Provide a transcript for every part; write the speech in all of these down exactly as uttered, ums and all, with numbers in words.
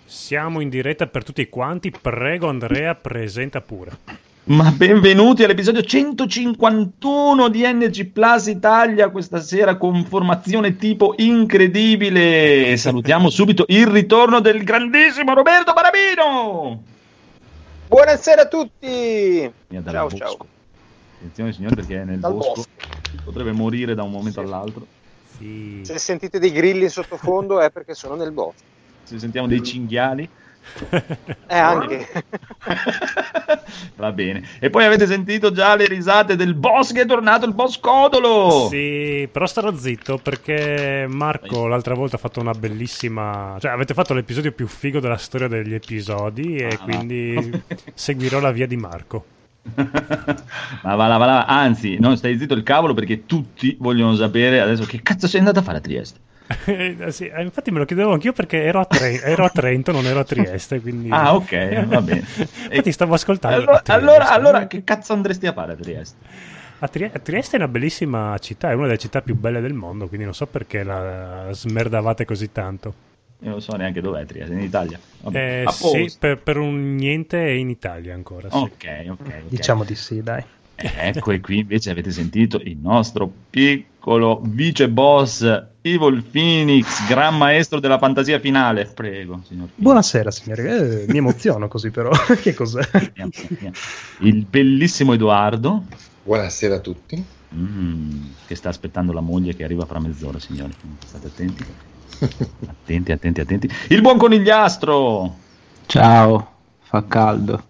Siamo in diretta per tutti quanti, prego Andrea, presenta pure. Ma benvenuti all'episodio centocinquantuno di N G Plus Italia, questa sera con formazione tipo incredibile. Salutiamo subito il ritorno del grandissimo Roberto Barabino. Buonasera a tutti. Ciao, bosco. ciao. Attenzione signori, perché è nel bosco. bosco potrebbe morire da un momento sì. all'altro. Sì. Se sentite dei grilli in sottofondo è perché sono nel bosco. Se sentiamo dei cinghiali eh anche va bene. E poi avete sentito già le risate del boss che è tornato, il boss Codolo. Sì, però starò zitto perché Marco l'altra volta ha fatto una bellissima, cioè avete fatto l'episodio più figo della storia degli episodi e ah. quindi seguirò la via di Marco. Ma va là, va là. Anzi, non stai zitto il cavolo, perché tutti vogliono sapere adesso che cazzo sei andato a fare a Trieste. Sì, infatti me lo chiedevo anch'io perché ero a, Tre- ero a Trento, non ero a Trieste, quindi... Ah, ok, va bene. Infatti stavo ascoltando. Allora, allora, allora, che cazzo andresti a fare a Trieste? A, Tri- a Trieste è una bellissima città, è una delle città più belle del mondo, quindi non so perché la smerdavate così tanto. Io non so neanche dov'è Trieste, in Italia. Vabbè, eh, sì, per, per un niente è in Italia ancora. Sì. Okay, ok, ok. Diciamo di sì, dai. Ecco, e qui invece avete sentito il nostro piccolo vice boss Evil Phoenix, gran maestro della fantasia finale. Prego, signor Phoenix. Buonasera, signori. Eh, mi emoziono così, però. Che cos'è? Il bellissimo Edoardo. Buonasera a tutti. Mm, che sta aspettando la moglie che arriva fra mezz'ora, signori. State attenti. Attenti, attenti, attenti. Il buon conigliastro. Ciao, fa caldo.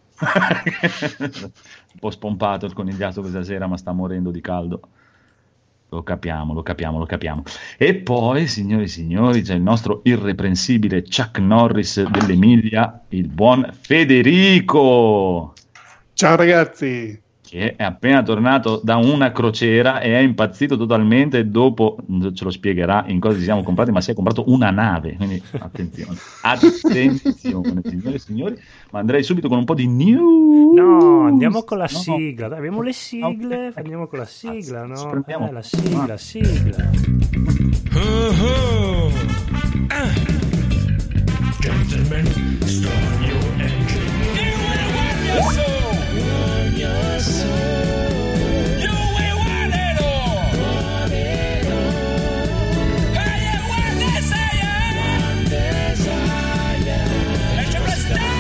Un po' spompato il conigliastro questa sera, ma sta morendo di caldo. Lo capiamo, lo capiamo, lo capiamo. E poi, signori e signori, c'è il nostro irreprensibile Chuck Norris dell'Emilia, il buon Federico. Ciao ragazzi. Che è appena tornato da una crociera e è impazzito totalmente. Dopo ce lo spiegherà in cosa ci siamo comprati, ma si è comprato una nave, quindi attenzione, attenzione signore e signori. Ma andrei subito con un po' di news. No, andiamo con la no, sigla. no. Abbiamo le sigle, okay. andiamo con la sigla, ah, no? Eh, la sigla, ah. sigla. Uh-huh. Ah. Gentlemen, start your engine. You will want your soul. Want your soul. You will want it all. Want it all. Hey, you want desire. Want desire. Let your breath style.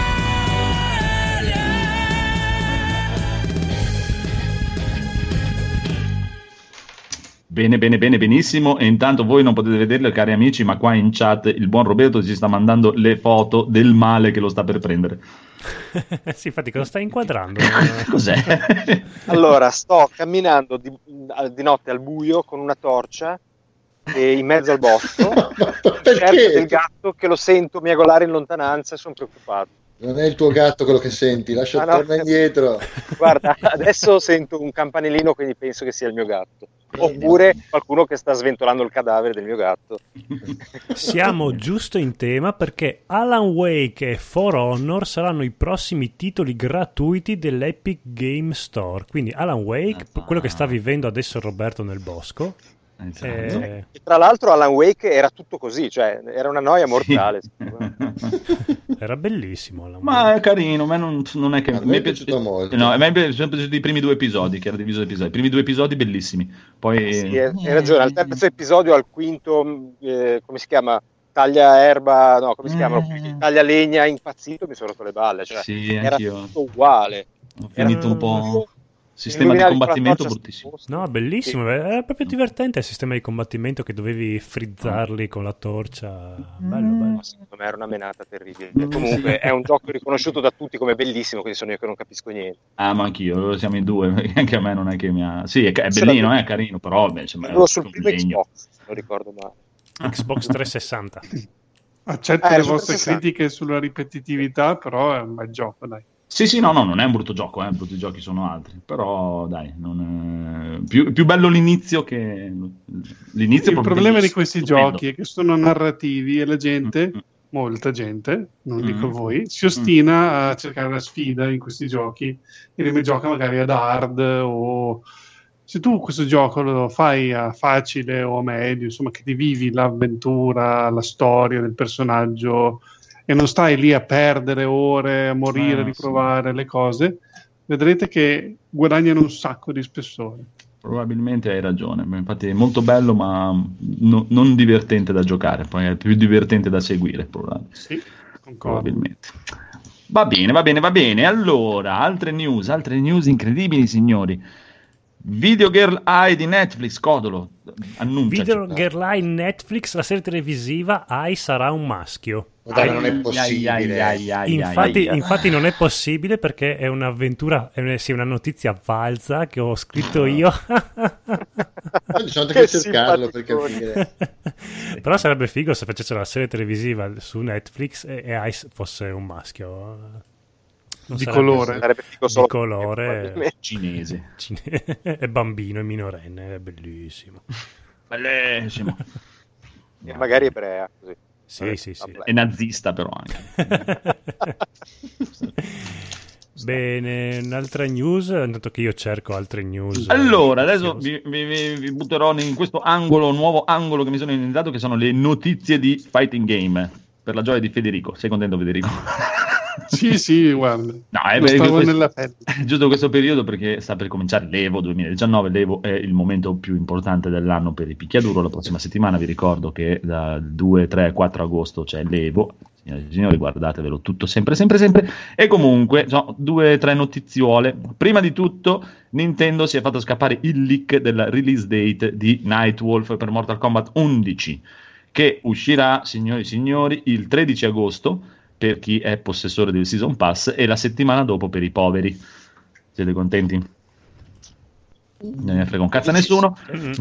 Bene, bene, bene, benissimo. E intanto voi non potete vederlo, cari amici, ma qua in chat il buon Roberto ci sta mandando le foto del male che lo sta per prendere. Sì, infatti cosa stai inquadrando? Cos'è? Allora, sto camminando di, di notte al buio con una torcia e in mezzo al bosco. Cerco del gatto che lo sento miagolare in lontananza e sono preoccupato. Non è il tuo gatto quello che senti, lascia ah, no. torna indietro. Guarda, adesso sento un campanellino, quindi penso che sia il mio gatto. Oppure qualcuno che sta sventolando il cadavere del mio gatto. Siamo giusto in tema perché Alan Wake e For Honor saranno i prossimi titoli gratuiti dell'Epic Game Store. Quindi Alan Wake, ah, quello che sta vivendo adesso Roberto nel bosco. Esatto. E tra l'altro Alan Wake era tutto così, cioè era una noia mortale. Era bellissimo Alan ma Wake. è carino, ma non, non è che a me è piaciuto molto. No, a me sono piaciuti i primi due episodi, che era diviso da episodi. I primi due episodi bellissimi. Poi sì, hai ragione, al terzo episodio, al quinto, eh, come si chiama? Taglia erba, no, come si chiama? Eh. Taglia legna impazzito, mi sono rotto le balle, cioè sì, era anch'io. tutto uguale. Ho finito era un po'. Sistema di combattimento bruttissimo. No, bellissimo, sì. Era proprio divertente il sistema di combattimento che dovevi frizzarli con la torcia. Bello, bello. No, secondo me era una menata terribile. Comunque è un gioco riconosciuto da tutti come bellissimo, quindi sono io che non capisco niente. Ah, ma anch'io, allora siamo in due, perché anche a me non è che mi ha... Sì, è, è bellino, è eh, carino, però beh, sembra sul primo Xbox, se non ricordo male. Xbox trecentosessanta. Accetto eh, le vostre critiche sulla ripetitività, però è un bel gioco, dai. Sì, sì, no, no, non è un brutto gioco, eh, brutti giochi sono altri, però dai, non è... più, più bello l'inizio che l'inizio. Il problema di questi stupendo. giochi è che sono narrativi e la gente, mm-hmm. molta gente, non mm-hmm. dico voi, si ostina mm-hmm. a cercare la sfida in questi giochi e li gioca magari ad hard o... Se tu questo gioco lo fai a facile o a medio, insomma che ti vivi l'avventura, la storia del personaggio e non stai lì a perdere ore, a morire, a Ah, riprovare le cose, vedrete che guadagnano un sacco di spessore. Probabilmente hai ragione, ma infatti è molto bello ma no- non divertente da giocare, poi è più divertente da seguire probabilmente. Sì, concordo. probabilmente. Va bene, va bene, va bene. Allora, altre news, altre news incredibili, signori. Video Girl Eye di Netflix, Codolo, annuncia. Video Girl Eye Netflix, la serie televisiva Ai sarà un maschio. Dai, non è possibile. Infatti, infatti non è possibile perché è un'avventura, è una, sì, una notizia falsa che ho scritto io. Sono andato a cercarlo per capire. Però sarebbe figo se facessero la serie televisiva su Netflx e, e Ice fosse un maschio. Non Di sarebbe- colore. Sarebbe figo Di solo colore cinese. cine- è bambino, è minorenne, è bellissimo. Bellissimo. e magari ebrea, così. Sì, sì, sì. È nazista però anche. Bene, un'altra news, intanto che io cerco altre news. Allora, eh, adesso preziose. vi, vi- vi- vi butterò in questo angolo, nuovo angolo che mi sono inventato, che sono le notizie di Fighting Game. Per la gioia di Federico. Sei contento, Federico? Sì, sì, guarda. No, è Lo perché stavo questo- nella pelle. giusto questo periodo perché sta per cominciare l'Evo duemiladiciannove. L'Evo è il momento più importante dell'anno per il picchiaduro. La prossima settimana vi ricordo che dal due, tre, quattro agosto c'è l'Evo. Signori e signori, guardatevelo tutto sempre, sempre, sempre. E comunque, no, due, tre notiziole. Prima di tutto, Nintendo si è fatto scappare il leak della release date di Nightwolf per Mortal Kombat undici, che uscirà, signori e signori, il tredici agosto per chi è possessore del Season Pass e la settimana dopo per i poveri. Siete contenti? Non ne frega un cazzo a nessuno.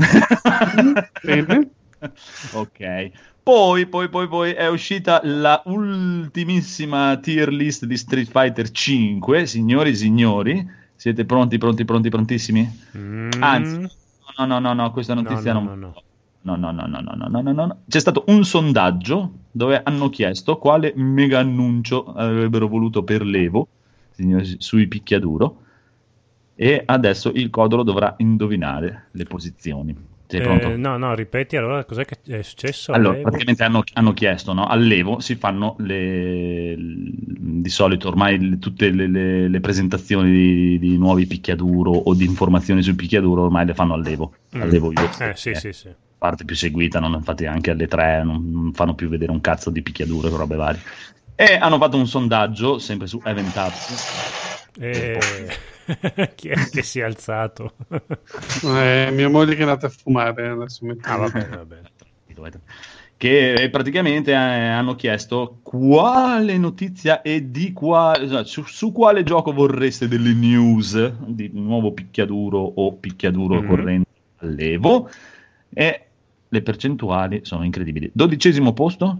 Bene. Ok. Poi, poi, poi, poi è uscita la ultimissima tier list di Street Fighter cinque. Signori e signori, siete pronti, pronti, pronti, prontissimi? Mm. Anzi, no, no, no, no, questa notizia no, no, non... no, no. No, no, no, no, no, no, no, no, no. C'è stato un sondaggio dove hanno chiesto quale mega annuncio avrebbero voluto per l'Evo, signori, sui picchiaduro, e adesso il Codolo dovrà indovinare le posizioni. Sei pronto? Eh, no, no, ripeti allora cos'è che è successo? Allora, all'Evo? praticamente hanno, hanno chiesto, no? All'Evo si fanno le, di solito ormai le- tutte le, le- le presentazioni di, di nuovi picchiaduro o di informazioni sul picchiaduro ormai le fanno all'Evo. Mm. All'Evo io, Eh, sì, eh, sì, sì. parte più seguita, non, infatti anche alle tre non, non fanno più vedere un cazzo di picchiaduro e robe varie. E hanno fatto un sondaggio sempre su Event Hubs. Eh, chi è che si è alzato? Eh, mia moglie che è andata a fumare adesso. mi- Ah, va bene, va bene. Che praticamente eh, hanno chiesto quale notizia e di quale su, su quale gioco vorreste delle news di nuovo picchiaduro o picchiaduro Mhm. corrente all'Evo, e le percentuali sono incredibili. Dodicesimo posto?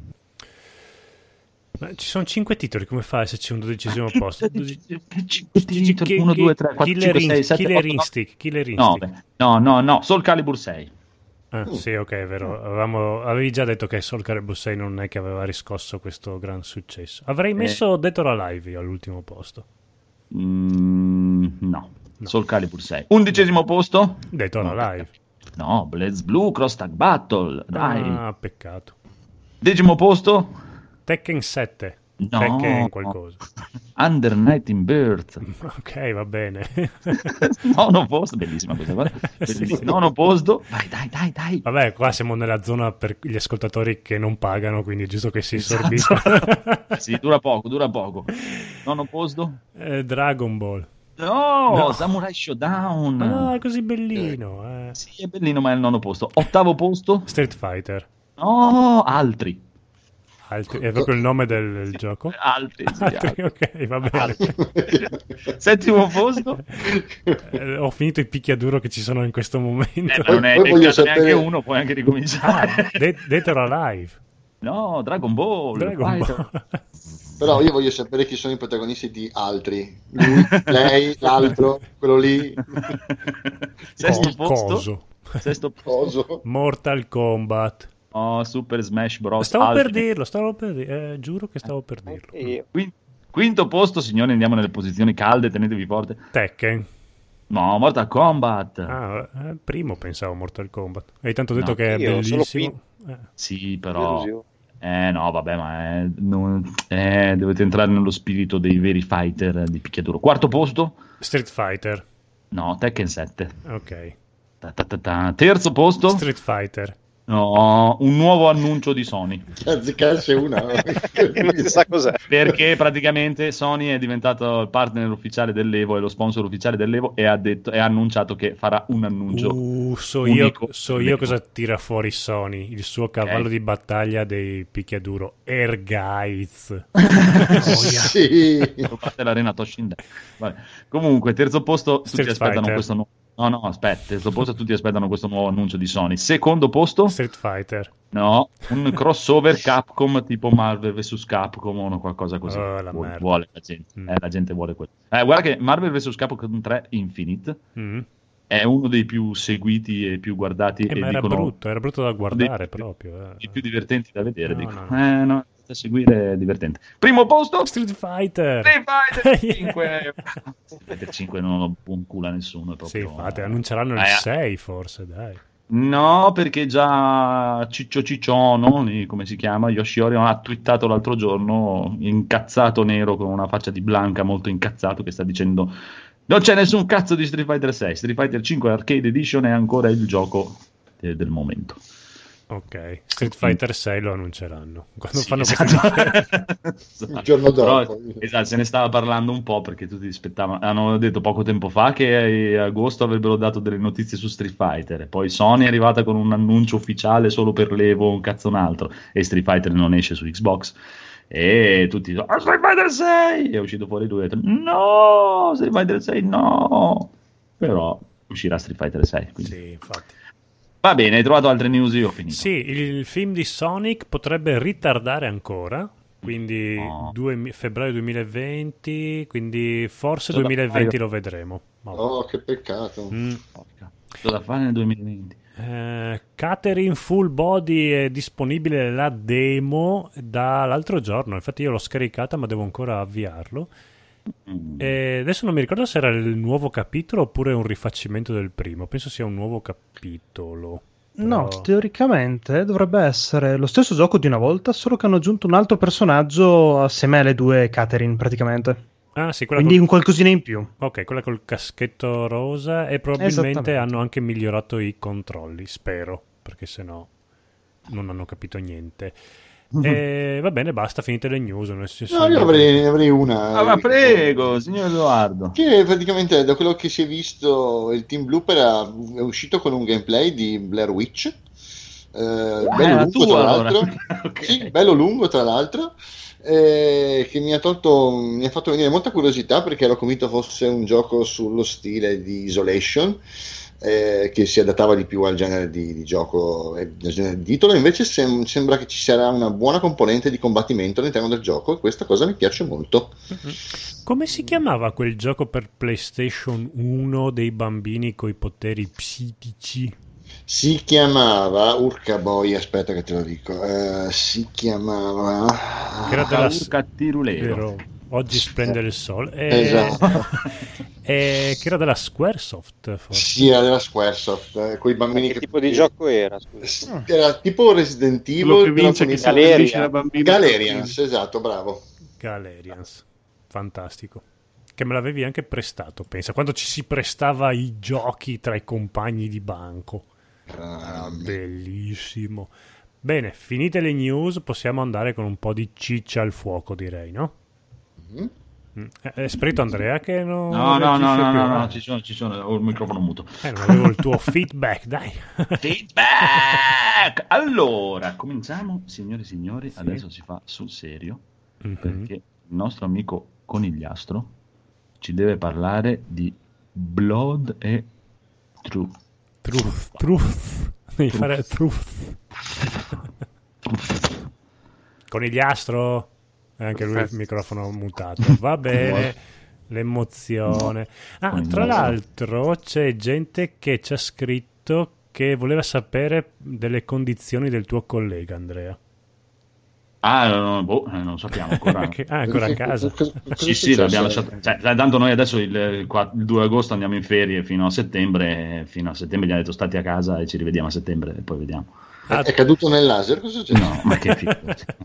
Ma ci sono cinque titoli, come fai se c'è un dodicesimo posto? cinque, uno, due, tre, quattro, Killer, cinque, sei, sette, Killer otto, Instinct, Killer no, Instinct. beh, no, no, no, Soul Calibur sei. Ah, sì, ok, è vero. Avevamo, avevi già detto che Soul Calibur sei non è che aveva riscosso questo gran successo. Avrei messo Dead or Alive io all'ultimo posto. Mm, no, Soul Calibur sei. Undicesimo posto? Dead or No, Alive. No, Blaze Blue Cross Tag Battle, dai. Ah, peccato. Decimo posto? Tekken sette. No. Tekken qualcosa. Under Night in Birth. Ok, va bene. Nono posto, bellissima questa cosa. Bellissima. Sì. Nono posto. Dai, dai, dai, dai. Vabbè, qua siamo nella zona per gli ascoltatori che non pagano, quindi è giusto che si Esatto. sorbisca. Sì, dura poco, dura poco. Nono posto? Eh, Dragon Ball. No, No. Samurai Showdown. Ah, è così bellino. Eh. Sì, è bellino, ma è il nono posto. Ottavo posto? Street Fighter. No, altri. Altri- è proprio il nome del, del gioco? Altri, sì, Altri, altri. ok, va bene. Settimo posto? Eh, ho finito i picchiaduro che ci sono in questo momento. Eh, ma non è Poi voglio beccato sapere- neanche uno, puoi anche ricominciare. Ah, De- Dead or Alive. No, Dragon Ball. Dragon Fighter. Ball. Però io voglio sapere chi sono i protagonisti di altri. Lui, lei, l'altro, quello lì. Sesto Co- posto? coso. Sesto posto. Coso. Mortal Kombat. Oh, Super Smash Bros. Stavo per Ultimate. dirlo, stavo per dirlo. Eh, giuro che stavo per dirlo. Anche io. Quin- Quinto posto, signori, andiamo nelle posizioni calde, tenetevi forte. Tekken. No, Mortal Kombat. Ah, eh, primo pensavo Mortal Kombat. Hai tanto detto No, che è io, solo bellissimo. Eh, Sì, però Delusione. è Eh no, vabbè, ma è, non, eh, dovete entrare nello spirito dei veri fighter di picchiaduro. Quarto posto? Street Fighter. No, Tekken sette. Ok. Ta ta ta ta. Terzo posto? Street Fighter. No, un nuovo annuncio di Sony. Azzeccarsi una. E non si sa cos'è. Perché praticamente Sony è diventato il partner ufficiale dell'Evo e lo sponsor ufficiale dell'Evo e ha, detto, e ha annunciato che farà un annuncio. Uh, so unico io, so io cosa tira fuori Sony, il suo cavallo Okay. di battaglia dei picchiaduro, Ergaiz. Sì. Fate l'arena Toshinden. Vabbè. Comunque, terzo posto, tutti Street aspettano Fighter. questo nuovo. No, no, aspetta, terzo posto, tutti aspettano questo nuovo annuncio di Sony. Secondo posto? Street Fighter. No, un crossover Capcom tipo Marvel versus Capcom o qualcosa così. Oh, la Vuole, merda. vuole la gente. Mm. Eh, la gente vuole quello. Eh, guarda che Marvel versus Capcom tre Infinite Mm. è uno dei più seguiti e più guardati Eh, e ma era dicono brutto, era brutto da guardare dei- proprio. eh. i più divertenti da vedere. No, dico. no, no. Eh, no, da seguire è divertente. Primo posto? Street Fighter. Street Fighter Yeah. cinque. Street Fighter cinque non lo buon culo a nessuno. È Sì, proprio, infatti, annunceranno il Eh, sei forse, dai. No, perché già Ciccio Cicciono, lì, come si chiama, Yoshiori, ha twittato l'altro giorno, incazzato nero con una faccia di Blanca molto incazzato, che sta dicendo non c'è nessun cazzo di Street Fighter sei, Street Fighter cinque Arcade Edition è ancora il gioco de- del momento. Ok, Street Fighter sei lo annunceranno. Quando Sì, fanno esatto. queste- Il giorno Però, dopo. esatto, se ne stava parlando un po' perché tutti aspettavano. Hanno detto poco tempo fa che a agosto avrebbero dato delle notizie su Street Fighter. E poi Sony è arrivata con un annuncio ufficiale solo per l'Evo, un cazzo un altro. E Street Fighter non esce su Xbox. E tutti dicono ah, Street Fighter sei! È uscito fuori lui e ha detto no, Street Fighter sei no. Però uscirà Street Fighter sei. Quindi. Sì, infatti. Va bene, hai trovato altre news? Io ho finito. Sì, il film di Sonic potrebbe ritardare ancora, quindi No. due febbraio duemilaventi, quindi forse Cosa duemilaventi fai? lo vedremo. Ma- Oh, che peccato. Mm. Porca. Cosa fare nel duemilaventi? Eh, Catherine Full Body è disponibile la demo dall'altro giorno, infatti io l'ho scaricata ma devo ancora avviarlo. Mm. E adesso non mi ricordo se era il nuovo capitolo oppure un rifacimento del primo, penso sia un nuovo capitolo. No, Però- teoricamente dovrebbe essere lo stesso gioco di una volta, solo che hanno aggiunto un altro personaggio assieme alle due Catherine praticamente. Ah sì, quella Quindi col... un qualcosina in più. Ok, quella col caschetto rosa e probabilmente Esattamente. hanno anche migliorato i controlli, spero, perché sennò non hanno capito niente. E va bene, basta, finite le news. Nel senso No, io avrei, ne avrei una. Ah, ma prego, signor Edoardo. Che praticamente da quello che si è visto il Team Blooper ha- è uscito con un gameplay di Blair Witch. Eh, bello la lungo tua, tra allora. l'altro. Ok. Sì, bello lungo tra l'altro. eh, che mi ha tolto, mi ha fatto venire molta curiosità perché ero convinto fosse un gioco sullo stile di Isolation. Eh, che si adattava di più al genere di, di gioco e al genere di titolo, invece sem- sembra che ci sarà una buona componente di combattimento all'interno del gioco e questa cosa mi piace molto. Come si chiamava quel gioco per PlayStation uno dei bambini coi poteri psichici? Si chiamava Urca Boy, aspetta che te lo dico, eh, si chiamava Che era della Cattirulero. vero, oggi splende il sole. E... Esatto. e... che era della Squaresoft, forse. Sì, era della Squaresoft, eh, quei bambini Che che tipo di gioco era? Scusa. era tipo Resident Evil, Quello che però vince con che i- si Galeria. riferisce alla bambina. Galerians, esatto, bravo. Galerians, fantastico. Che me l'avevi anche prestato, pensa, quando ci si prestava i giochi tra i compagni di banco. Ah, bellissimo. Bene, finite le news, possiamo andare con un po' di ciccia al fuoco, direi, no? Mhm. Mm. Eh, È spirito Andrea che non No, no, no, reagisce no, più, no, no, eh? ci sono, ci sono, ho il microfono muto. Eh, non avevo il tuo feedback, dai. Feedback! Allora, cominciamo, signori e signori, Sì. adesso si fa sul serio, Mhm. perché il nostro amico Conigliastro ci deve parlare di Blood e Truth. Truth, truth. Devi fare truth. Conigliastro. E anche lui il microfono mutato. Va bene. L'emozione. Ah, tra l'altro c'è gente che ci ha scritto che voleva sapere delle condizioni del tuo collega, Andrea. Ah, no, boh, eh, non lo sappiamo ancora. Che- ah, è ancora a casa. Cosa- cosa Sì, è sì, l'abbiamo successo? lasciato. Cioè, tanto noi adesso il, il qua- il due agosto andiamo in ferie fino a settembre. e Fino a settembre gli hanno detto stati a casa e ci rivediamo a settembre e poi vediamo. È, è caduto nel laser? Cosa c'è? No, ma che figo.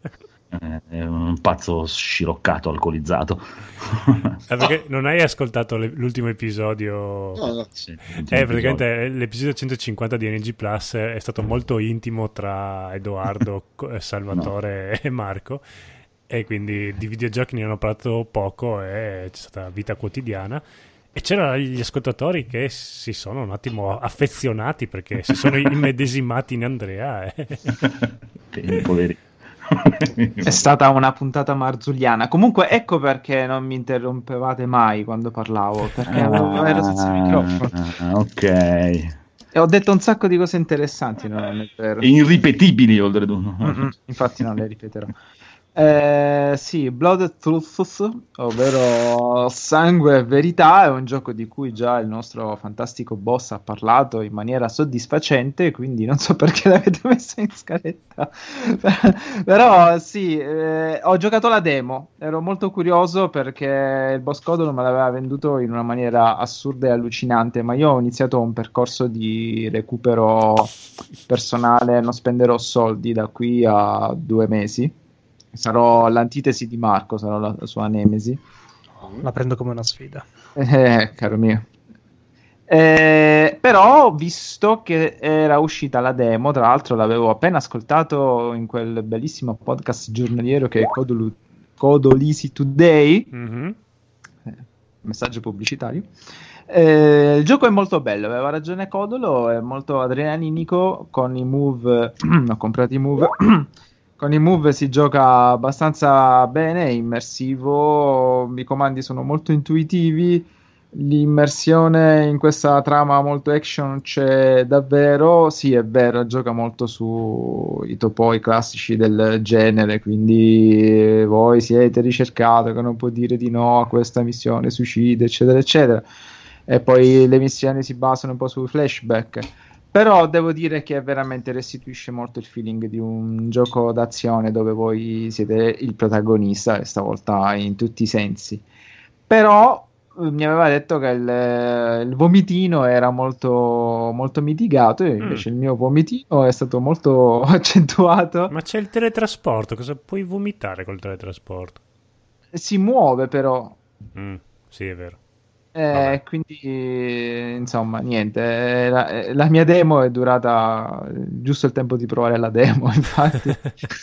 È un pazzo sciroccato, alcolizzato. Eh, perché non hai ascoltato le- l'ultimo episodio? No, no. Sì, Eh, praticamente l'episodio centocinquanta di N G Plus è stato molto intimo tra Edoardo, Co- eh, Salvatore e Marco, e quindi di videogiochi ne hanno parlato poco e c'è stata vita quotidiana. E c'erano gli ascoltatori che si sono un attimo affezionati perché si sono immedesimati in Andrea. Eh. Bene, poveri. È stata una puntata marzulliana. Comunque, ecco perché non mi interrompevate mai quando parlavo, perché avevo- ero senza microfono. Ah, ok. E ho detto un sacco di cose interessanti, non è vero? Irripetibili, oltretutto. Mm-mm, infatti non le ripeterò. Eh, sì, Blood Truth, ovvero Sangue e Verità, è un gioco di cui già il nostro fantastico boss ha parlato in maniera soddisfacente, quindi non so perché l'avete messo in scaletta. Però sì, eh, ho giocato la demo, ero molto curioso perché il boss Codolo me l'aveva venduto in una maniera assurda e allucinante, ma io ho iniziato un percorso di recupero personale, non spenderò soldi da qui a due mesi. Sarò l'antitesi di Marco, sarò la, la sua nemesi. La prendo come una sfida. Eh, caro mio. Eh, però ho visto che era uscita la demo, tra l'altro l'avevo appena ascoltato in quel bellissimo podcast giornaliero che è Codolu- Codolisi Today. Mhm. Eh, messaggio pubblicitario. Eh, il gioco è molto bello, aveva ragione Codolo, è molto adrenalinico con i move. Ho comprato i move. Con i move si gioca abbastanza bene, è immersivo, i comandi sono molto intuitivi, l'immersione in questa trama molto action c'è davvero, sì è vero, gioca molto sui topoi classici del genere, quindi voi siete ricercato che non può dire di no a questa missione suicida, eccetera, eccetera, e poi le missioni si basano un po' sui flashback. Però devo dire che veramente restituisce molto il feeling di un gioco d'azione dove voi siete il protagonista, e stavolta in tutti i sensi. Però eh, mi aveva detto che il, il vomitino era molto, molto mitigato, e invece Mm. il mio vomitino è stato molto accentuato. Ma c'è il teletrasporto, cosa puoi vomitare col teletrasporto? Si muove però. Mm, sì, è vero. Eh, Vabbè. quindi eh, insomma niente, eh, la, eh, la mia demo è durata eh, giusto il tempo di provare la demo, infatti.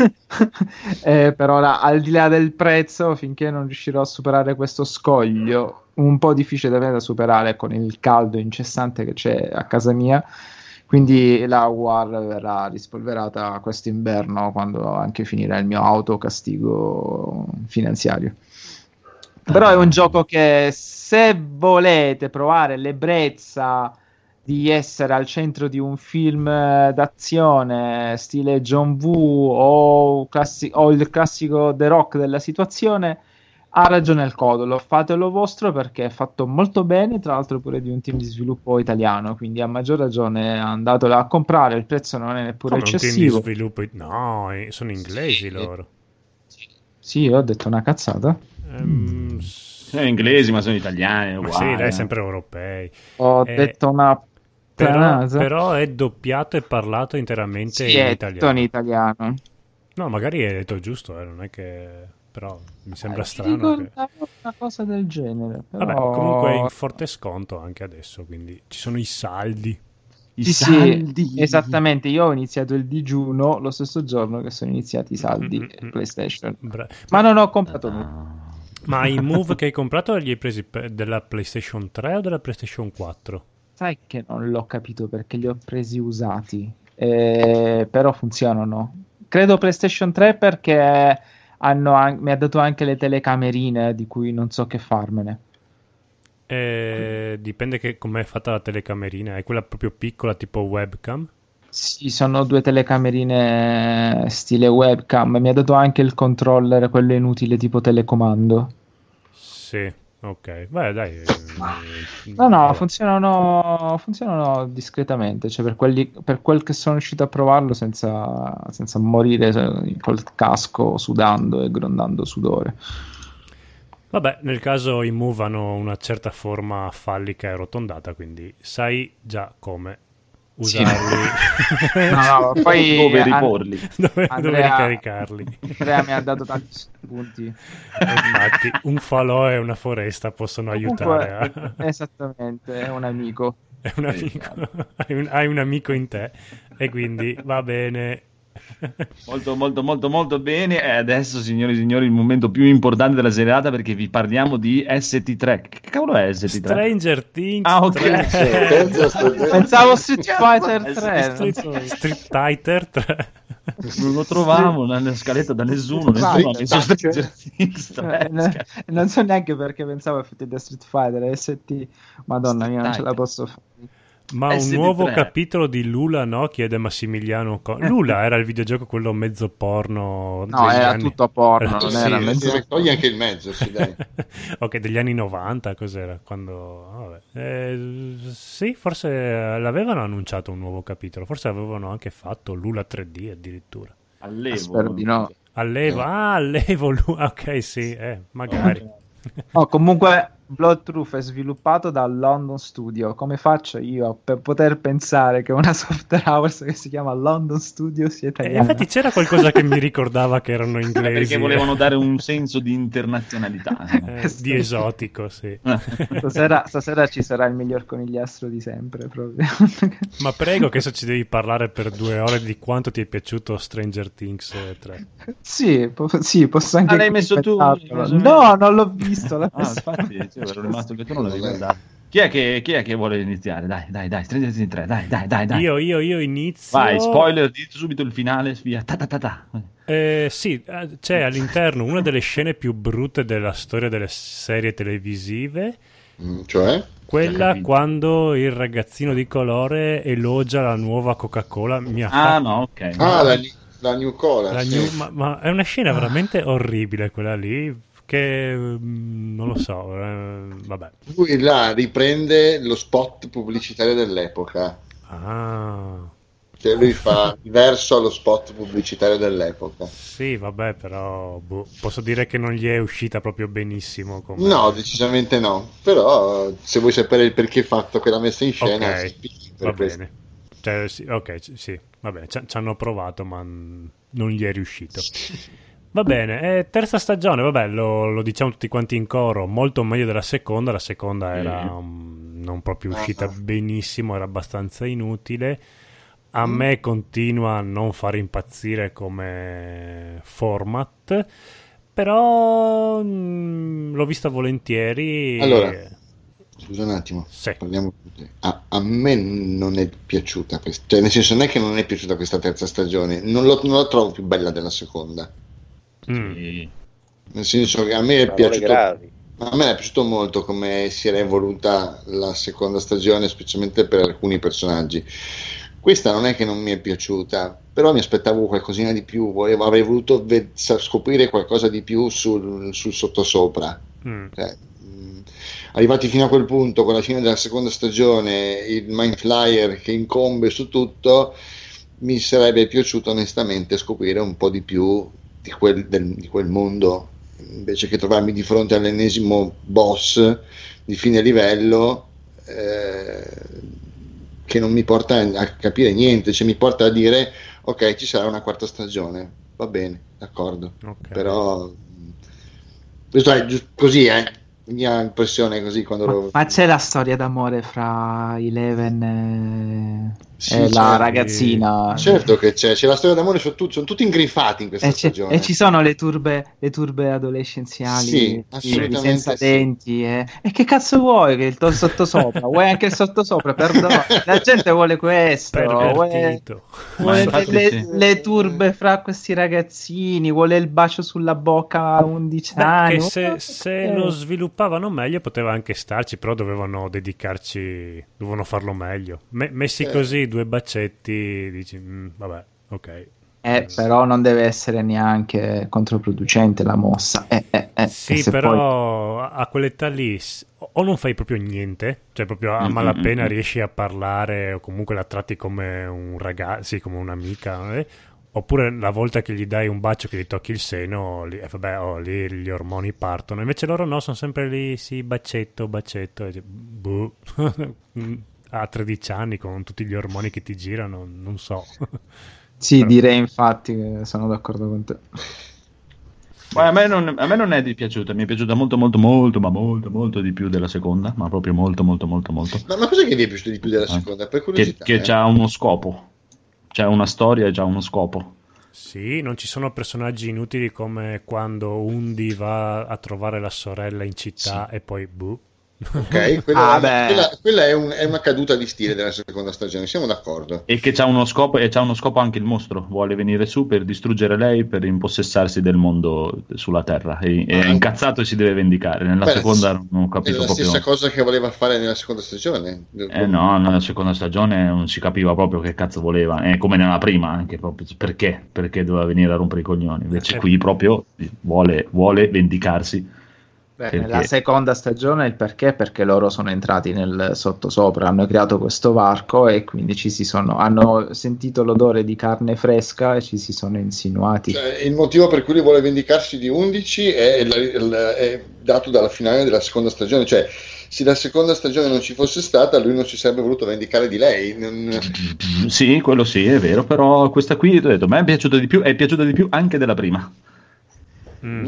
Eh, per ora, al di là del prezzo, finché non riuscirò a superare questo scoglio un po' difficile da me da superare con il caldo incessante che c'è a casa mia, quindi la War verrà rispolverata quest'inverno, quando anche finirà il mio autocastigo finanziario. Però è un gioco che, se volete provare l'ebbrezza di essere al centro di un film eh, d'azione stile John Woo o, classi- o il classico The Rock della situazione, ha ragione il Codolo, fatelo vostro perché è fatto molto bene, tra l'altro pure di un team di sviluppo italiano, quindi a maggior ragione andatelo a comprare, il prezzo non è neppure Come un team di eccessivo. sviluppo? No, eh, sono inglesi loro. Sì, io ho detto una cazzata. Ehm, Sono inglesi, ma sono italiani. ma uguali, sì, dai, eh. sempre europei. Ho Eh, detto una Però, puttanata. però è doppiato e parlato interamente Sì, in è italiano. tutto in italiano. No, magari hai detto giusto, eh, non è che... Però mi sembra Eh, strano che... ricordavo una cosa del genere, però... Vabbè, comunque è in forte sconto anche adesso, quindi ci sono i saldi. I Sì, sì, saldi. esattamente, io ho iniziato il digiuno lo stesso giorno che sono iniziati i saldi Mm-mm-mm. PlayStation, Bra- ma non ho comprato nulla. Ah. Ma i move che hai comprato li hai presi pe- della PlayStation tre o della PlayStation quattro? Sai che non l'ho capito perché li ho presi usati, eh, però funzionano. Credo PlayStation tre perché hanno an- mi ha dato anche le telecamerine di cui non so che farmene. Eh, dipende che com'è fatta la telecamerina. È quella proprio piccola tipo webcam? Sì, sono due telecamerine stile webcam. Mi ha dato anche il controller, quello inutile tipo telecomando. Sì, ok. Beh, dai. eh, No, no, eh, funzionano, funzionano discretamente. Cioè, per quelli, per quel che sono riuscito a provarlo senza, senza morire eh, col casco, sudando e grondando sudore. Vabbè, nel caso i move hanno una certa forma fallica e arrotondata, quindi sai già come usarli. No, no, poi Dove An- riporli? dove, dove Andrea- ricaricarli. Andrea mi ha dato tanti spunti. Infatti un falò e una foresta possono aiutare Comunque, a... esattamente, è un amico. È un amico. hai, un, hai un amico in te e quindi va bene. Molto, molto, molto, molto bene. E adesso, signori e signori, il momento più importante della serata, perché vi parliamo di S T tre. Che cavolo è S T tre? Stranger Things Ah, ok. tre. Terza stagione. Pensavo Street Fighter Eh, tre. Street, non so. Street Fighter tre. Non lo trovavo nella scaletta da nessuno. Nessuno ha messo Stranger Things tre. Eh, ne- non so neanche perché pensavo effettivamente a Street Fighter S T. Madonna mia, non ce la posso fare. Ma un S T tre. nuovo capitolo di Lula, no? Chiede Massimiliano. Co- Lula era il videogioco quello mezzo porno. No, degli era anni- tutto porno, Era- non sì, era sì. mezzo. Togli anche il mezzo, sì, dai. Ok, degli anni novanta, cos'era? Quando... vabbè. Eh, sì, forse l'avevano annunciato un nuovo capitolo. Forse avevano anche fatto Lula tre D addirittura. Allevo. Spero di no. Allevo, ah, Allevo Lula. Ok, sì, eh, magari. Oh, comunque Bloodtruth è sviluppato dal London Studio. Come faccio io per poter pensare che una software house che si chiama London Studio sia Eh, italiana? infatti c'era qualcosa che mi ricordava che erano inglesi. Perché volevano dare un senso di internazionalità. Eh, di esotico, sì. Stasera, stasera ci sarà il miglior conigliastro di sempre proprio. Ma prego che se ci devi parlare per due ore di quanto ti è piaciuto Stranger Things tre. Sì, po- sì, posso anche Ah, l'hai messo tu? commentarlo. L'hai messo- No, non l'ho visto. l'ho Ah, messo- infatti, cioè, ero rimasto che tu non l'avevi guardato. Chi è che, chi è che vuole iniziare? Dai, dai, dai, Stranger Things tre, dai, dai, dai, dai. Io, io, io inizio. Vai, spoiler, dite subito il finale, via. Ta ta ta ta. Eh, sì, eh, c'è all'interno una delle scene più brutte della storia delle serie televisive. Mm, cioè? Quella capito. quando il ragazzino di colore elogia la nuova Coca-Cola. Mi ha Ah, fatto no, ok. Ah, la, la New Cola. la sì. new- ma, ma è una scena veramente orribile quella lì. Che mm, non lo so, eh, vabbè. Lui là riprende lo spot pubblicitario dell'epoca. Ah, Cioè lui fa il verso allo spot pubblicitario dell'epoca. sì, vabbè, però boh, posso dire che non gli è uscita proprio benissimo. Come... No, decisamente no. Però se vuoi sapere il perché fatto quella messa in scena, Ok, sì, per va questo. bene. Cioè, sì, ok, c- sì, vabbè, ci ci hanno provato, ma mm, non gli è riuscito. Va bene, eh, terza stagione, vabbè, lo, lo diciamo tutti quanti in coro, molto meglio della seconda. La seconda era um, non proprio uscita Ah. benissimo, era abbastanza inutile. A me continua a non far impazzire come format, però mm, l'ho vista volentieri. Allora, scusa un attimo, Sì. parliamo. A, a me non è piaciuta questa, cioè nel senso non è che non è piaciuta questa terza stagione, non, lo- non la trovo più bella della seconda. Mm. Sì. Nel senso che a me è Parole piaciuto, gravi. a me è piaciuto molto come si era evoluta la seconda stagione, specialmente per alcuni personaggi. Questa non è che non mi è piaciuta, però mi aspettavo qualcosina di più, volevo, avrei voluto ve- sa- scoprire qualcosa di più sul, sul sottosopra. Mm. Cioè, mh, arrivati fino a quel punto, con la fine della seconda stagione, il Mind Flyer che incombe su tutto, mi sarebbe piaciuto onestamente scoprire un po' di più di quel, del- di quel mondo, invece che trovarmi di fronte all'ennesimo boss di fine livello eh, che non mi porta a capire niente, cioè mi porta a dire ok, ci sarà una quarta stagione, va bene, d'accordo, Ok. però mh, questo è giu- così, eh, mia impressione così quando Ma, lo... ma c'è la storia d'amore fra Eleven e, Sì, e la certo. ragazzina. Certo che c'è, c'è la storia d'amore, sono, tutti- sono tutti ingriffati in questa E, c'è- stagione. e ci sono le turbe, le turbe adolescenziali Sì, di- assolutamente senza sì. denti. eh. E che cazzo vuoi che il tuo sottosopra? Vuoi anche il sottosopra? Perdono. La gente vuole questo. Vuole, Pervertito. vuole Ma infatti le, sì. le turbe fra questi ragazzini. Vuole il bacio sulla bocca a undici Beh, anni. che se, se lo sviluppavano meglio poteva anche starci, però dovevano dedicarci, dovevano farlo meglio. Me- messi Eh. così, due bacetti, dici, "Mm, vabbè, ok. Eh, però non deve essere neanche controproducente la mossa. Eh, eh, eh, Sì, e se poi- però a- a quell'età lì s- o non fai proprio niente, cioè proprio a Mm, malapena mm, mm. riesci a parlare o comunque la tratti come un ragazzo, sì, come un'amica, eh? Oppure la volta che gli dai un bacio, che gli tocchi il seno, lì, eh, vabbè, oh, lì gli ormoni partono. Invece loro no, sono sempre lì, sì, bacetto, bacetto. E dici, boh. Mm, a tredici anni con tutti gli ormoni che ti girano, non so. Sì, Però... direi infatti che sono d'accordo con te. Ma a me, non, a me non è dispiaciuta, mi è piaciuta molto molto molto, ma molto molto di più della seconda, ma proprio molto molto molto molto. Ma, ma cos'è che vi è piaciuto di più della seconda? Per curiosità. Che, che eh? c'ha uno scopo, c'è una storia e c'ha uno scopo. Sì, non ci sono personaggi inutili come quando Undy va a trovare la sorella in città Sì. e poi boh. Ok, quella, Ah, è, beh. quella, quella è, un- è una caduta di stile della seconda stagione, siamo d'accordo. E che c'ha uno scopo, e c'ha uno scopo anche il mostro, vuole venire su per distruggere lei, per impossessarsi del mondo sulla Terra, e, è Ah, incazzato e si deve vendicare. Nella Beh, seconda non ho È capito la proprio. stessa cosa che voleva fare nella seconda stagione. Eh no, nella seconda stagione non si capiva proprio che cazzo voleva, è come nella prima anche proprio, perché? Perché doveva venire a rompere i coglioni, invece Eh. qui proprio vuole, vuole vendicarsi. Beh, Perché? nella seconda stagione il perché? Perché loro sono entrati nel sottosopra, hanno creato questo varco e quindi ci si sono, hanno sentito l'odore di carne fresca e ci si sono insinuati. Cioè, il motivo per cui lui vuole vendicarsi di undici è, la- la- è dato dalla finale della seconda stagione, cioè se la seconda stagione non ci fosse stata lui non si sarebbe voluto vendicare di lei. Non- Sì, quello sì, è vero, però questa qui, ho detto, a me è piaciuta di più, è piaciuta di più anche della prima. Mm.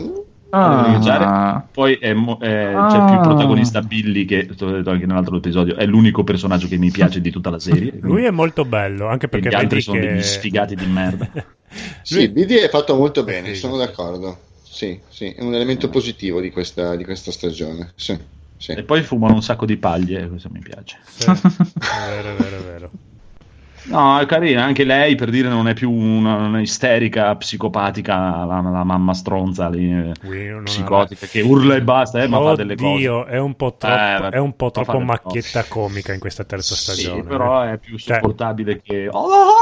Ah. Poi è mo- è- Ah. c'è più protagonista Billy, che te l'ho detto anche nell'altro episodio, è l'unico personaggio che mi piace di tutta la serie. Lui è molto bello, anche E perché gli altri vedi sono che... degli sfigati di merda. Sì, Lui- Bidi è fatto molto bene, Figo, sono sì. d'accordo. Sì, sì, è un elemento positivo di questa, di questa stagione. Sì, sì. E poi fumano un sacco di paglie, e questo mi piace. Sì, è vero, è vero, è vero. No, è carina, anche lei, per dire, non è più una, una isterica, psicopatica, la, la mamma stronza lì, eh, Qui non psicotica, che urla e basta, eh, ma fa delle cose. Oddio, è un po' troppo, Eh, ma- è un po' fa troppo delle macchietta cose. comica in questa terza stagione. Sì, però eh. è più Cioè, sopportabile che...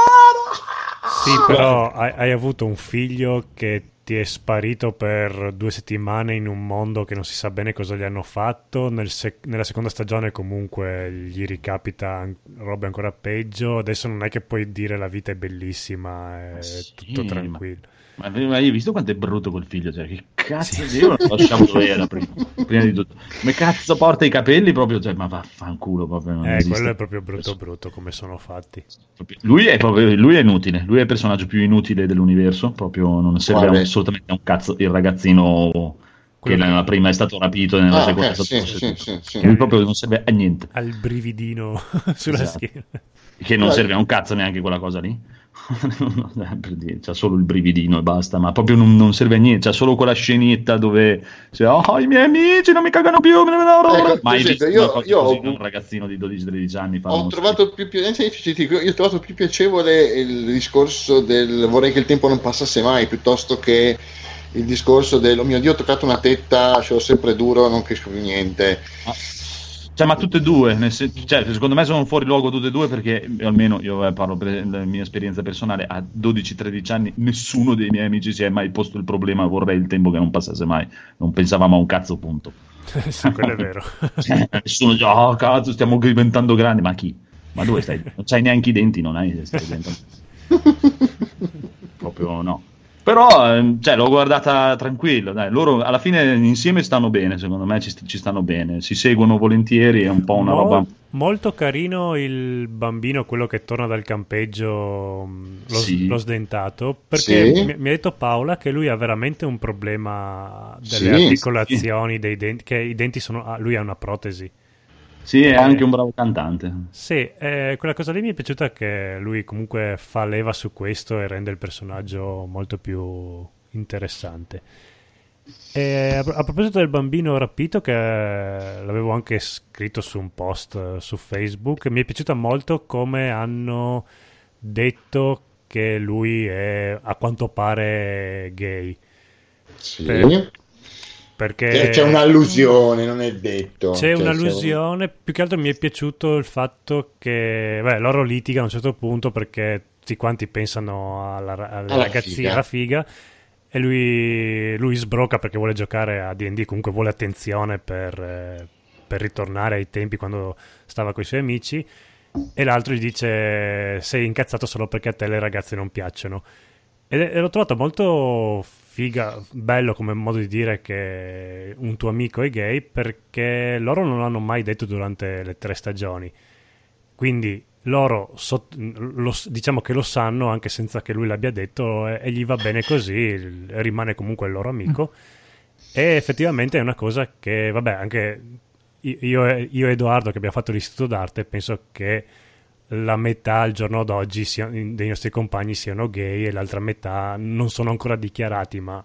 sì, però hai, hai avuto un figlio che ti è sparito per due settimane in un mondo che non si sa bene cosa gli hanno fatto. Nel sec- nella seconda stagione comunque gli ricapita an- robe ancora peggio. Adesso non è che puoi dire la vita è bellissima, è Sì, tutto ma- tranquillo. Ma, ma hai visto quanto è brutto quel figlio? Cioè, che cazzo di... Io lo lasciamo dove era prima, prima di tutto. Come cazzo porta i capelli proprio? Cioè, ma vaffanculo proprio. Non Eh, esiste. quello è proprio brutto brutto come sono fatti. Lui è proprio lui è inutile, lui è il personaggio più inutile dell'universo, proprio non serve Quale? assolutamente a un cazzo il ragazzino che Quello che- nella prima è stato rapito e nella Ah, seconda ok, è stato sì, posseduto. sì, sì, sì. Lui proprio non serve a niente, Ha il brividino sulla Esatto. schiena. che non Guarda. serve a un cazzo neanche quella cosa lì. Per dire, c'ha solo il brividino e basta, ma proprio non, non serve a niente, c'ha solo quella scenetta dove cioè, oh, i miei amici non mi cagano più, Ecco, mai per visto esempio, io- una cosa io così ho- da un ragazzino di dodici tredici anni fa Ho uno trovato più, più, ti dico, io ho trovato più piacevole il discorso del vorrei che il tempo non passasse mai, piuttosto che il discorso del oh mio Dio ho toccato una tetta, ce l'ho sempre duro, non capisco più niente. schifo. Cioè, ma tutte e due, nel sen- cioè, secondo me sono fuori luogo tutte e due perché almeno io eh, parlo per la mia esperienza personale, a dodici tredici anni nessuno dei miei amici si è mai posto il problema vorrei il tempo che non passasse mai, non pensavamo a un cazzo, punto. Sì, quello è vero. Cioè, nessuno dice oh cazzo stiamo diventando grandi, ma chi? Ma dove stai? Non c'hai neanche i denti, non hai stai diventando... proprio no. Però ehm, cioè, l'ho guardata tranquillo, dai, loro alla fine insieme stanno bene, secondo me ci, st- ci stanno bene, si seguono volentieri, è un po' una Mol- roba... Molto carino il bambino, quello che torna dal campeggio, mh, lo, Sì. lo sdentato, perché Sì. mi, mi ha detto Paola che lui ha veramente un problema delle Sì, articolazioni, dei denti, che i denti sono... ah, lui ha una protesi. Sì, è Eh. anche un bravo cantante. Sì, eh, quella cosa lì mi è piaciuta che lui comunque fa leva su questo e rende il personaggio molto più interessante. E a, a proposito del bambino rapito, che l'avevo anche scritto su un post eh, su Facebook, mi è piaciuta molto come hanno detto che lui è a quanto pare gay. Sì. Per- perché C'è, c'è un'allusione, non è detto. C'è Cioè, un'allusione, più che altro mi è piaciuto il fatto che beh, loro litigano a un certo punto perché tutti quanti pensano alla, alla Alla ragazzina, figa. alla figa, e lui, lui sbrocca perché vuole giocare a D and D, comunque vuole attenzione per, eh, per ritornare ai tempi quando stava con i suoi amici, e l'altro gli dice sei incazzato solo perché a te le ragazze non piacciono. Ed è- e l'ho trovato molto figa, bello come modo di dire che un tuo amico è gay, perché loro non l'hanno mai detto durante le tre stagioni. quindi loro sott- lo, diciamo che lo sanno anche senza che lui l'abbia detto, e, e gli va bene così, rimane comunque il loro amico. E effettivamente è una cosa che, vabbè, anche io, io e Edoardo che abbiamo fatto l'istituto d'arte, penso che la metà al giorno d'oggi sia, dei nostri compagni siano gay e l'altra metà non sono ancora dichiarati, ma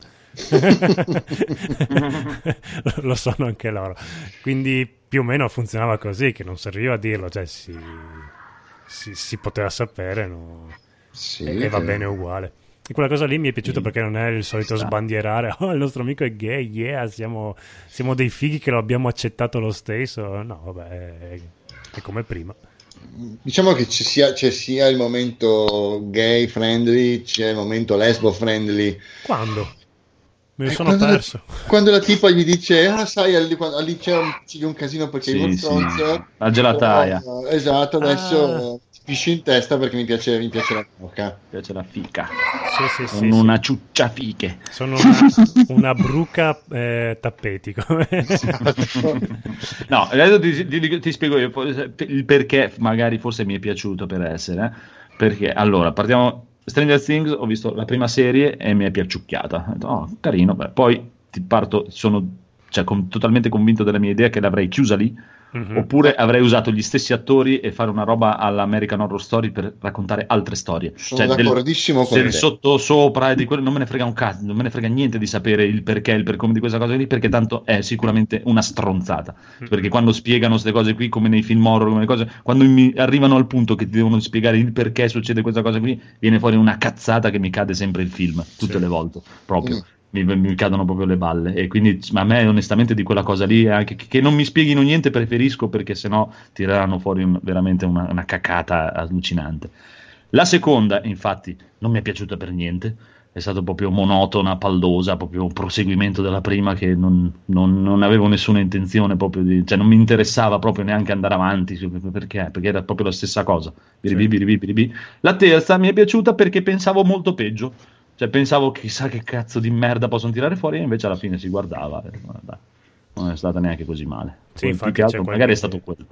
lo sono anche loro. Quindi più o meno funzionava così, che non serviva a dirlo, cioè si, si, si poteva sapere, no? Sì, e, e va bene uguale. E quella cosa lì mi è piaciuta, sì, perché non è il solito sbandierare, oh, il nostro amico è gay, yeah, siamo, siamo dei fighi che lo abbiamo accettato lo stesso. No, vabbè, è, è come prima. Diciamo che ci sia, c'è sia il momento gay friendly, c'è il momento lesbo friendly. Quando? Me ne eh, sono quando perso. La, quando la tipa gli dice, ah sai, al, quando, al liceo c'è un casino perché sì, io sì. stronzo, la gelataia. Però, esatto, adesso ah. ti pisci in testa perché mi piace, mi piace la coca. Mi piace la fica. Sì, sì, Sono sì, una sì. ciuccia fiche. Sono una, una bruca eh, tappeti. No, adesso ti, ti, ti spiego io il perché magari forse mi è piaciuto per essere. Perché allora, partiamo... Stranger Things, ho visto la prima serie e mi è piaciucchiata. Ho detto, oh, carino. Beh. Poi ti parto, sono cioè, com- totalmente convinto della mia idea che l'avrei chiusa lì. Mm-hmm. Oppure avrei usato gli stessi attori e fare una roba all'American Horror Story per raccontare altre storie. Sono cioè, d'accordissimo del, con del te. sotto sopra e di quello non me ne frega un cazzo, non me ne frega niente di sapere il perché, il per come di questa cosa lì, perché tanto è sicuramente una stronzata. Mm-hmm. Perché quando spiegano queste cose qui, come nei film horror, come le cose, quando mi arrivano al punto che ti devono spiegare il perché succede questa cosa qui, viene fuori una cazzata che mi cade sempre il film, tutte sì. le volte, proprio. Mm. Mi, mi cadono proprio le balle, e quindi a me onestamente di quella cosa lì, anche che, che non mi spieghino niente preferisco, perché sennò tireranno fuori un, veramente una, una cacata allucinante. La seconda infatti non mi è piaciuta per niente, è stato proprio monotona, pallosa, proprio un proseguimento della prima che non, non, non avevo nessuna intenzione proprio di, cioè non mi interessava proprio neanche andare avanti, perché? Perché era proprio la stessa cosa, biribi, biribi, biribi. La terza mi è piaciuta perché pensavo molto peggio. Cioè pensavo chissà che cazzo di merda possono tirare fuori, e invece alla fine si guardava, e non è stata neanche così male. Sì, infatti, altro, magari è stato quello.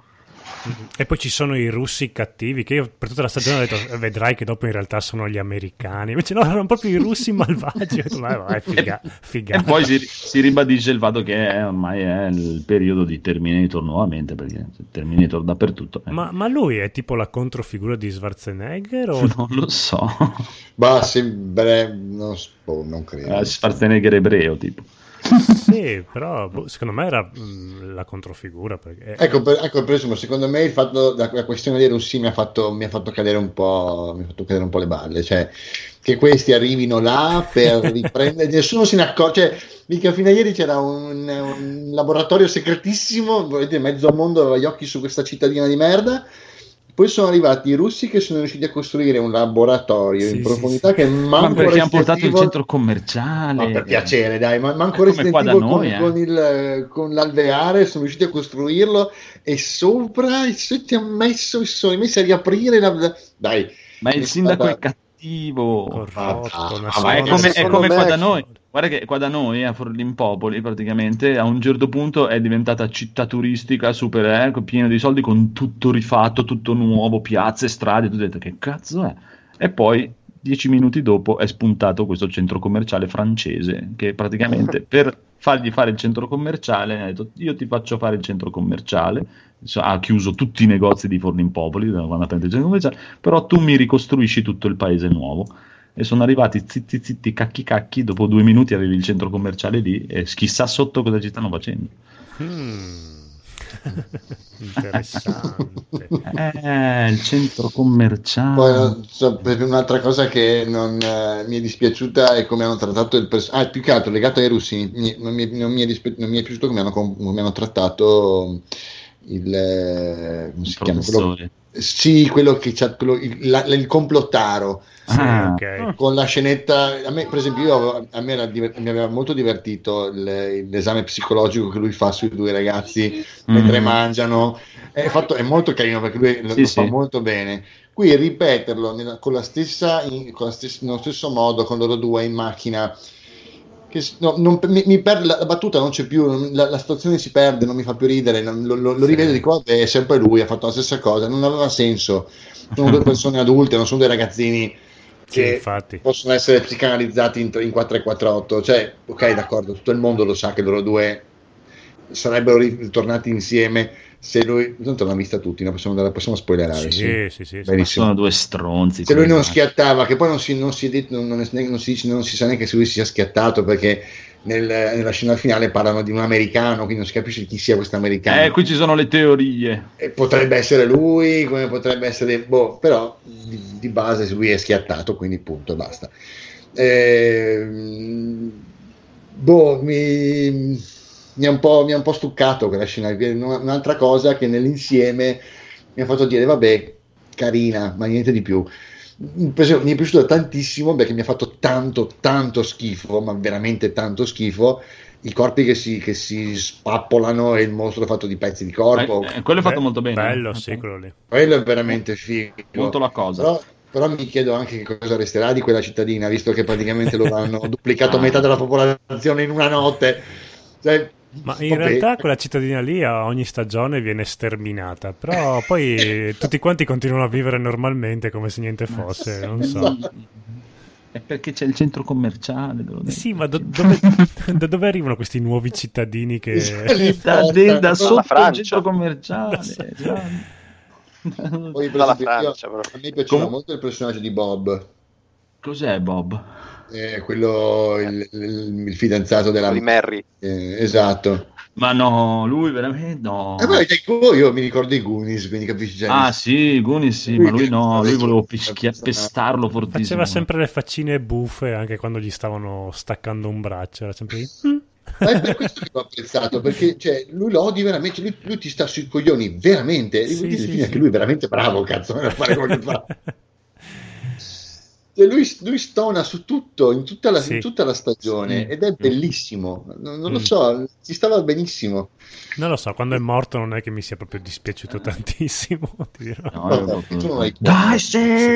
E poi ci sono i russi cattivi, che io per tutta la stagione ho detto vedrai che dopo in realtà sono gli americani, invece no, erano proprio i russi malvagi. Ho detto, ma vai, figa, figata. E poi si, si ribadisce il fatto che è, ormai è il periodo di Terminator nuovamente, perché Terminator dappertutto. Ma, ma lui è tipo la controfigura di Schwarzenegger? O... Non lo so. Ma sembra, non, non credo. Uh, Schwarzenegger ebreo tipo. Sì, però boh, secondo me era mh, la controfigura. Perché... Ecco, per, ecco, per esempio, secondo me il fatto, la, la questione dei russi mi ha fatto, mi ha fatto cadere un po', mi ha fatto cadere un po' le balle, cioè che questi arrivino là per riprendere, nessuno se ne accorge, cioè, mica fino a ieri c'era un, un laboratorio segretissimo, volete, mezzo mondo aveva gli occhi su questa cittadina di merda. Poi sono arrivati i russi che sono riusciti a costruire un laboratorio sì, in profondità sì, sì. che manco ma perché hanno portato il centro commerciale, ma per piacere dai, ma manco restringivo con, noi, eh. con, il, con l'alveare sono riusciti a costruirlo, e sopra ti ha messo, sono messi a riaprire la... dai, ma il sindaco stata... è cattivo. Corrotto, ah, ma è come, è come qua da noi. Guarda che qua da noi a Forlimpopoli praticamente a un certo punto è diventata città turistica super, eh, piena di soldi, con tutto rifatto, tutto nuovo, piazze, strade, tu hai detto che cazzo è? E poi dieci minuti dopo è spuntato questo centro commerciale francese che praticamente per fargli fare il centro commerciale ha detto io ti faccio fare il centro commerciale, ha chiuso tutti i negozi di Forlimpopoli quando ha preso il centro commerciale, però tu mi ricostruisci tutto il paese nuovo. E sono arrivati zitti zitti cacchi cacchi, dopo due minuti avevi il centro commerciale lì e chissà sotto cosa ci stanno facendo. Hmm. Interessante. Eh, il centro commerciale. Poi so, per un'altra cosa che non eh, mi è dispiaciuta è come hanno trattato il personaggio, ah, più che altro legato ai russi, mi, non, mi, non, mi è dispi- non mi è piaciuto come hanno, come hanno trattato il, eh, come si chiama? Quello, sì, quello che c'ha, quello, il, la, il complottaro. Ah, okay. Con la scenetta, a me per esempio io, a me era, mi aveva molto divertito il, l'esame psicologico che lui fa sui due ragazzi mm. mentre mangiano, è, fatto, è molto carino perché lui sì, lo, lo sì. fa molto bene. Qui ripeterlo nella, con la stessa, in, con la stessa, nello stesso modo con loro due in macchina che no, non, mi, mi perde la, la battuta, non c'è più, non, la, la situazione si perde, non mi fa più ridere, non, lo, lo, lo rivedo e dico vabbè, è sempre lui, ha fatto la stessa cosa, non aveva senso, sono due persone adulte, non sono dei ragazzini che sì, possono essere psicanalizzati in, in quattro e quattro otto, cioè ok, d'accordo, tutto il mondo lo sa che loro due sarebbero ritornati insieme se lui, tanto l'hanno vista tutti, no? possiamo, possiamo spoilerare, sì, sì, sì, sì. Sono due stronzi, se lui non schiattava, che poi non si, non si, è detto, non, non, è, non, si dice, non si sa neanche se lui sia schiattato, perché nel, nella scena finale parlano di un americano, quindi non si capisce chi sia questo americano. Eh, qui ci sono le teorie. E potrebbe essere lui, come potrebbe essere, boh, però di, di base lui è schiattato, quindi punto e basta. Eh, boh, mi, mi, ha un po', mi ha un po' stuccato quella scena. Un'altra cosa che nell'insieme mi ha fatto dire, vabbè, carina, ma niente di più. Mi è piaciuto tantissimo perché mi ha fatto tanto, tanto schifo, ma veramente tanto schifo, i corpi che si, che si spappolano e il mostro fatto di pezzi di corpo. Eh, quello è fatto Beh, molto bene. Bello, sì, quello lì. Quello è veramente figo. Molto la cosa. Però, però mi chiedo anche che cosa resterà di quella cittadina, visto che praticamente lo hanno duplicato metà della popolazione in una notte. Cioè, ma in okay. realtà quella cittadina lì a ogni stagione viene sterminata, però poi tutti quanti continuano a vivere normalmente come se niente fosse, non so. È perché c'è il centro commerciale. Sì, ma do, dove, da dove arrivano questi nuovi cittadini che... da, da, da sotto il centro commerciale. Poi, per esempio, io, a me piaceva Com- molto il personaggio di Bob. Cos'è Bob? Eh, quello il, il, il fidanzato della di Mary. Eh, esatto. Ma no, lui veramente no. Eh, beh, io mi ricordo i Goonies, quindi capisci già. Ah sì, Goonies sì, lui, ma lui no, lui volevo pischia- pestarlo fortissimo. Faceva sempre le faccine buffe anche quando gli stavano staccando un braccio, era sempre lì. Ma è per questo che l'ho apprezzato, perché cioè, lui lo odi veramente, lui, lui ti sta sui coglioni veramente, sì, e sì, sì. Anche lui è veramente bravo, cazzo, a fare quello che fa. Lui, lui stona su tutto in tutta la, sì. in tutta la stagione, sì. Ed è bellissimo, non, non lo so, ci stava benissimo. Non lo so, quando è morto non è che mi sia proprio dispiaciuto tantissimo, ti dirò. No, no, no, no. Dai sì,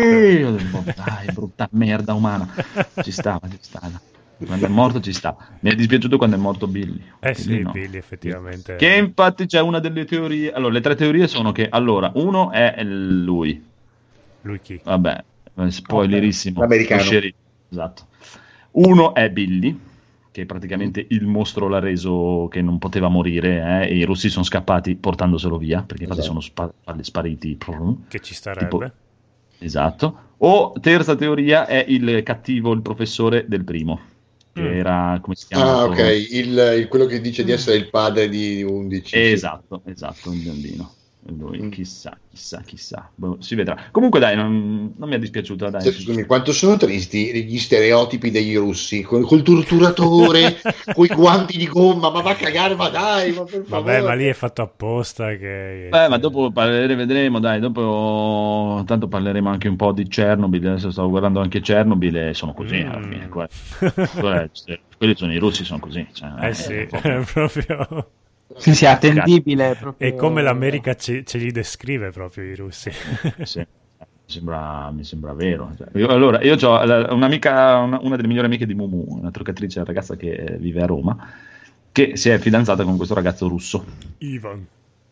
dai, brutta merda umana, ci stava, ci stava. Quando è morto ci sta. Mi è dispiaciuto quando è morto Billy. Eh sì, no. Billy effettivamente. Che infatti c'è una delle teorie. Allora, le tre teorie sono che allora, uno è lui. Lui chi? Vabbè, spoilerissimo. L'americano. Esatto. Uno è Billy, che praticamente il mostro l'ha reso che non poteva morire, eh, e i russi sono scappati portandoselo via, perché infatti esatto. sono spa- spariti. Che ci starebbe. Tipo, esatto. O terza teoria è il cattivo, il professore del primo. Che mm. era, come si chiama? Ah, ok, il, il, quello che dice di essere il padre di undici. Esatto, esatto, un biondino. Lui, mm. chissà, chissà, chissà. Boh, si vedrà. Comunque dai, non, non mi è dispiaciuta. Dai. Scusami, quanto sono tristi gli stereotipi degli russi, col, col torturatore, coi guanti di gomma, ma va a cagare, ma dai, ma per favore. Vabbè, ma lì è fatto apposta che... Beh, ma dopo parleremo, vedremo, dai, dopo tanto parleremo anche un po' di Chernobyl, adesso stavo guardando anche Chernobyl e sono così, mm. alla fine. Quelli, quelli sono i russi, sono così. Cioè, eh sì, è proprio... Sì, sì, attendibile. Proprio... E come l'America ce, ce li descrive proprio i russi. Sì, mi sembra, mi sembra vero. Cioè, io, allora, io ho un'amica, una, una delle migliori amiche di Mumu, una truccatrice, una ragazza che vive a Roma, che si è fidanzata con questo ragazzo russo. Ivan.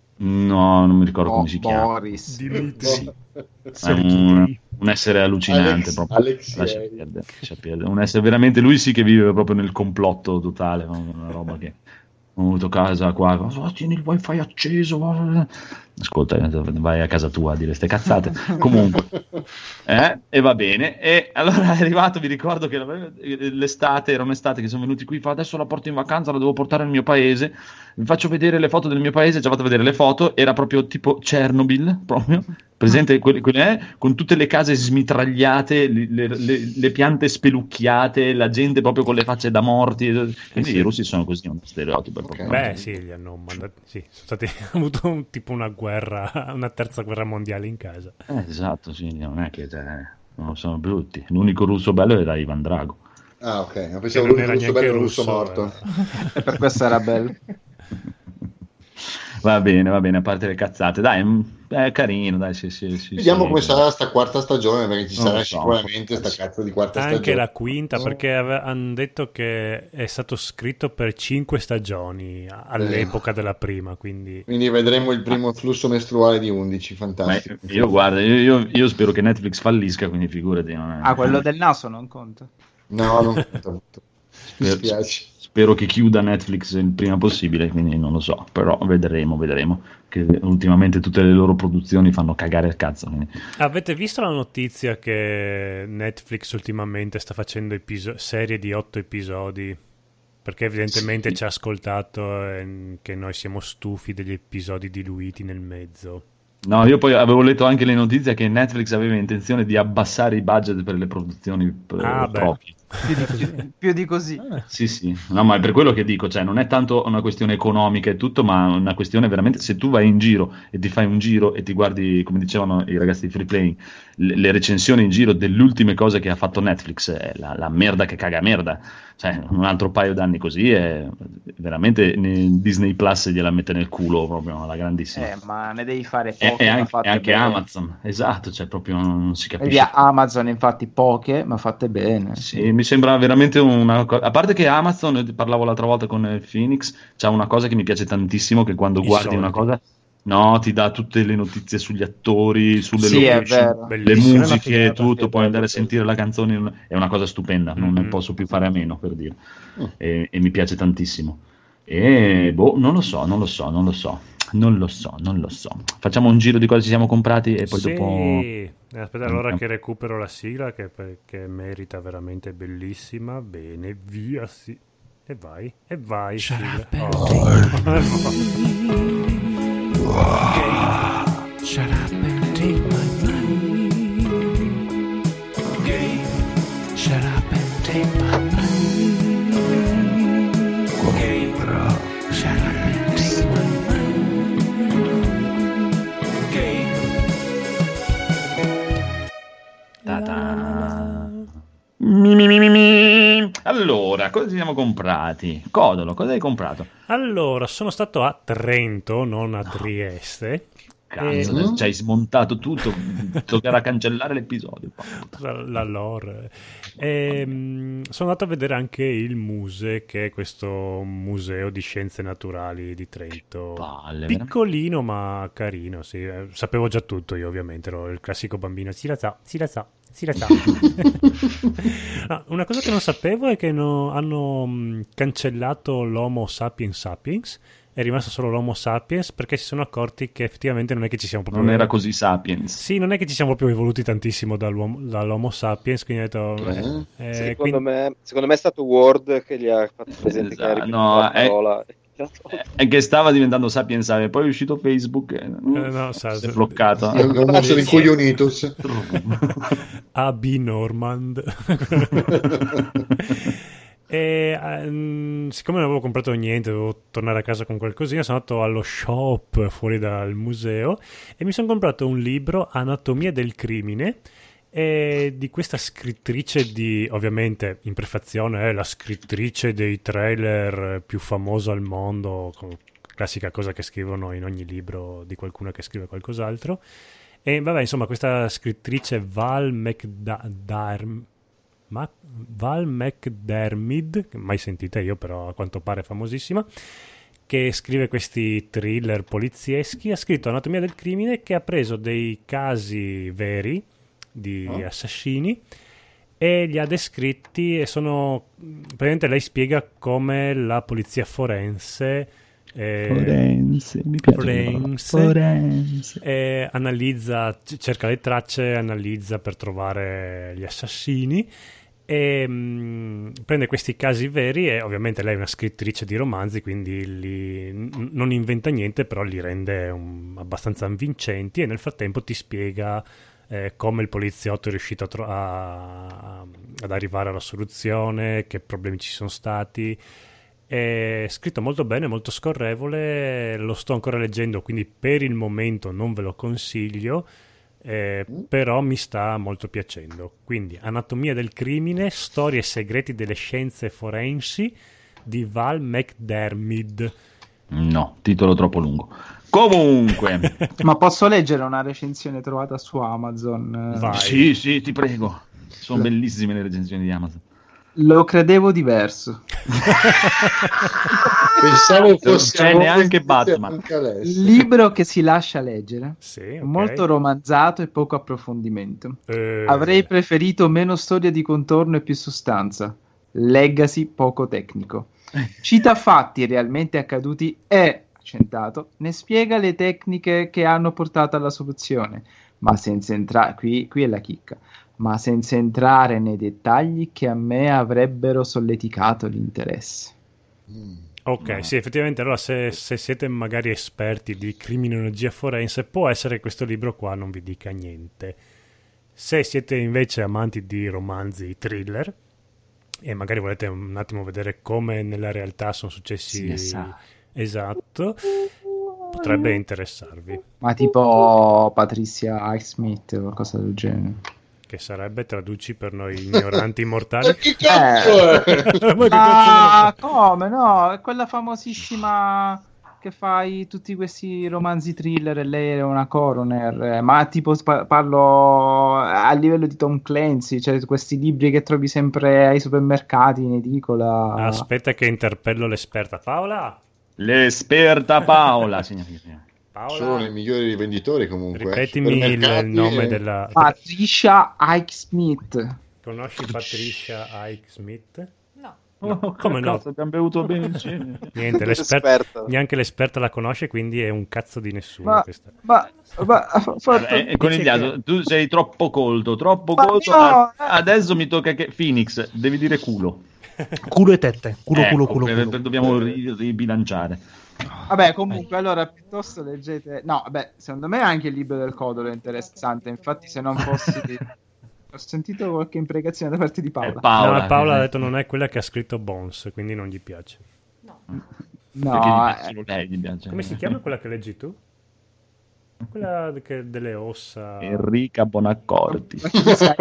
No, non mi ricordo oh, come si chiama. Boris. Dimitri. Sì. È un, un essere allucinante. Alex, proprio. Alex Lascia perdere, lascia perdere. Un essere veramente, lui sì che vive proprio nel complotto totale, una roba che... ho avuto casa qua, oh, tieni il wifi acceso, oh. Ascolta, vai a casa tua a dire ste cazzate. Comunque eh? E va bene, e allora è arrivato, mi ricordo che l'estate era un'estate che sono venuti qui, fa adesso la porto in vacanza, la devo portare nel mio paese, vi faccio vedere le foto del mio paese, ci ha fatto vedere le foto, era proprio tipo Chernobyl, proprio presente, quelle, quelle, eh, con tutte le case smitragliate, le, le, le, le piante spelucchiate, la gente proprio con le facce da morti, quindi sì. I russi sono così, un stereotipo. Okay. Beh sì, gli hanno mandato, sì, sono stati, hanno avuto un, tipo una guerra, una terza guerra mondiale in casa. Eh, esatto, sì, non è che cioè, non sono brutti, l'unico russo bello era Ivan Drago. Ah ok, non pensavo l'unico russo bello russo morto. E per questo era bello. Va bene, va bene, a parte le cazzate, dai, mm, è carino, dai, sì, sì, sì, Vediamo sì. come sarà sta quarta stagione, perché ci Non sarà lo so, sicuramente sta cazzo di quarta Anche stagione. la quinta, perché hanno detto che è stato scritto per cinque stagioni a- all'epoca della prima, quindi Quindi vedremo il primo flusso mestruale di undici, Ma fantastico. io guarda, io, io- io spero che Netflix fallisca, quindi figurati. Non è- Ah, quello del naso non conta. No, non conta molto. Mi Spero, spiace. spero che chiuda Netflix il prima possibile, quindi non lo so, però vedremo, vedremo. Che ultimamente tutte le loro produzioni fanno cagare il cazzo. Quindi. avete visto la notizia che Netflix ultimamente sta facendo episo- serie di otto episodi? Perché evidentemente Sì. ci ha ascoltato e che noi siamo stufi degli episodi diluiti nel mezzo. No, io poi avevo letto anche le notizie che Netflix aveva intenzione di abbassare i budget per le produzioni eh, Ah, beh. proprie. Più di, più- più di così. Sì, sì, no, ma è per quello che dico, cioè non è tanto una questione economica e tutto, ma una questione veramente, se tu vai in giro e ti fai un giro e ti guardi, come dicevano i ragazzi di Free Playing, le, le recensioni in giro delle ultime cose che ha fatto Netflix, è la, la merda che caga merda, cioè un altro paio d'anni così è veramente ne- Disney Plus gliela mette nel culo proprio alla grandissima. Eh, ma ne devi fare E, poche. e ma anche, fatte e anche bene. Amazon, esatto, cioè proprio non si Vedi, capisce. Amazon infatti poche, ma fatte bene. Sì, mi sembra veramente una cosa. A parte che Amazon, parlavo l'altra volta con eh, Phoenix, c'ha una cosa che mi piace tantissimo: che quando I guardi soldi. una cosa, no, ti dà tutte le notizie sugli attori, sulle Sì, è location, vero. le Bellissima, una musiche, figata. tutto. È Puoi andare a bello, sentire la canzone, è una cosa stupenda, non ne Mhm. posso più fare a meno, per dire. Mm. E, e mi piace tantissimo. E boh, non lo so, non lo so, non lo so, non lo so, non lo so. Facciamo un giro di cosa ci siamo comprati e poi Sì. dopo. Eh, Aspetta, allora Andiamo. che recupero la sigla che, che merita veramente bellissima. Bene, via, sì. E vai, e vai. Sigla. Oh. Shut up and take my money. Game. Shut up and take my money. Game. Shut up and take my money. Game. Ta-ta. Mi, mi, mi, mi, mi. Allora, cosa ci siamo comprati? Codolo, cosa hai comprato? Allora, sono stato a Trento, non a Trieste. Cazzo, E- ci hai smontato tutto, toccherà cancellare l'episodio. la, la lore. Ehm, sono andato a vedere anche il Muse, che è questo museo di scienze naturali di Trento. Palle, Piccolino ma carino, sì. Eh, sapevo già tutto io, ovviamente, ero il classico bambino. Si la sa, si la sa, si la sa. No, una cosa che non sapevo è che no- hanno mh, cancellato l'Homo sapiens sapiens. È rimasto solo l'Homo sapiens perché si sono accorti che effettivamente non è che ci siamo proprio Non era così sapiens. Sì, non è che ci siamo proprio evoluti tantissimo dall'uomo- dall'Homo sapiens, quindi ho detto, Eh? eh, eh, secondo, quindi- me, secondo me è stato Word che gli ha fatto presente che ha Esatto, ripetuto no, la è- parola. È che stava diventando sapiens, e poi è uscito Facebook e Eh, no, sa- si è bloccato. È un mosso di coglionitus. A B Normand. E ehm, siccome non avevo comprato niente, dovevo tornare a casa con qualcosina, sono andato allo shop fuori dal museo e mi sono comprato un libro, Anatomia del crimine, e di questa scrittrice di, ovviamente in prefazione è la scrittrice dei trailer più famosa al mondo, con- classica cosa che scrivono in ogni libro di qualcuno che scrive qualcos'altro. E vabbè, insomma, questa scrittrice Val McDermid, Ma- Val McDermid, che mai sentita io, però a quanto pare famosissima, che scrive questi thriller polizieschi, ha scritto Anatomia del crimine, che ha preso dei casi veri di Oh. assassini e li ha descritti, e sono praticamente lei spiega come la polizia forense eh, Forense, mi piace. Forense. Forense. e analizza, c- cerca le tracce, analizza per trovare gli assassini e mh, prende questi casi veri, e ovviamente lei è una scrittrice di romanzi, quindi li, n- non inventa niente, però li rende um, abbastanza avvincenti, e nel frattempo ti spiega eh, come il poliziotto è riuscito a tro- a- ad arrivare alla soluzione, che problemi ci sono stati. È scritto molto bene, molto scorrevole, lo sto ancora leggendo, quindi per il momento non ve lo consiglio, eh, però mi sta molto piacendo. Quindi Anatomia del crimine, storie segreti delle scienze forensi di Val McDermid. No, titolo troppo lungo. Comunque. Ma posso leggere una recensione trovata su Amazon? Vai. Sì, sì, ti prego. Sono bellissime le recensioni di Amazon. Lo credevo diverso. Pensavo Non fosse c'è neanche Batman. Libro che si lascia leggere, Sì, ok. molto romanzato e poco approfondimento. Eh, Avrei preferito meno storia di contorno e più sostanza. Legacy poco tecnico. Cita fatti realmente accaduti e, accentato, ne spiega le tecniche che hanno portato alla soluzione, ma senza entrare, qui, qui è la chicca, ma senza entrare nei dettagli che a me avrebbero solleticato l'interesse. Ok, No. sì, effettivamente allora se, se siete magari esperti di criminologia forense può essere che questo libro qua non vi dica niente. Se siete invece amanti di romanzi thriller e magari volete un attimo vedere come nella realtà sono successi, Sì, esatto. esatto, potrebbe interessarvi, Ma tipo Patricia Highsmith o qualcosa del genere. che sarebbe, traduci per noi ignoranti mortali. Ma che cazzo è? Ma che Ah, cazzo come no? È quella famosissima che fa i- tutti questi romanzi thriller e lei è una coroner, eh, ma tipo spa- parlo a livello di Tom Clancy, cioè questi libri che trovi sempre ai supermercati in edicola. Aspetta che interpello l'esperta Paola. L'esperta Paola, signori. Paola, Sono i migliori rivenditori comunque. ripetimi il, Supermercati il nome e- della... Patricia Highsmith. Conosci Patricia Highsmith? No. Oh, Come no? cazzo, abbiamo bevuto bene insieme. Niente, l'esperta, Esperta. neanche l'esperta la conosce, quindi è un cazzo di nessuno. Ma, questa. ma, ma ha fatto- Eh, eh, conigliato, tu sei troppo colto, troppo Ma colto. no, A- eh. Adesso mi tocca che Phoenix, devi dire culo. Culo e tette. Culo, Ecco, culo, culo, per- culo. per- dobbiamo ri- ribilanciare. Vabbè, comunque, allora piuttosto leggete. No, vabbè, secondo me anche il libro del Codolo è interessante. Infatti, se non fossi. Ho sentito qualche imprecazione da parte di È Paola. Paola, No, Paola eh, ha detto non è quella che ha scritto Bones, quindi non gli piace. perché gli No, piace eh, solo lei, gli piace. Come si chiama quella che leggi tu? Quella che- delle ossa... Enrica Bonaccorti. ma chi sai?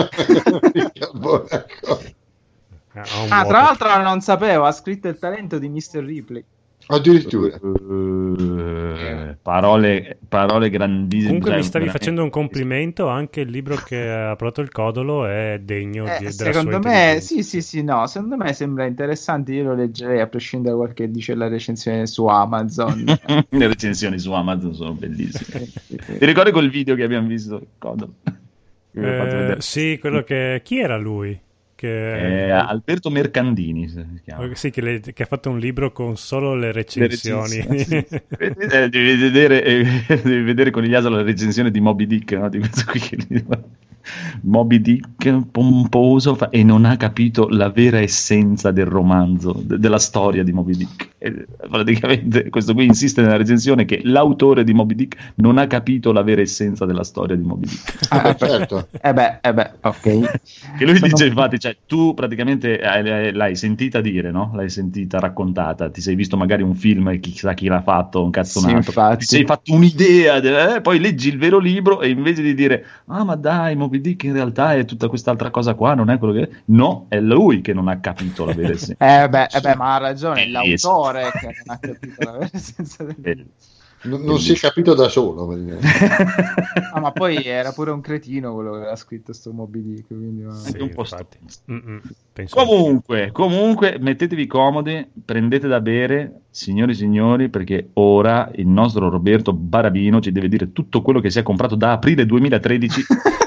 Buona cosa. Ah, ha un Ah, vuoto. tra l'altro non sapevo, ha scritto il talento di mister Ripley. Addirittura. Eh, parole, parole grandissime. Comunque cioè, mi stavi veramente. facendo un complimento, anche il libro che ha provato il Codolo è degno Eh, di, della secondo sua me, intelligenza. sì, sì, sì, no, secondo me sembra interessante. Io lo leggerei a prescindere da quel che dice la recensione su Amazon. Le recensioni su Amazon sono bellissime. Ti ricordi quel video che abbiamo visto? Codolo? Che vi ho fatto Eh, vedere? sì, quello che... Chi era lui? Che... Eh, Alberto Mercandini si chiama. Sì, che, le- che ha fatto un libro con solo le Le recensioni. recensioni. Eh, devi vedere, eh, devi vedere con Iliasa la recensione di Moby Dick, no? Di questo qui che gli- Moby Dick pomposo fa- e non ha capito la vera essenza del romanzo, de- della storia di Moby Dick. E praticamente questo qui insiste nella recensione che l'autore di Moby Dick non ha capito la vera essenza della storia di Moby Dick. Ah, Certo. Eh beh, eh beh, ok. Che lui Sono- dice infatti, cioè tu praticamente hai- l'hai sentita dire, no? L'hai sentita raccontata, ti sei visto magari un film e chissà chi l'ha fatto, un cazzonato, Sì, infatti. ti sei fatto un'idea, de- eh, poi leggi il vero libro e invece di dire ah ma dai Moby Dick in realtà è tutta quest'altra cosa qua, non è quello che è, no, è lui che non ha capito la vera essenza. Eh beh, eh beh, ma ha ragione, è Bellissimo. l'autore che non ha capito la vera essenza del Bello. Non, non si è capito da solo. praticamente. Ah, ma poi era pure un cretino quello che aveva scritto sto Moby Dick, quindi ma- Sì, un po' infatti. stronzo. Mm-mm, penso Comunque, comunque, mettetevi comodi, prendete da bere, signori e signori, perché ora il nostro Roberto Barabino ci deve dire tutto quello che si è comprato da aprile duemilatredici.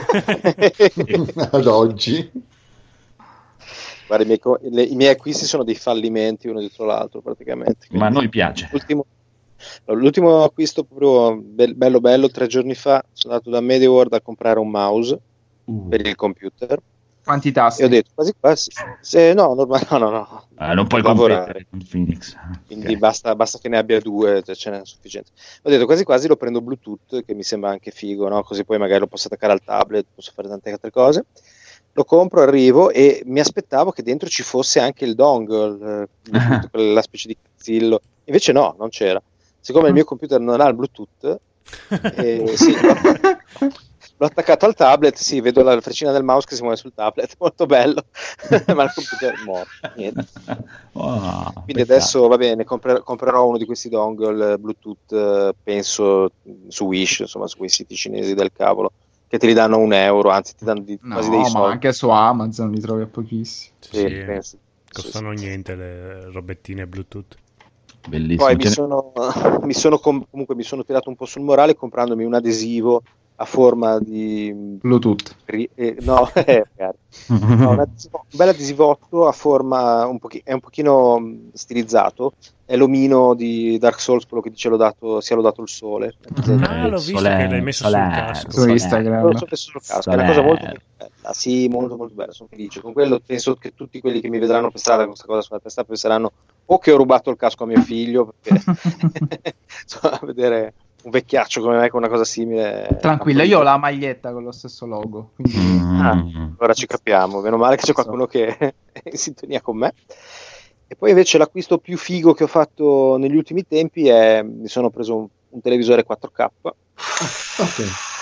Ad oggi. Guarda, i miei, co- le- i miei acquisti sono dei fallimenti uno dietro l'altro praticamente. Ma a Quindi noi piace. l'ultimo, l'ultimo acquisto proprio be- bello bello, tre giorni fa, sono andato da MediaWorld a comprare un mouse Uh. per il computer Quanti tasti? e ho detto quasi quasi, se, no, norma- no, no, no, Ah, non puoi per lavorare. competere con Phoenix. Quindi Ok. basta, basta che ne abbia due, cioè ce n'è a sufficienza. Ho detto quasi quasi lo prendo Bluetooth, che mi sembra anche figo, no? Così poi magari lo posso attaccare al tablet, posso fare tante altre cose. Lo compro, arrivo e mi aspettavo che dentro ci fosse anche il dongle, eh, Bluetooth, quella specie di cazzillo. Invece no, non c'era. Siccome il mio computer non ha il Bluetooth, eh, sì, l'ho attaccato al tablet, sì, vedo la freccina del mouse che si muove sul tablet, molto bello, ma il computer è morto, niente. Oh, Quindi peccato. adesso, va bene, compre- comprerò uno di questi dongle Bluetooth, eh, penso, su Wish, insomma, su quei siti cinesi del cavolo, che te li danno a un euro, anzi ti danno di, No, quasi dei ma soldi. anche su Amazon li trovi a pochissimi. Sì, Sì, sì, penso. costano niente le robettine Bluetooth. Bellissimo. Poi mi Ce ne- sono, mi sono com- comunque mi sono tirato un po' sul morale comprandomi un adesivo a forma di Bluetooth. ri- eh, no, eh, magari. No, un, adesivo- un bel adesivotto a forma un pochi- è un pochino mh, stilizzato, è l'omino di Dark Souls, quello che dice lodato, sia lodato il sole. Ah, l'ho visto che l'hai messo sul casco. Su Instagram. Lo so messo sul casco, è una cosa molto, molto bella, sì, molto molto bella, sono felice. Con quello penso che tutti quelli che mi vedranno per strada con questa cosa sulla testa penseranno o che ho rubato il casco a mio figlio, perché insomma, vedere un vecchiaccio come me con una cosa simile. Tranquilla, io ho la maglietta con lo stesso logo. Quindi... Mm. Ah, allora ci capiamo, meno male che c'è qualcuno che è in sintonia con me. E poi invece l'acquisto più figo che ho fatto negli ultimi tempi è mi sono preso un, un televisore quattro K. Ok.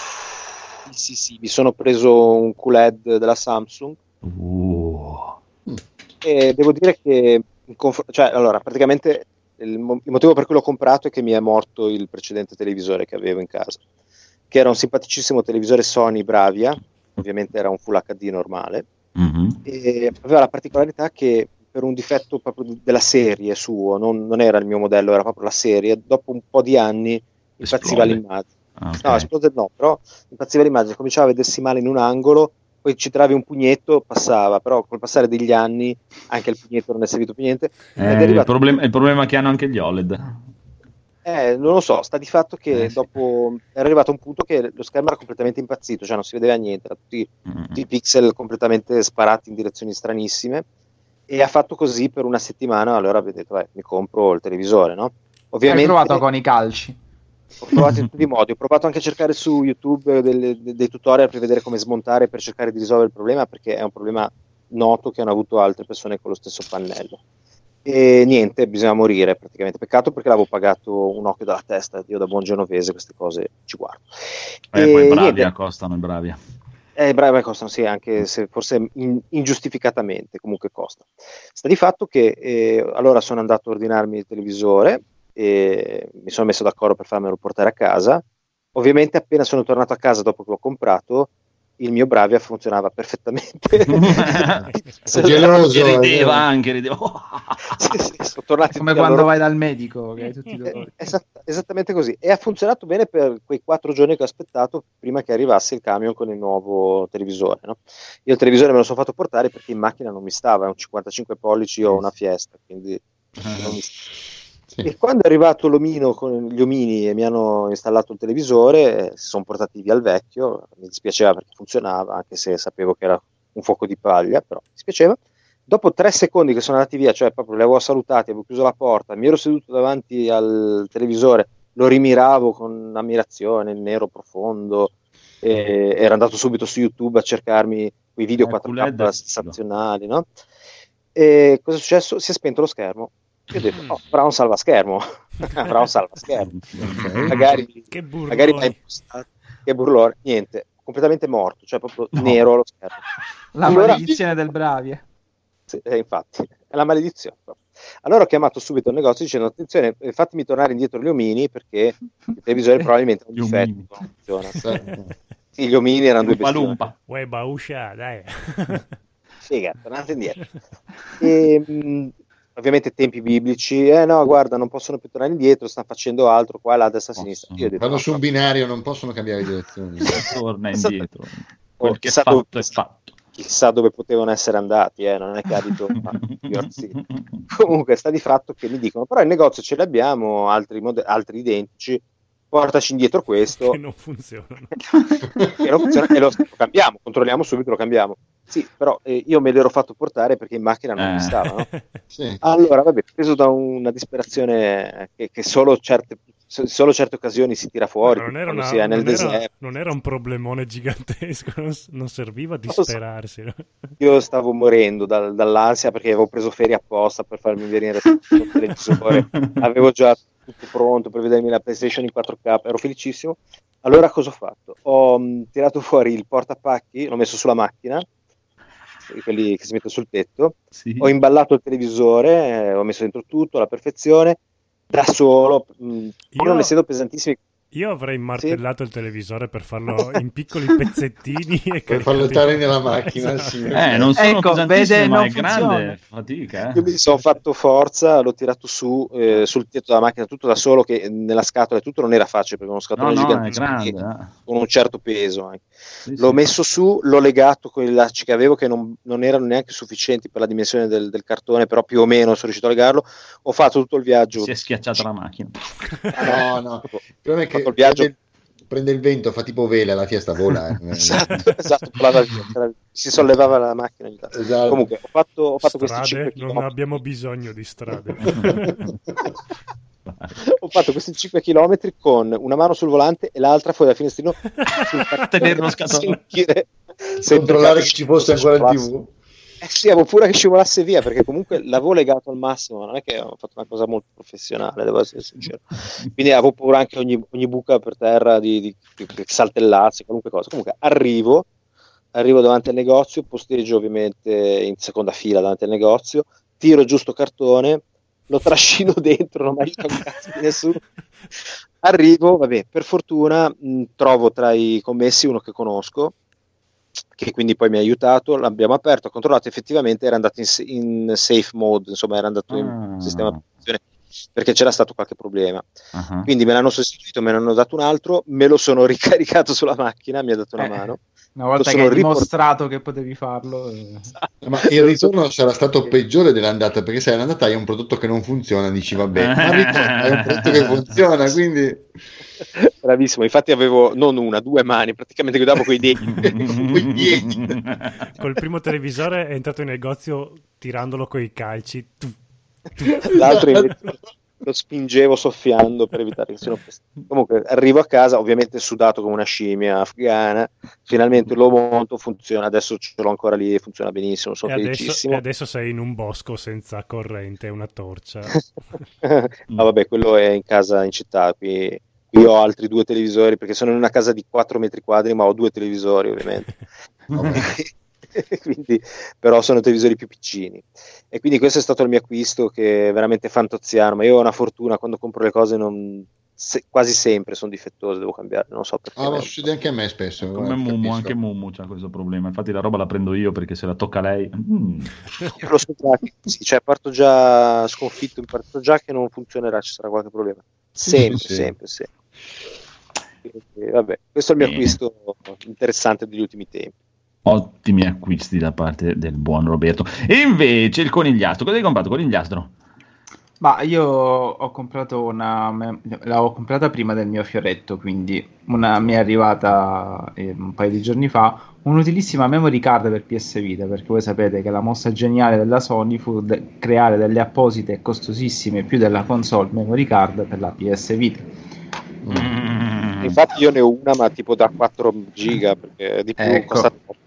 Sì, sì, mi sono preso un Q L E D della Samsung Uh. e devo dire che in conf- cioè, allora, praticamente il, mo- il motivo per cui l'ho comprato è che mi è morto il precedente televisore che avevo in casa, che era un simpaticissimo televisore Sony Bravia, ovviamente era un Full H D normale, Mhm. e aveva la particolarità che per un difetto proprio di- della serie suo, non, non era il mio modello, era proprio la serie, dopo un po' di anni impazziva Esplode. l'immagine. Ah, ok. No, esplode no, però impazziva l'immagine, cominciava a vedersi male in un angolo, poi ci tiravi un pugnetto, passava, però col passare degli anni anche il pugnetto non è servito più niente. Eh, ed è il, arrivato- problema, il problema che hanno anche gli O L E D. Eh, non lo so, sta di fatto che Eh, sì. dopo era arrivato a un punto che lo schermo era completamente impazzito, cioè non si vedeva niente, erano tutti, Mm. tutti i pixel completamente sparati in direzioni stranissime, e ha fatto così per una settimana. Allora ho detto, eh, mi compro il televisore, no? Hai Ovviamente provato con i calci. ho provato in tutti i modi, ho provato anche a cercare su YouTube delle- de- dei tutorial per vedere come smontare, per cercare di risolvere il problema, perché è un problema noto che hanno avuto altre persone con lo stesso pannello. E niente, bisogna morire praticamente. Peccato perché l'avevo pagato un occhio dalla testa. Io da buon genovese queste cose ci guardo. Eh, E poi Bravia niente, costano, Bravia. eh, bravi costano, sì, anche se forse in- ingiustificatamente, comunque costa. Sta di fatto che eh, allora sono andato a ordinarmi il televisore e mi sono messo d'accordo per farmelo portare a casa. Ovviamente appena sono tornato a casa dopo che l'ho comprato, il mio Bravia funzionava perfettamente. Sei geloso. E rideva eh. anche, rideva. Sì, sì, sono tornati Come tutti al quando loro- vai dal medico, che hai tutti i Eh, dolori. esatt- esattamente così, e ha funzionato bene per quei quattro giorni che ho aspettato prima che arrivasse il camion con il nuovo televisore, no? Io il televisore me lo sono fatto portare perché in macchina non mi stava, è un cinquantacinque pollici, ho una Fiesta, quindi non mi stava. Sì. E quando è arrivato l'omino con gli omini e mi hanno installato il televisore, eh, si sono portati via il vecchio. Mi dispiaceva perché funzionava, anche se sapevo che era un fuoco di paglia, però mi dispiaceva. Dopo tre secondi che sono andati via, cioè proprio li avevo salutati, avevo chiuso la porta, mi ero seduto davanti al televisore, lo rimiravo con ammirazione, il nero profondo, e ero andato subito su YouTube a cercarmi quei video Eh, quattro Q L E D K è sensazionali, no? E cosa è successo? Si è spento lo schermo. Io ho detto, oh, avrà un salvaschermo, avrà un salvaschermo. Magari, Che burloni. magari va impostato. Che burlone, niente, completamente morto, cioè proprio nero lo schermo. La Allora- maledizione del Bravia. Sì, eh, infatti, è la maledizione. Allora ho chiamato subito il negozio dicendo, attenzione, eh, fatemi tornare indietro gli omini perché il televisore probabilmente ha un Gli difetto, omini. non funziona. Sì. Sì, gli omini erano due Lumpa bestioni. lumpa. Uè, Bauscia, dai. Figa, tornate indietro. E, mh, ovviamente tempi biblici, eh no, guarda, non possono più tornare indietro, stanno facendo altro qua, là, a destra, a sinistra. Io ho detto, Vanno no, su un no, binario, non possono cambiare direzione. Torna Esatto. indietro. Quel che è chissà fatto dove- è fatto. chissà dove potevano essere andati, eh, non è che abito a New York City. Comunque sta di fatto che mi dicono, però in negozio ce l'abbiamo, altri, mode- altri identici, portaci indietro questo, Che non funzionano. e non funziona, e lo, lo cambiamo, controlliamo subito, lo cambiamo. Sì, però eh, io me l'ero fatto portare perché in macchina non mi Eh. stava, no? Sì. Allora, vabbè, preso da una disperazione che, che solo certe so- solo certe occasioni si tira fuori, non, tipo era quando una- si è nel non era- deserto. non era un problemone gigantesco, non, s- non serviva a Non lo so. disperarsi. no? Io stavo morendo dal- dall'ansia perché avevo preso ferie apposta per farmi venire il televisore, avevo già tutto pronto per vedermi la PlayStation in quattro K, ero felicissimo. Allora cosa ho fatto? Ho mh, tirato fuori il portapacchi, l'ho messo sulla macchina, quelli che si mettono sul tetto, Sì. ho imballato il televisore, eh, ho messo dentro tutto alla perfezione, da solo, mh, pur non Io- essendo pesantissimi. Io avrei martellato il televisore per farlo in piccoli pezzettini e Per farlo caricarli- stare nella macchina, Esatto. sì. Eh, non sono Ecco, pesantissimi, vede, ma non è grande funziona. fatica. Io Eh. mi sono fatto forza, l'ho tirato su eh, sul tetto della macchina tutto da solo, che nella scatola e tutto non era facile perché è uno No, scatolone no, è gigantesco grande. che- eh. con un certo peso anche. Sì, L'ho sì. messo su, l'ho legato con i lacci che avevo che non, non erano neanche sufficienti per la dimensione del, del cartone, però più o meno sono riuscito a legarlo. Ho fatto tutto il viaggio. Si è schiacciata la macchina. No, no. Il problema è Ho fatto che il viaggio. prende, prende il vento, fa tipo vela, la fiesta vola. eh. Esatto, esatto, volava via, c'era- si sollevava la macchina ogni tanto. Esatto. Comunque ho fatto, ho fatto questi Strade? cinque Non chilometri. abbiamo bisogno di strade. Ho fatto questi cinque chilometri con una mano sul volante e l'altra fuori dal finestrino sul Tenere uno scatolone. sentire- sentire Controllare che ci fosse ancora in tivù. Eh sì, avevo paura che scivolasse via perché comunque l'avevo legato al massimo, ma non è che ho fatto una cosa molto professionale, devo essere sincero. Quindi avevo paura anche ogni, ogni buca per terra di, di, di, di saltellarsi, qualunque cosa. Comunque arrivo, arrivo davanti al negozio, posteggio ovviamente in seconda fila davanti al negozio, tiro giusto cartone, lo trascino dentro, non mi aiuta un cazzo di nessuno. Arrivo, vabbè, per fortuna mh, trovo tra i commessi uno che conosco, che quindi poi mi ha aiutato, l'abbiamo aperto, ho controllato, effettivamente era andato in, in safe mode, insomma era andato in Ah. sistema di protezione perché c'era stato qualche problema. Ah. Quindi me l'hanno sostituito, me ne hanno dato un altro, me lo sono ricaricato sulla macchina, mi ha dato una Eh, mano. Una volta Lo che sono hai riport- dimostrato che potevi farlo, eh. Ma il ritorno sarà stato peggiore dell'andata, perché se l'andata hai un prodotto che non funziona, dici vabbè, ma il ritorno hai un prodotto che funziona, quindi Bravissimo, infatti avevo non una, due mani, praticamente guidavo coi denti. coi piedi. Col primo televisore è entrato in negozio tirandolo coi calci. Tu- L'altro invece lo spingevo soffiando per evitare che siano pesti. Comunque arrivo a casa, ovviamente sudato come una scimmia afghana, finalmente lo monto, funziona, adesso ce l'ho ancora lì e funziona benissimo, E sono adesso, felicissimo. e adesso sei in un bosco senza corrente e una torcia. No, vabbè, quello è in casa in città, qui, qui ho altri due televisori perché sono in una casa di quattro metri quadri, ma ho due televisori ovviamente. Quindi, però sono televisori più piccini e quindi questo è stato il mio acquisto, che è veramente fantoziano, ma io ho una fortuna, quando compro le cose non, se, quasi sempre sono difettose, devo cambiare, non so perché. Ah, ma succede anche a me spesso. Come guarda, Mumu, capisco. anche Mumu c'ha questo problema. Infatti la roba la prendo io perché se la tocca lei... Mm. Io lo so già che- sì, cioè parto già sconfitto, parto già che non funzionerà, ci sarà qualche problema, sempre, sì, sì. sempre, sempre. Quindi, vabbè, questo è il mio Bene. acquisto interessante degli ultimi tempi. Ottimi acquisti da parte del buon Roberto. E invece il conigliastro, cosa hai comprato? Conigliastro? Ma io ho comprato una, me- l'avevo comprata prima del mio fioretto, quindi una, mi è arrivata eh, un paio di giorni fa, un'utilissima memory card per P S Vita, perché voi sapete che la mossa geniale della Sony fu de- creare delle apposite e costosissime più della console memory card per la P S Vita. Mm. Infatti io ne ho una, ma tipo da quattro giga, perché di più Ecco. costa troppo.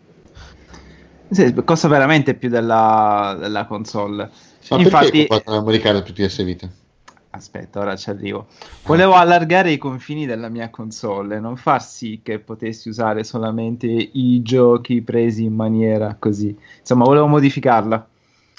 Sì, costa veramente più della, della console. Ma Infatti, perché hai comprato la memory card per P S Vita? aspetta, ora ci arrivo. Volevo allargare i confini della mia console e non far sì che potessi usare solamente i giochi presi in maniera così. Insomma, volevo modificarla.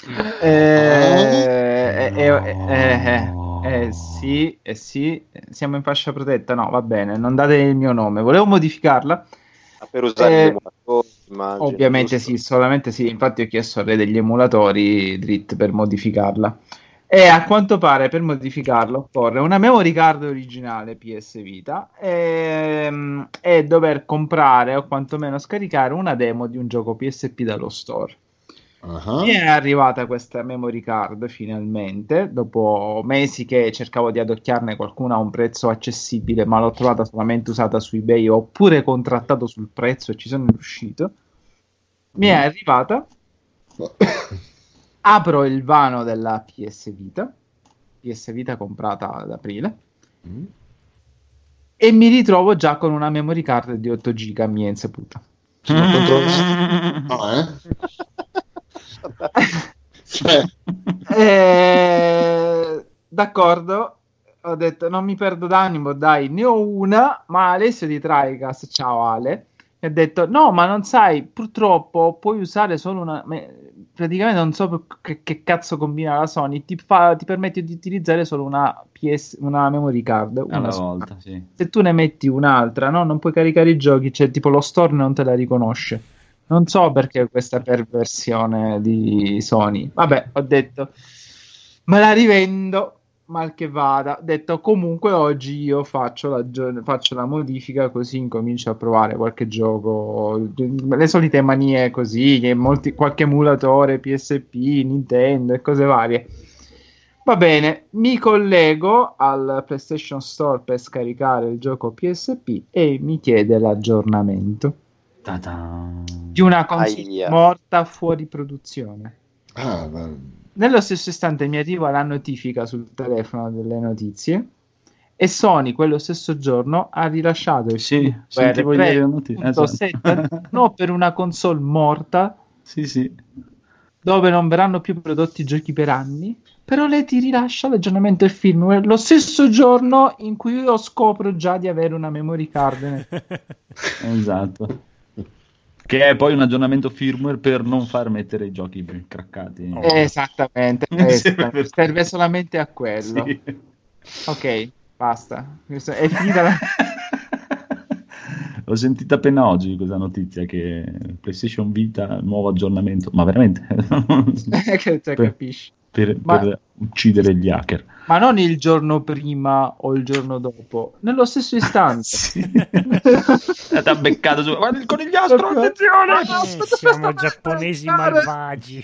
Eh, eh, eh, eh, eh, eh, sì, eh sì, siamo in fascia protetta. No, va bene, non date il mio nome. Volevo modificarla. Ma per usare Eh, gli emulatori, immagino, Ovviamente giusto? sì, solamente sì. Infatti ho chiesto a Re degli emulatori dritt per modificarla. E a quanto pare per modificarla occorre una memory card originale P S Vita e, e dover comprare o quantomeno scaricare una demo di un gioco P S P dallo store. Ah. Mi è arrivata questa memory card finalmente, dopo mesi che cercavo di adocchiarne qualcuna a un prezzo accessibile, ma l'ho trovata solamente usata su eBay, oppure contrattato sul prezzo e ci sono riuscito. Mi è arrivata, apro il vano della P S Vita, P S Vita comprata ad aprile, Mm. e mi ritrovo già con una memory card di otto giga a mia insaputa. Sono controllato. No, eh? Cioè, Eh, d'accordo, ho detto non mi perdo d'animo, dai, ne ho una, ma Alessio di Tricast, ciao Ale, mi ha detto no, ma non sai, purtroppo puoi usare solo una, praticamente non so che, che cazzo combina la Sony, ti, fa, ti permette di utilizzare solo una P S, una memory card una alla sola. volta, sì. Se tu ne metti un'altra, no, non puoi caricare i giochi, cioè tipo lo store non te la riconosce. Non so perché questa perversione di Sony. Vabbè, ho detto me la rivendo, mal che vada. Ho detto comunque oggi io faccio la, gio- faccio la modifica, così incomincio a provare qualche gioco, le solite manie così, molti, qualche emulatore P S P, Nintendo e cose varie. Va bene, mi collego al PlayStation Store per scaricare il gioco P S P e mi chiede l'aggiornamento Ta-da. di una console Aia. morta fuori produzione. Ah, ma... Nello stesso istante mi arriva la notifica sul telefono delle notizie e Sony quello stesso giorno ha rilasciato il Sì, firmware sentivo ieri la notizia, esatto. settantuno per una console morta Sì, sì. dove non verranno più prodotti giochi per anni, però lei ti rilascia l'aggiornamento del firmware lo stesso giorno in cui io scopro già di avere una memory card nel... Esatto. Che è poi un aggiornamento firmware per non far mettere i giochi craccati. Esattamente, esattamente. Serve solamente a quello. Sì. Ok, basta. Questo- È finita la... L'ho sentita appena oggi questa notizia che PlayStation Vita, nuovo aggiornamento, ma veramente? che te per, capisci. per, Ma- per uccidere gli hacker. Ma non il giorno prima o il giorno dopo, nello stesso istante. Sì. Ti ha beccato su. Guarda il conigliastro, attenzione! Eh, siamo giapponesi malvagi.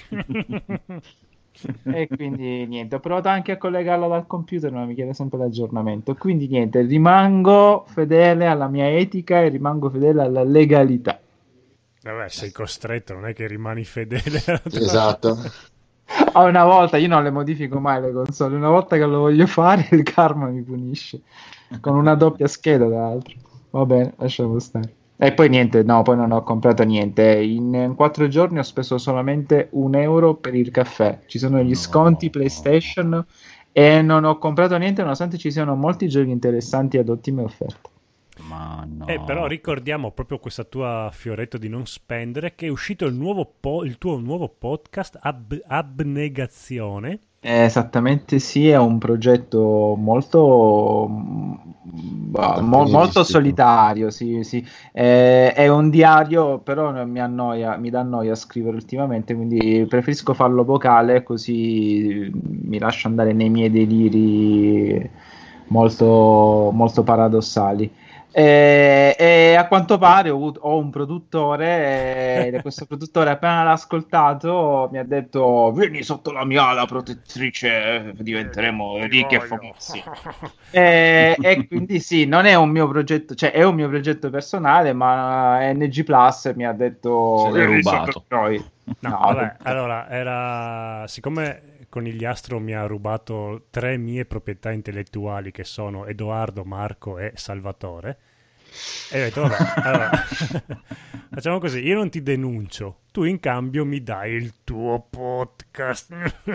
E quindi niente, ho provato anche a collegarlo dal computer, ma mi chiede sempre l'aggiornamento. Quindi niente, rimango fedele alla mia etica e rimango fedele alla legalità. Vabbè, sei costretto, non è che rimani fedele alla tua- Esatto. Ah, una volta, io non le modifico mai le console, una volta che lo voglio fare il karma mi punisce con una doppia scheda tra l'altro. Va bene, lasciamo stare. E poi niente, no, poi non ho comprato niente. In, in quattro giorni ho speso solamente un euro per il caffè. Ci sono gli No. sconti PlayStation e non ho comprato niente nonostante ci siano molti giochi interessanti ad ottime offerte. Ma no. Eh, però ricordiamo proprio questa tua fioretto di non spendere che è uscito il nuovo po- il tuo nuovo podcast Ab- Abnegazione. Eh, Esattamente sì, è un progetto molto, mm, bah, mo- molto Pionieristico. solitario, sì, sì. Eh, è un diario, però mi annoia, mi dà noia scrivere ultimamente, quindi preferisco farlo vocale, così mi lascio andare nei miei deliri molto, molto paradossali. E, e a quanto pare ho, avuto- ho un produttore e questo produttore appena l'ha ascoltato mi ha detto vieni sotto la mia ala protettrice, diventeremo ricchi e famosi. E, e quindi sì, non è un mio progetto, cioè è un mio progetto personale, ma N G Plus mi ha detto Se l'hai "Vieni rubato." sotto noi. No, No, vabbè, allora era siccome Conigliastro mi ha rubato tre mie proprietà intellettuali che sono Edoardo, Marco e Salvatore. E ho detto, vabbè, allora facciamo così, io non ti denuncio, tu in cambio mi dai il tuo podcast.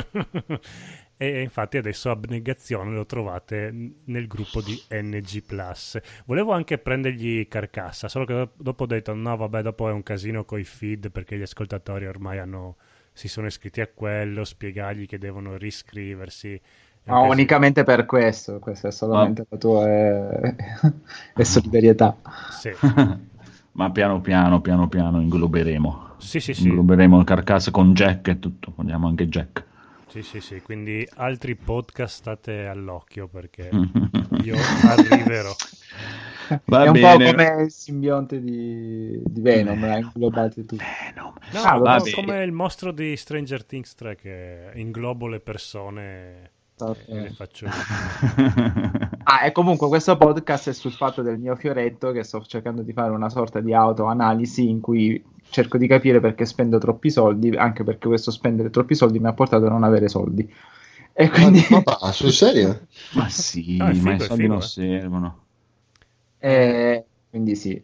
E infatti adesso Abnegazione lo trovate nel gruppo di N G Plus. Volevo anche prendergli carcassa, solo che dopo ho detto no vabbè, dopo è un casino coi feed perché gli ascoltatori ormai hanno, si sono iscritti a quello, spiegargli che devono riscriversi. È un no, casino. unicamente per questo, questa è solamente la tua eh, è solidarietà. Sì, Ma piano piano, piano piano ingloberemo. sì, sì, sì. Ingloberemo il carcassa con Jack e tutto. Vogliamo anche Jack. Sì, sì, sì, quindi altri podcast state all'occhio perché io arriverò. Va è un bene. po' come il simbionte di, di Venom, eh, inglobate tutti. Venom. No, Ah, un va po' bene. come il mostro di Stranger Things tre che inglobo le persone e le faccio... Ah, e comunque questo podcast è sul fatto del mio fioretto, che sto cercando di fare una sorta di autoanalisi in cui cerco di capire perché spendo troppi soldi, anche perché questo spendere troppi soldi mi ha portato a non avere soldi. E quindi... Ma, ma sul serio? Ma sì, No, è figo, ma i è soldi figo, non eh. servono. Eh, quindi sì,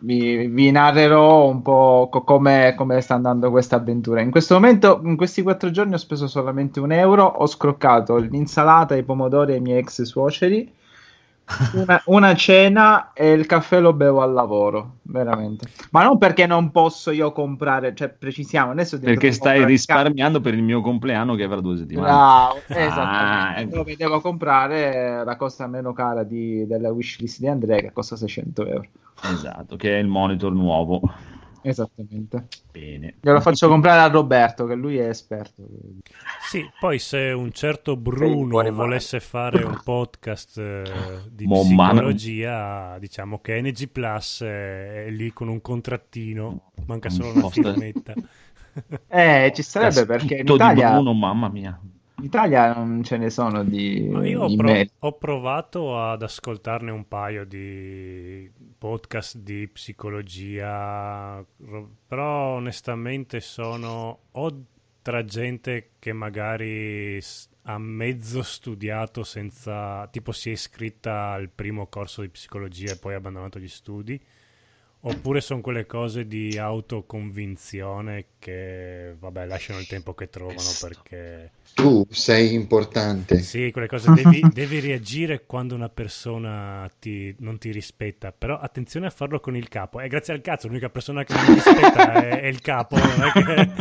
vi, vi narrerò un po' co- come, come sta andando questa avventura. In questo momento, in questi quattro giorni ho speso solamente un euro, ho scroccato l'insalata, i pomodori ai miei ex suoceri, una, una cena e il caffè lo bevo al lavoro, veramente. Ma non perché non posso io comprare, cioè precisiamo, adesso perché stai risparmiando per il mio compleanno che avrà due settimane. Bravo, Ah, esattamente. ecco. Dove devo comprare la cosa meno cara di, della wishlist di Andrea, che costa seicento euro. Esatto, che è il monitor nuovo. Esattamente. Bene. Glielo faccio comprare a Roberto, che lui è esperto. Sì, poi se un certo Sei Bruno buone volesse fare un podcast eh, di Mo- mano- psicologia, diciamo che N G Plus è, è lì con un contrattino, manca Un solo una post- firmetta. Eh, ci sarebbe perché in Tutto di Italia, Bruno, mamma mia. in Italia non ce ne sono di, Ma io ho, di pro- mail. ho provato ad ascoltarne un paio di podcast di psicologia, ro- però onestamente sono o tra gente che magari s- ha mezzo studiato senza, tipo si è iscritta al primo corso di psicologia e poi ha abbandonato gli studi, oppure sono quelle cose di autoconvinzione che, vabbè, lasciano il tempo che trovano perché... Tu sei importante. Sì, quelle cose devi, devi reagire quando una persona ti, non ti rispetta, però attenzione a farlo con il capo. E grazie al cazzo, l'unica persona che non mi rispetta è, è il capo. Non è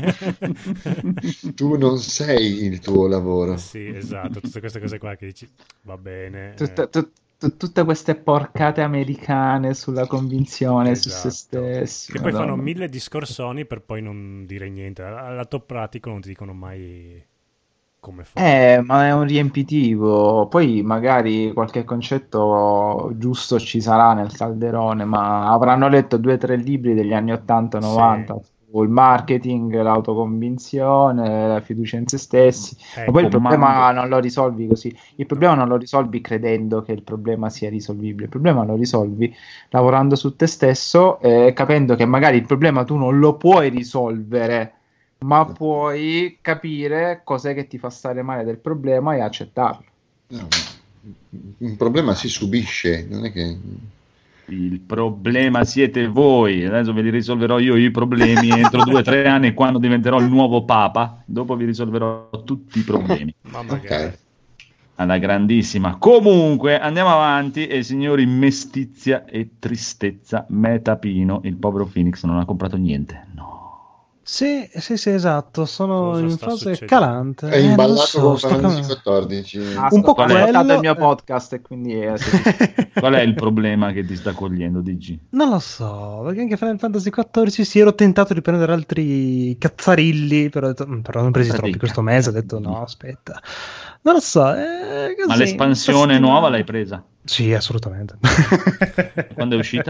che... Tu non sei il tuo lavoro. Sì, esatto, tutte queste cose qua che dici, va bene. Tutta- tut- tut- tutte queste porcate americane sulla convinzione su se Esatto. stessi. Che poi Madonna. fanno mille discorsoni per poi non dire niente. Al lato pratico non ti dicono mai come fare. Eh, ma è un riempitivo. Poi magari qualche concetto giusto ci sarà nel calderone, ma avranno letto due o tre libri degli anni ottanta novanta sul marketing, l'autoconvinzione, la fiducia in se stessi. Eh, Ma poi il comando. problema non lo risolvi così. Il problema non lo risolvi credendo che il problema sia risolvibile. Il problema lo risolvi lavorando su te stesso e capendo che magari il problema tu non lo puoi risolvere, ma puoi capire cos'è che ti fa stare male del problema e accettarlo. No, un problema si subisce, non è che... Il problema siete voi. Adesso ve li risolverò io i problemi entro due o tre anni, quando diventerò il nuovo papa. Dopo vi risolverò tutti i problemi. Ma magari. Ok. Alla grandissima. Comunque andiamo avanti e signori, mestizia e tristezza. Metapino, il povero Phoenix non ha comprato niente. No. Sì, sì, sì, esatto. Sono Cosa in sta fase succedendo? calante. È Eh, non imballato lo so, con sto Final cam- Fantasy quattordici. Ah, Un po' qual è quello, il mio eh. podcast e quindi eh, sì. Qual è il problema che ti sta cogliendo, D G? Non lo so, perché anche Final Fantasy quattordici sì, ero tentato di prendere altri cazzarilli, però ho detto, "Mm, però non ho presi Cosa troppi dei questo mese", ho detto no, aspetta. Non lo so, è così, Ma l'espansione questa nuova settimana- l'hai presa? Sì, assolutamente. Quando è uscita?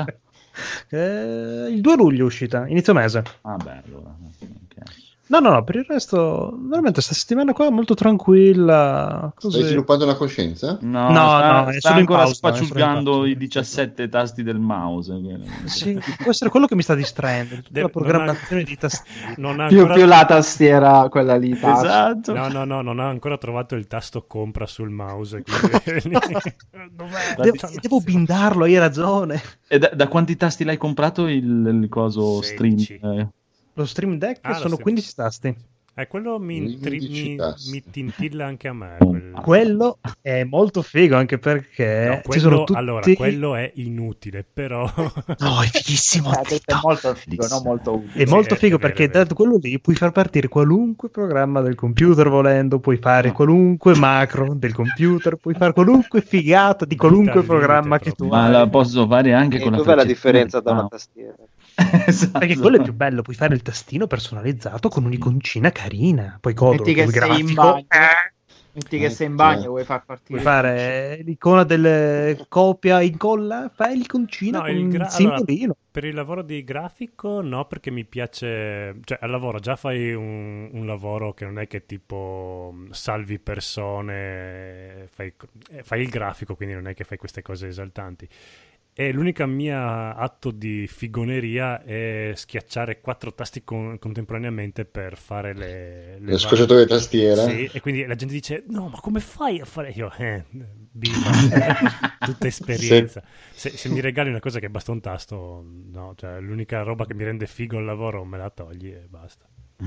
Eh, il due luglio è uscita, inizio mese. Ah beh, allora. ok. No, no, no, per il resto, veramente, questa settimana qua è molto tranquilla. Stai Così. sviluppando una coscienza? No, No, sta, no, è sta solo in ancora pausa, è solo in spacciugando pausa. i diciassette tasti del mouse. Sì, può essere quello che mi sta distraendo, tutta Deve- la programmazione di tastiera. Non ha più, ancora... più la tastiera, quella lì. touch. Esatto. No, no, no, non ha ancora trovato il tasto compra sul mouse. Quindi... Dov'è? Devo, devo bindarlo, hai ragione. E da, da quanti tasti l'hai comprato il, il coso stream? sedici. Eh, Lo Stream Deck Ah, lo sono Stream- quindici tasti. Eh, quello mi, intri- quindici mi, tasti. mi tintilla anche a me. quel- Quello è molto figo anche perché No, ci quello, sono tutti... allora, quello è inutile, però... No, è fighissimo. Eh, questo è molto figo, non molto utile. È molto Sì, figo è vero, perché è vero. da quello lì puoi far partire qualunque programma del computer volendo, puoi fare qualunque macro del computer, puoi fare qualunque figata di qualunque Vita al programma limite che tu ma hai. la posso fare anche E con la dov'è la freccettina differenza del da una mouse. tastiera? Esatto. Perché quello è più bello, puoi fare il tastino personalizzato con un'iconcina carina. Poi codolo, Metti che il sei in grafico. bagno, metti che sei in bagno e vuoi far partire Puoi fare l'icona del copia incolla, fai l'iconcina No, con il il gra- simbolino. Per il lavoro di grafico no, perché mi piace, cioè al lavoro già fai un, un lavoro che non è che tipo mh, salvi persone, fai, eh, fai il grafico, quindi non è che fai queste cose esaltanti. E l'unica mia atto di figoneria è schiacciare quattro tasti con- contemporaneamente per fare le... le Lo scorciatoio di tastiera? Sì, e quindi la gente dice, no, ma come fai a fare? Io, eh, bimba. tutta esperienza. Se, se mi regali una cosa che basta un tasto, no, cioè l'unica roba che mi rende figo il lavoro me la togli e basta.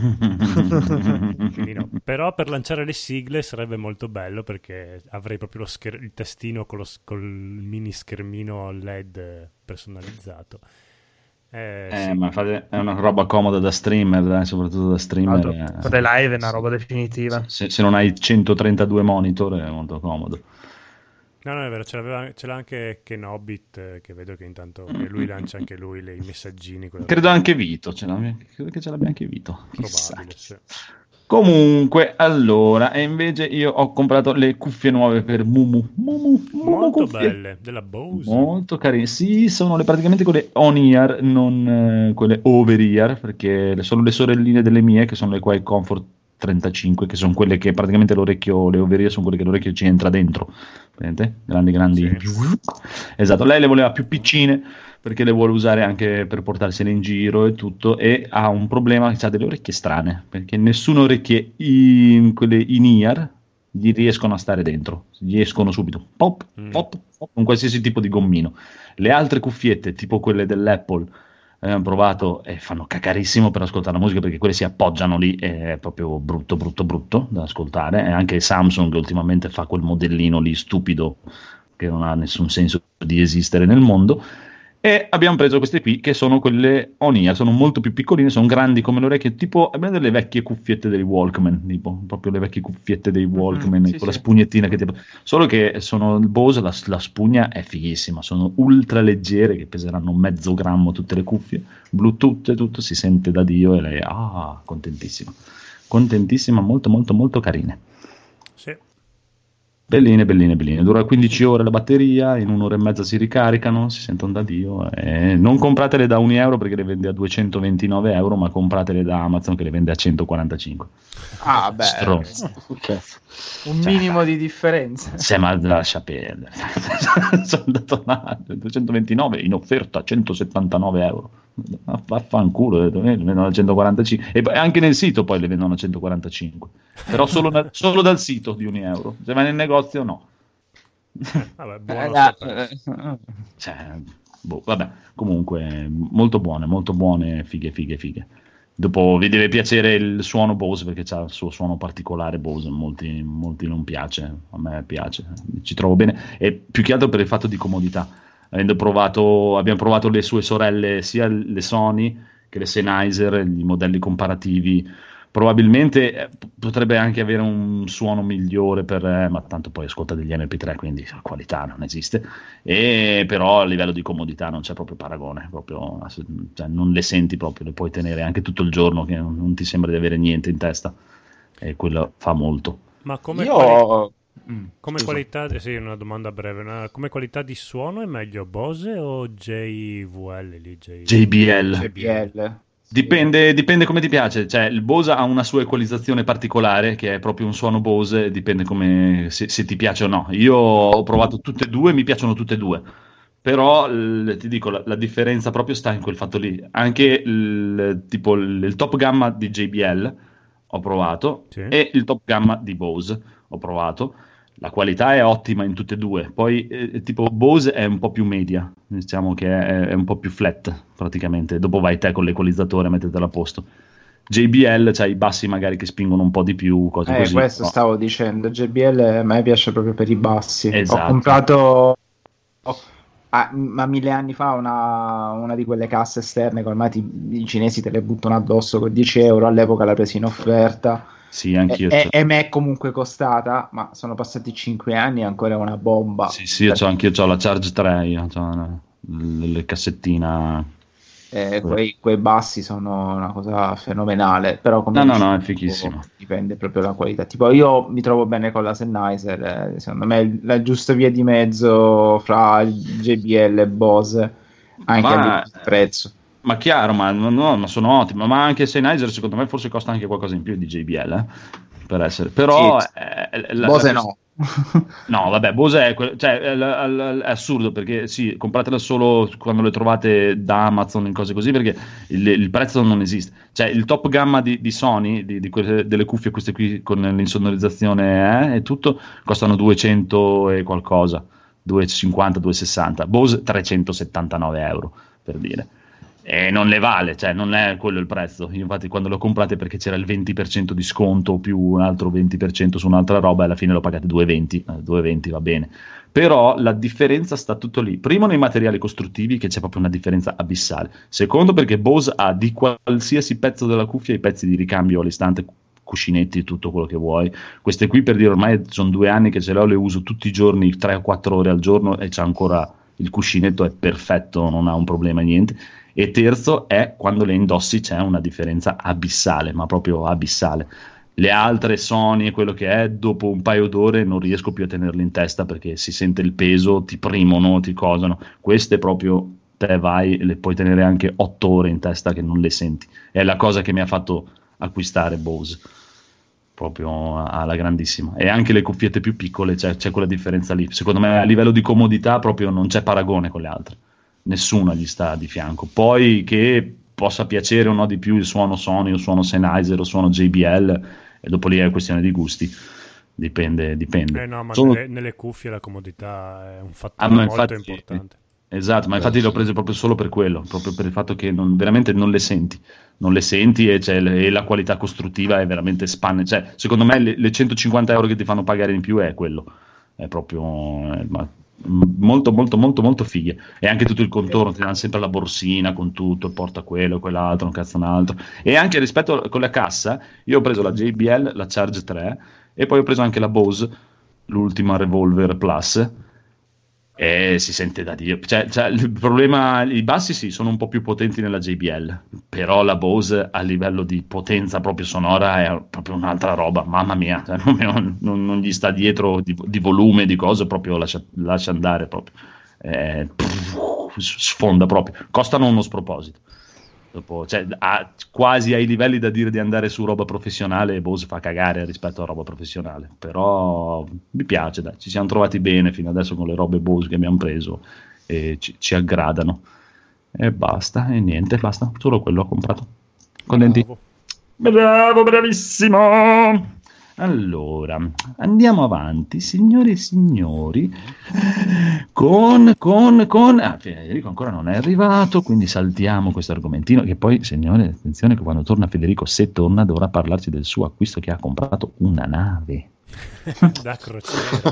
Quindi no. Però per lanciare le sigle sarebbe molto bello, perché avrei proprio lo scher- il tastino con lo, col mini schermino L E D personalizzato. Eh, Eh, sì. ma fate- è una roba comoda da streamer, dai, soprattutto da streamer. Altro, eh. per le live è una roba definitiva. Se, se non hai centotrentadue monitor è molto comodo. No, no, è vero, ce, l'aveva, ce l'ha anche Kenobit, eh, che vedo che intanto che lui lancia anche lui le, i messaggini. quella Credo roba. anche Vito, ce l'abbia- credo che ce l'abbia anche Vito. Chissà. Probabile, sì. Comunque, allora, e invece io ho comprato le cuffie nuove per Mumu. Mumu, Mumu Molto cuffie. belle, della Bose. Molto carine. Sì, sono le, praticamente quelle on-ear, non eh, quelle over-ear, perché le- sono le sorelline delle mie, che sono le Quiet Comfort trentacinque, che sono quelle che praticamente l'orecchio, le over-ear sono quelle che l'orecchio ci entra dentro. Vedete? Grandi, grandi. Sì. Esatto, lei le voleva più piccine, perché le vuole usare anche per portarsele in giro e tutto, e ha un problema che ha delle orecchie strane, perché nessune orecchie in, quelle in ear gli riescono a stare dentro, gli escono subito, pop, Mm. pop, pop, con qualsiasi tipo di gommino. Le altre cuffiette, tipo quelle dell'Apple, abbiamo provato e fanno cacarissimo per ascoltare la musica, perché quelle si appoggiano lì, è proprio brutto, brutto, brutto da ascoltare. E anche Samsung ultimamente fa quel modellino lì stupido che non ha nessun senso di esistere nel mondo. E abbiamo preso queste qui, che sono quelle on-ear, sono molto più piccoline, sono grandi come le orecchie, tipo abbiamo delle vecchie cuffiette dei Walkman, tipo proprio le vecchie cuffiette dei Walkman, sì, con la sì. spugnettina che tipo, solo che sono il Bose, la, la spugna è fighissima, sono ultra leggere, che peseranno mezzo grammo tutte le cuffie, Bluetooth e tutto, si sente da Dio, e lei, ah, contentissima, contentissima, molto molto molto carine. Sì. Belline, belline, belline. Dura quindici ore la batteria, in un'ora e mezza si ricaricano, si sentono da Dio. E non compratele da un euro, perché le vende a duecentoventinove euro, ma compratele da Amazon, che le vende a centoquarantacinque. Ah, beh, Stronzo. Ok. un minimo di differenza. Se ma lascia perdere. Sono andato là, duecentoventinove in offerta, centosettantanove euro. Vaffanculo, le vendono a centoquarantacinque. E poi anche nel sito poi le vendono a centoquarantacinque. Però solo, da- solo dal sito di un euro. Se vai nel negozio no. Vabbè, buono Eh, sapere. eh, Cioè, boh, vabbè, comunque molto buone, molto buone, fighe, fighe, fighe. Dopo vi deve piacere il suono Bose, perché c'ha il suo suono particolare Bose, molti, molti non piace, a me piace, ci trovo bene, e più che altro per il fatto di comodità. Avendo provato, abbiamo provato le sue sorelle, sia le Sony che le Sennheiser, i modelli comparativi. Probabilmente eh, p- potrebbe anche avere un suono migliore per, eh, ma tanto poi ascolta degli M P tre, quindi la qualità non esiste, e però a livello di comodità non c'è proprio paragone, proprio, ass- cioè, non le senti proprio, le puoi tenere anche tutto il giorno, che non, non ti sembra di avere niente in testa, e quello fa molto. Ma come, quali- Io Mm, come scusa. qualità, eh, sì, una domanda breve, una- come qualità di suono è meglio Bose o J V L lì? J- J B L. J B L. P L. Dipende, dipende come ti piace, cioè il Bose ha una sua equalizzazione particolare, che è proprio un suono Bose, dipende come, se, se ti piace o no. Io ho provato tutte e due, mi piacciono tutte e due, però l- ti dico, la, la differenza proprio sta in quel fatto lì. Anche il, tipo il, il top gamma di J B L ho provato, Sì. e il top gamma di Bose ho provato. La qualità è ottima in tutte e due, poi eh, tipo Bose è un po' più media, diciamo che è, è un po' più flat praticamente, dopo vai te con l'equalizzatore a mettertela a posto. J B L c'ha i bassi magari che spingono un po' di più, cose Eh, così. questo no. stavo dicendo, J B L a me piace proprio per i bassi. Esatto. Ho comprato ho- ah, ma mille anni fa una, una di quelle casse esterne che ormai ti- i cinesi te le buttano addosso con dieci euro, all'epoca l'ho presa in offerta. Sì, anch'io. E, c'ho- e, e mi è comunque costata, ma sono passati cinque anni e ancora è una bomba. Sì, sì, io c'ho, anch'io c'ho la Charge tre, io c'ho una- l- le cassettina. Eh, quei, quei bassi sono una cosa fenomenale, però come No, no, dici no, è tu, fighissimo. dipende proprio dalla qualità. Tipo io mi trovo bene con la Sennheiser, eh, secondo me è la giusta via di mezzo fra il J B L e Bose, anche Ma- a livello di prezzo. Ma chiaro, ma, no, no, ma sono ottime, ma anche Sennheiser secondo me forse costa anche qualcosa in più di J B L, eh, per essere, però Sì, eh, la- Bose la- no. No, vabbè, Bose è, que- cioè, è, è- è assurdo, perché sì, compratela solo quando le trovate da Amazon in cose così, perché il, il prezzo non esiste. Cioè, il top gamma di, di Sony, di, di quelle- delle cuffie queste qui con l'insonorizzazione eh, e tutto, costano duecento e qualcosa. duecentocinquanta duecentosessanta, Bose trecentosettantanove euro, per dire. E non le vale, cioè non è quello il prezzo. Io infatti quando lo comprate perché c'era il venti per cento di sconto più un altro venti per cento su un'altra roba, alla fine lo pagate duecentoventi, eh, duecentoventi va bene. Però la differenza sta tutto lì. Primo, nei materiali costruttivi, che c'è proprio una differenza abissale. Secondo, perché Bose ha di qualsiasi pezzo della cuffia i pezzi di ricambio all'istante, cuscinetti, tutto quello che vuoi. Queste qui, per dire, ormai sono due anni che ce le ho, le uso tutti i giorni, tre o quattro ore al giorno, e c'è ancora il cuscinetto, è perfetto, non ha un problema, niente. E terzo è quando le indossi c'è una differenza abissale, ma proprio abissale. Le altre Sony e quello che è, dopo un paio d'ore non riesco più a tenerle in testa perché si sente il peso, ti primono, ti cosano. Queste proprio te vai, le puoi tenere anche otto ore in testa che non le senti. È la cosa che mi ha fatto acquistare Bose, proprio alla grandissima. E anche le cuffiette più piccole, c'è, c'è quella differenza lì. Secondo me a livello di comodità proprio non c'è paragone con le altre. Nessuna gli sta di fianco. Poi che possa piacere o no di più il suono Sony, o il suono Sennheiser, o il suono J B L, e dopo lì è questione di gusti, dipende, dipende. Eh no, ma Sono... nelle, nelle cuffie la comodità è un fattore Ah, ma molto infatti, importante. Esatto, ma infatti le ho prese proprio solo per quello, proprio per il fatto che non, veramente non le senti, non le senti e, c'è, e la qualità costruttiva è veramente spanne. Cioè, secondo me le, le centocinquanta euro che ti fanno pagare in più è quello, è proprio... È, ma, molto molto molto molto fighe, e anche tutto il contorno, ti danno sempre la borsina con tutto, porta quello, quell'altro, un cazzo un altro. E anche rispetto con la cassa, io ho preso la J B L, la Charge tre, e poi ho preso anche la Bose, l'ultima Revolver Plus, e si sente da Dio. Cioè, cioè, il problema, i bassi sì, sono un po' più potenti nella J B L, però la Bose a livello di potenza proprio sonora è proprio un'altra roba, mamma mia, cioè, non, non, non gli sta dietro di, di volume, di cose, proprio lascia, lascia andare proprio. Eh, pff, sfonda proprio, costano uno sproposito. Dopo, cioè, a, quasi ai livelli da dire di andare su roba professionale, Bose fa cagare rispetto a roba professionale, però mi piace, dai, ci siamo trovati bene fino adesso con le robe Bose che abbiamo preso e ci, ci aggradano, e basta, e niente, basta, solo quello ho comprato. Contenti? Bravo, Bravo bravissimo! Allora, andiamo avanti, signore e signori, con, con, con... Ah, Federico ancora non è arrivato, quindi saltiamo questo argomentino, che poi, signore, attenzione che quando torna Federico, se torna, dovrà parlarci del suo acquisto, che ha comprato una nave. Da crociera.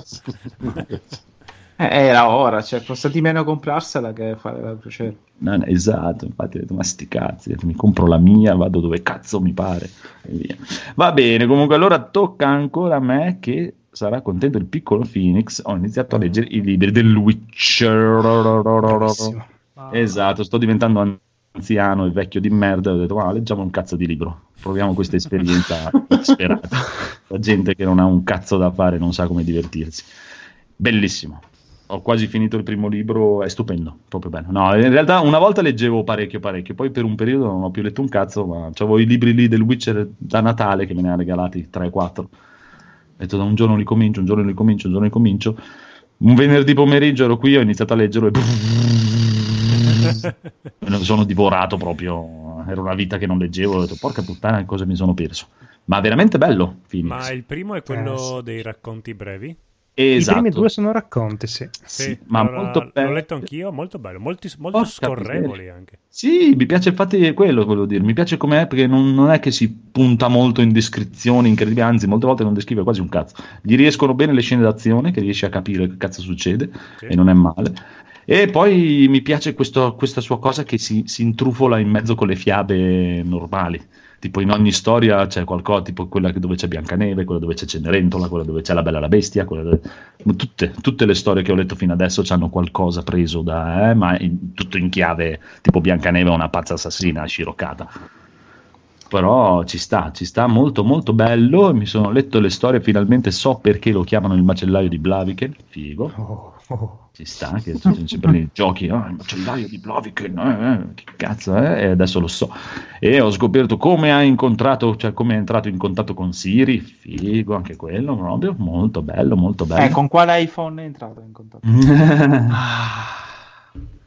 Eh, era ora, cioè costa di meno comprarsela che fare la crociera. No, no, esatto, infatti ho detto, ma sti cazzi, mi compro la mia, vado dove cazzo mi pare e via. Va bene, comunque allora tocca ancora a me, che sarà contento il piccolo Phoenix. Ho iniziato a leggere i libri del Witcher. Ah. Esatto, sto diventando anziano e vecchio di merda, ho detto, ma leggiamo un cazzo di libro, proviamo questa esperienza sperata. La gente che non ha un cazzo da fare non sa come divertirsi. Bellissimo. Ho quasi finito il primo libro, è stupendo, proprio bello. No, in realtà una volta leggevo parecchio parecchio, poi per un periodo non ho più letto un cazzo, ma avevo i libri lì del Witcher da Natale che me ne ha regalati tre quattro. Ho detto, un giorno li comincio, un giorno li comincio, un giorno li comincio. Un venerdì pomeriggio ero qui, ho iniziato a leggerlo e me ne sono divorato proprio. Era una vita che non leggevo, ho detto, porca puttana, cosa mi sono perso. Ma veramente bello, Phoenix. Ma il primo è quello Eh, dei racconti brevi? Esatto. I primi due sono racconti, sì. Sì, Sì, ma allora, molto bello. l'ho letto anch'io, molto bello, molti, molto Porca scorrevoli miseria. anche. Sì, mi piace, infatti è quello, volevo dire, mi piace com'è, perché non, non è che si punta molto in descrizioni incredibili, anzi molte volte non descrive quasi un cazzo. Gli riescono bene le scene d'azione, che riesci a capire che cazzo succede, Sì. e non è male. E poi mi piace questo, questa sua cosa che si, si intrufola in mezzo con le fiabe normali. Tipo in ogni storia c'è qualcosa, tipo quella dove c'è Biancaneve, quella dove c'è Cenerentola, quella dove c'è la Bella e la Bestia, quella dove... tutte, tutte le storie che ho letto fino adesso hanno qualcosa preso da, eh, ma in, tutto in chiave, tipo Biancaneve è una pazza assassina sciroccata. Però ci sta, ci sta, molto molto bello, mi sono letto le storie, finalmente so perché lo chiamano il macellaio di Blaviken, figo. Oh, oh. Ci sta, che sono sempre nei giochi, oh, il macellaio di Blaviken, eh, che cazzo è? E adesso lo so. E ho scoperto come ha incontrato, cioè come è entrato in contatto con Siri, figo anche quello, proprio, molto bello, molto bello. Eh, con quale iPhone è entrato in contatto?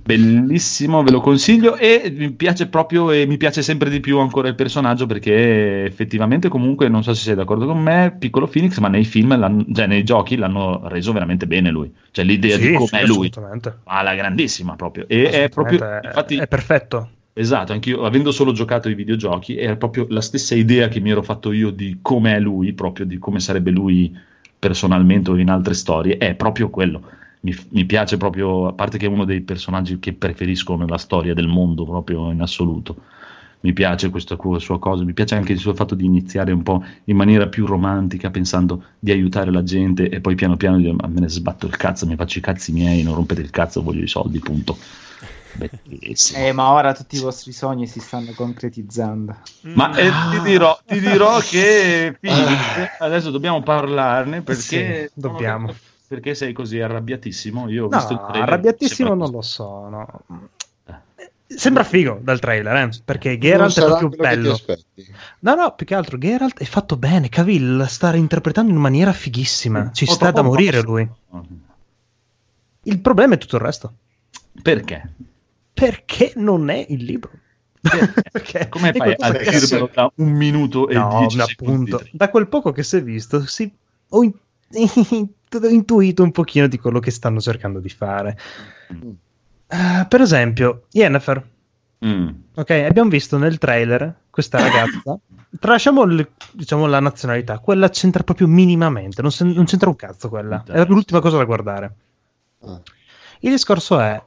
Bellissimo, ve lo consiglio e mi piace proprio e mi piace sempre di più ancora il personaggio perché effettivamente comunque, non so se sei d'accordo con me, Piccolo Phoenix, ma nei film, l'hanno- cioè nei giochi l'hanno reso veramente bene lui, cioè l'idea Sì, di sì, com'è lui, assolutamente. alla grandissima proprio, e è proprio, Assolutamente, è- infatti, è perfetto. esatto, anch'io avendo solo giocato ai videogiochi era proprio la stessa idea che mi ero fatto io di com'è lui, proprio di come sarebbe lui personalmente o in altre storie, è proprio quello. Mi, mi piace proprio, a parte che è uno dei personaggi che preferisco nella storia del mondo proprio in assoluto. Mi piace questa cu- sua cosa, mi piace anche il suo fatto di iniziare un po' in maniera più romantica, pensando di aiutare la gente e poi piano piano dire, "Ma me ne sbatto il cazzo, mi faccio i cazzi miei, non rompete il cazzo, voglio i soldi, punto." Bellissimo. Eh, ma ora tutti i vostri sogni si stanno concretizzando. Ma eh, ti dirò, ti dirò che Phoenix, adesso dobbiamo parlarne perché Sì, dobbiamo. perché sei così arrabbiatissimo. Io ho visto il No, trailer, arrabbiatissimo sembra non lo so, no. Sembra figo dal trailer, eh? Perché Geralt Non è sarà proprio quello che ti bello. aspetti. No, no, più che altro Geralt è fatto bene. Cavill sta interpretando in maniera fighissima. Ci Oh, sta da proprio- morire lui. Il problema è tutto il resto. Perché? Perché non è il libro. Perché Come è fai a qualcosa che- dirmelo da un minuto e No, dieci ma secondi? appunto, da quel poco che si è visto, si... ho in- ho intuito un pochino di quello che stanno cercando di fare. Eh, per esempio, Yennefer. Mm. Ok, abbiamo visto nel trailer questa ragazza. Tralasciamo il- diciamo la nazionalità, quella c'entra proprio minimamente, non, se- non c'entra un cazzo quella. È l'ultima cosa da guardare. Ah. Il discorso è: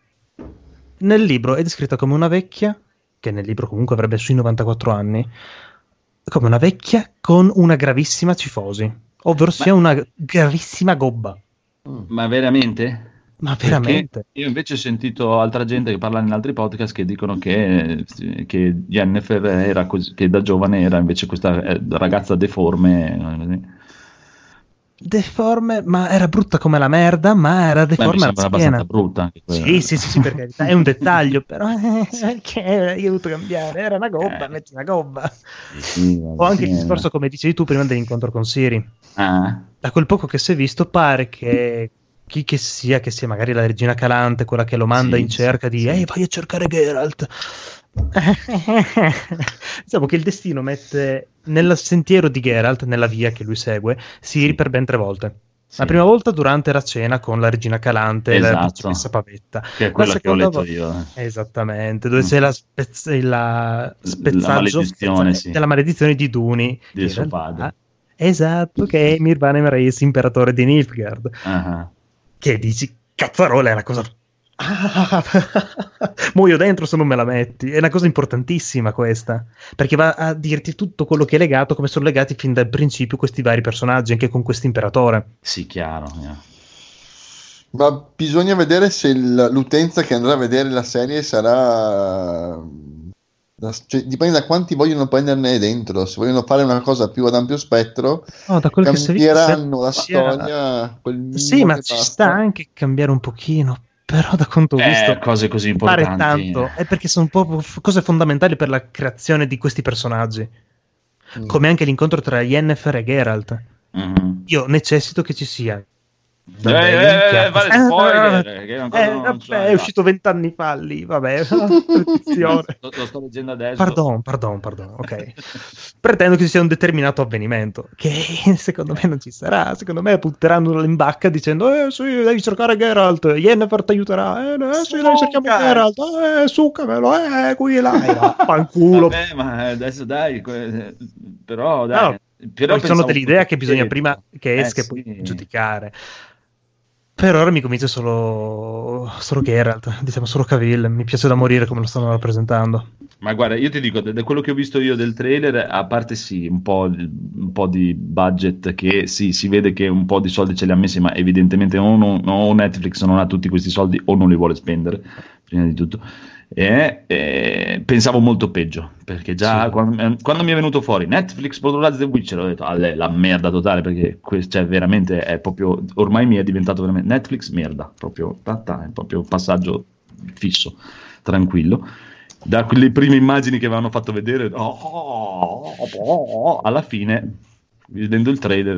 nel libro è descritta come una vecchia, che nel libro comunque avrebbe sui novantaquattro anni, come una vecchia con una gravissima cifosi, ovvero sia Ma- una gravissima gobba. Ma veramente? Ma veramente? Perché io invece ho sentito altra gente che parla in altri podcast che dicono che, che Jennifer era così, che da giovane era invece questa eh, ragazza deforme. Deforme, ma era brutta come la merda, ma era Beh, mi deforme alla sembra schiena. abbastanza brutta anche quella. Sì, sì, sì, sì, per carità, è un dettaglio, però eh, che hai dovuto cambiare, era una gobba, Eh. metti una gobba. Sì, va O anche il bene. discorso, come dicevi tu prima dell'incontro con Siri. Ah, Da quel poco che si è visto pare che chi che sia, che sia magari la regina Calante, quella che lo manda Sì, in cerca di sì. ehi, vai a cercare Geralt. Diciamo che il destino mette nel sentiero di Geralt, nella via che lui segue, Siri Sì. per ben tre volte. sì. La prima volta durante la cena con la regina Calante e la Esatto. principessa Pavetta. Che è quella La che ho seconda letto vo- io. eh. Esattamente, dove Mm. c'è la, spezz- la spezzaggio maledizione, spezza- sì. della maledizione di Duni. Di che in suo realtà- padre. Esatto, che è Mirvan Emreis, imperatore di Nilfgaard. Ah, Che dici, cazzarola, è una cosa... Ah, muoio dentro se non me la metti. È una cosa importantissima questa, perché va a dirti tutto quello che è legato, come sono legati fin dal principio questi vari personaggi, anche con questo imperatore. sì, chiaro. eh. Ma bisogna vedere se il- l'utenza che andrà a vedere la serie sarà... da- cioè, dipende da quanti vogliono prenderne dentro. Se vogliono fare una cosa più ad ampio spettro, No, da quello che si è visto, cambieranno la sia- storia. Quel Sì, minimo ma che ci basta. sta anche cambiare un pochino. Però da quanto ho Eh, visto cose così fare importanti. tanto è perché sono proprio f- cose fondamentali per la creazione di questi personaggi, Mm. come anche l'incontro tra Yennefer e Geralt. Mhm. Io necessito che ci sia. Eh, Vabbè, eh, minchia. eh, fare spoiler, che ancora Eh, non vabbè, so, è esatto. uscito vent'anni fa lì, vabbè. Attenzione. Lo, lo sto leggendo adesso. Pardon, pardon, pardon, ok. Pretendo che ci sia un determinato avvenimento, che secondo me non ci sarà. Secondo me butteranno in bacca dicendo eh sì, devi cercare Geralt, Yennefer ti aiuterà, eh, no, eh sì, dai, cerchiamo Succa. Geralt, eh, succamelo, eh, qui e là, e là, fanculo. Vabbè, ma adesso dai, que- però dai. No, però Poi sono pensavo dell'idea fosse che bisogna detto. prima che esca Eh, e poi sì. giudicare. Per ora mi convince solo solo Geralt, diciamo solo Cavill, mi piace da morire come lo stanno rappresentando. Ma guarda, io ti dico, da da quello che ho visto io del trailer, a parte sì, un po', un po' di budget che sì, si vede che un po' di soldi ce li ha messi, ma evidentemente o, non- o Netflix non ha tutti questi soldi o non li vuole spendere, prima di tutto. E, e pensavo molto peggio, perché già Sì. quando, eh, quando mi è venuto fuori Netflix produrrà The Witcher, ho detto, ah, lei, la merda totale, perché que- cioè, veramente è proprio, ormai mi è diventato veramente Netflix merda, proprio, ta, ta, è proprio un passaggio fisso, tranquillo. Da quelle prime immagini che avevano fatto vedere, oh, oh, oh, alla fine, vedendo il trailer,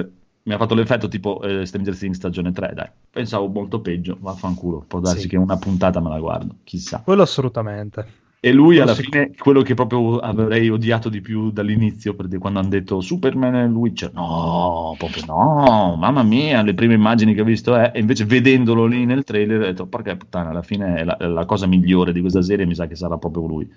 mi ha fatto l'effetto tipo eh, Stranger Things stagione tre, dai. Pensavo molto peggio, vaffanculo. Può darsi Sì. che una puntata me la guardo, chissà. Quello assolutamente. E lui Quello alla sì. fine, quello che proprio avrei odiato di più dall'inizio, perché quando hanno detto Superman e Witcher, no, proprio no, mamma mia, le prime immagini che ho visto è, e invece vedendolo lì nel trailer ho detto, porca puttana, alla fine è la, è la cosa migliore di questa serie, mi sa che sarà proprio lui.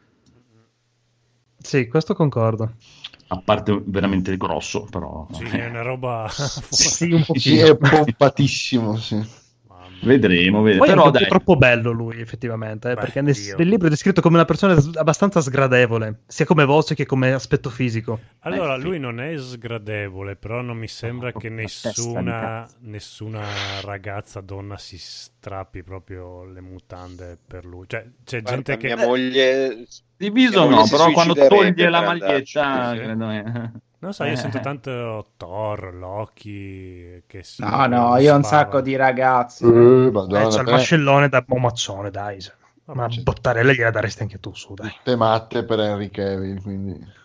Sì, questo concordo. A parte veramente grosso, però... Sì, è una roba... Sì, un po'. Sì, è pompatissimo, sì. Vedremo, vedremo. Poi è Però anche un dai, po' troppo bello lui, effettivamente, eh, Beh, perché nel, Dio. nel libro è descritto come una persona s- abbastanza sgradevole, sia come voce che come aspetto fisico. Allora, Eh, sì. lui non è sgradevole, però non mi sembra No, che proprio una testa di nessuna, cazzo. nessuna ragazza, donna si strappi proprio le mutande per lui. Cioè, c'è Guarda, gente che... mia moglie diviso mia moglie no, si però quando suiciderebbe toglie la per andarci. maglietta, Sì, sì. credo è... Non so, io Eh. sento tanto Thor, Loki, che si... No, no, io ho un spavano. sacco di ragazzi. Eh, Eh, Madonna, c'è il te, mascellone da omaccione, dai. Vabbè, Ma c'è- bottarella gliela daresti anche tu, su, dai. te matte per Henry Cavill, quindi...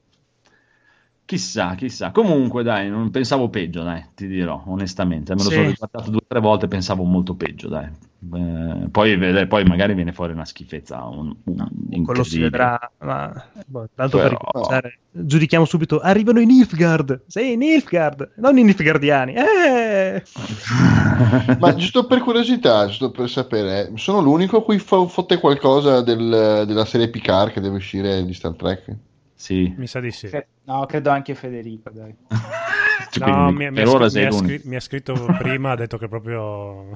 Chissà, chissà. Comunque, dai, non pensavo peggio, dai, ti dirò, onestamente. Me lo Sì. sono riguardato due o tre volte, pensavo molto peggio, dai. Eh, poi, vede- poi magari viene fuori una schifezza, un, un Quello si incredibile. vedrà. Ma, boh, tanto Però- per ricominciare, giudichiamo subito. Arrivano i Nilfgaard. Sì, Nilfgaard. Non i Nilfgaardiani. Eh! Ma giusto per curiosità, giusto per sapere, sono l'unico a cui fa- fotte qualcosa del- della serie Picard che deve uscire di Star Trek? Sì. Mi sa di sì. Fe- No, credo anche Federico, dai. No, Quindi, mi, mi per ha ora scri- sei mi ha l'unico. scri- mi ha scritto prima, ha detto che proprio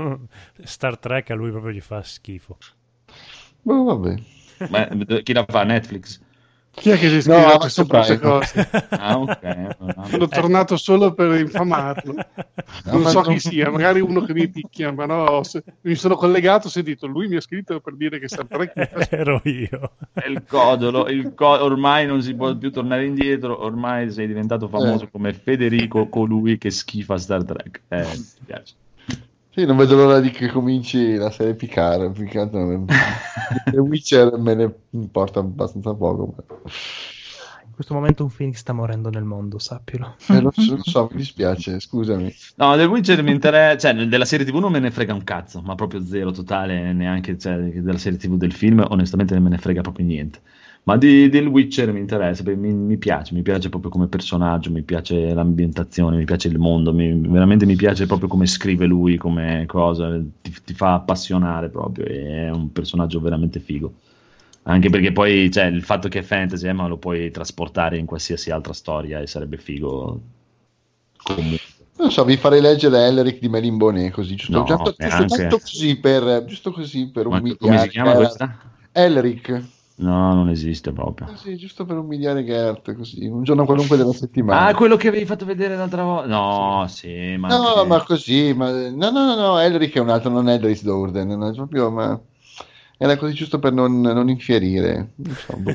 Star Trek a lui proprio gli fa schifo. Boh, vabbè. Ma chi la fa? Netflix? Chi è che si No, scrive a Amazon queste brutte Prime. cose? Ah, ok. Sono tornato solo per infamarlo. Non so chi sia, magari uno che mi picchia, ma no, se- mi sono collegato, ho sentito, lui mi ha scritto per dire che Star Trek mi fa schifo. Ero io. È il codolo, il co- ormai non si può più tornare indietro, ormai sei diventato famoso Eh. come Federico, colui che schifa Star Trek. Eh, mi piace. Sì, non vedo l'ora di che cominci la serie Picard. Più che altro non- The Witcher me ne importa abbastanza poco. Ma... In questo momento un Phoenix sta morendo nel mondo, sappilo. Eh, lo, so, lo so, mi dispiace, scusami. No, del Witcher mi interessa, cioè della serie tivù non me ne frega un cazzo, ma proprio zero totale, neanche cioè, della serie tivù del film, onestamente non me ne frega proprio niente. Ma di, del Witcher mi interessa, perché mi, mi piace, mi piace proprio come personaggio, mi piace l'ambientazione, mi piace il mondo, mi- veramente mi piace proprio come scrive lui, come cosa, ti, ti fa appassionare proprio, è un personaggio veramente figo. Anche perché poi cioè, il fatto che è fantasy, eh, ma lo puoi trasportare in qualsiasi altra storia e sarebbe figo comunque. Non so, vi farei leggere Elric di Melin Bonnet così, giusto, No, giusto, giusto neanche. tanto così per, giusto così per Ma umiliare come si chiama Geralt. questa? Elric. No, non esiste proprio. Eh sì, giusto per umiliare Gert, così, un giorno qualunque della settimana. Ah, quello che avevi fatto vedere l'altra volta? No, sì, ma... No, anche- ma così, ma no, no, no, no, Elric è un altro, non è Dries Dourdan, no, è proprio, ma era così giusto per non, non infierire. Non so, boh.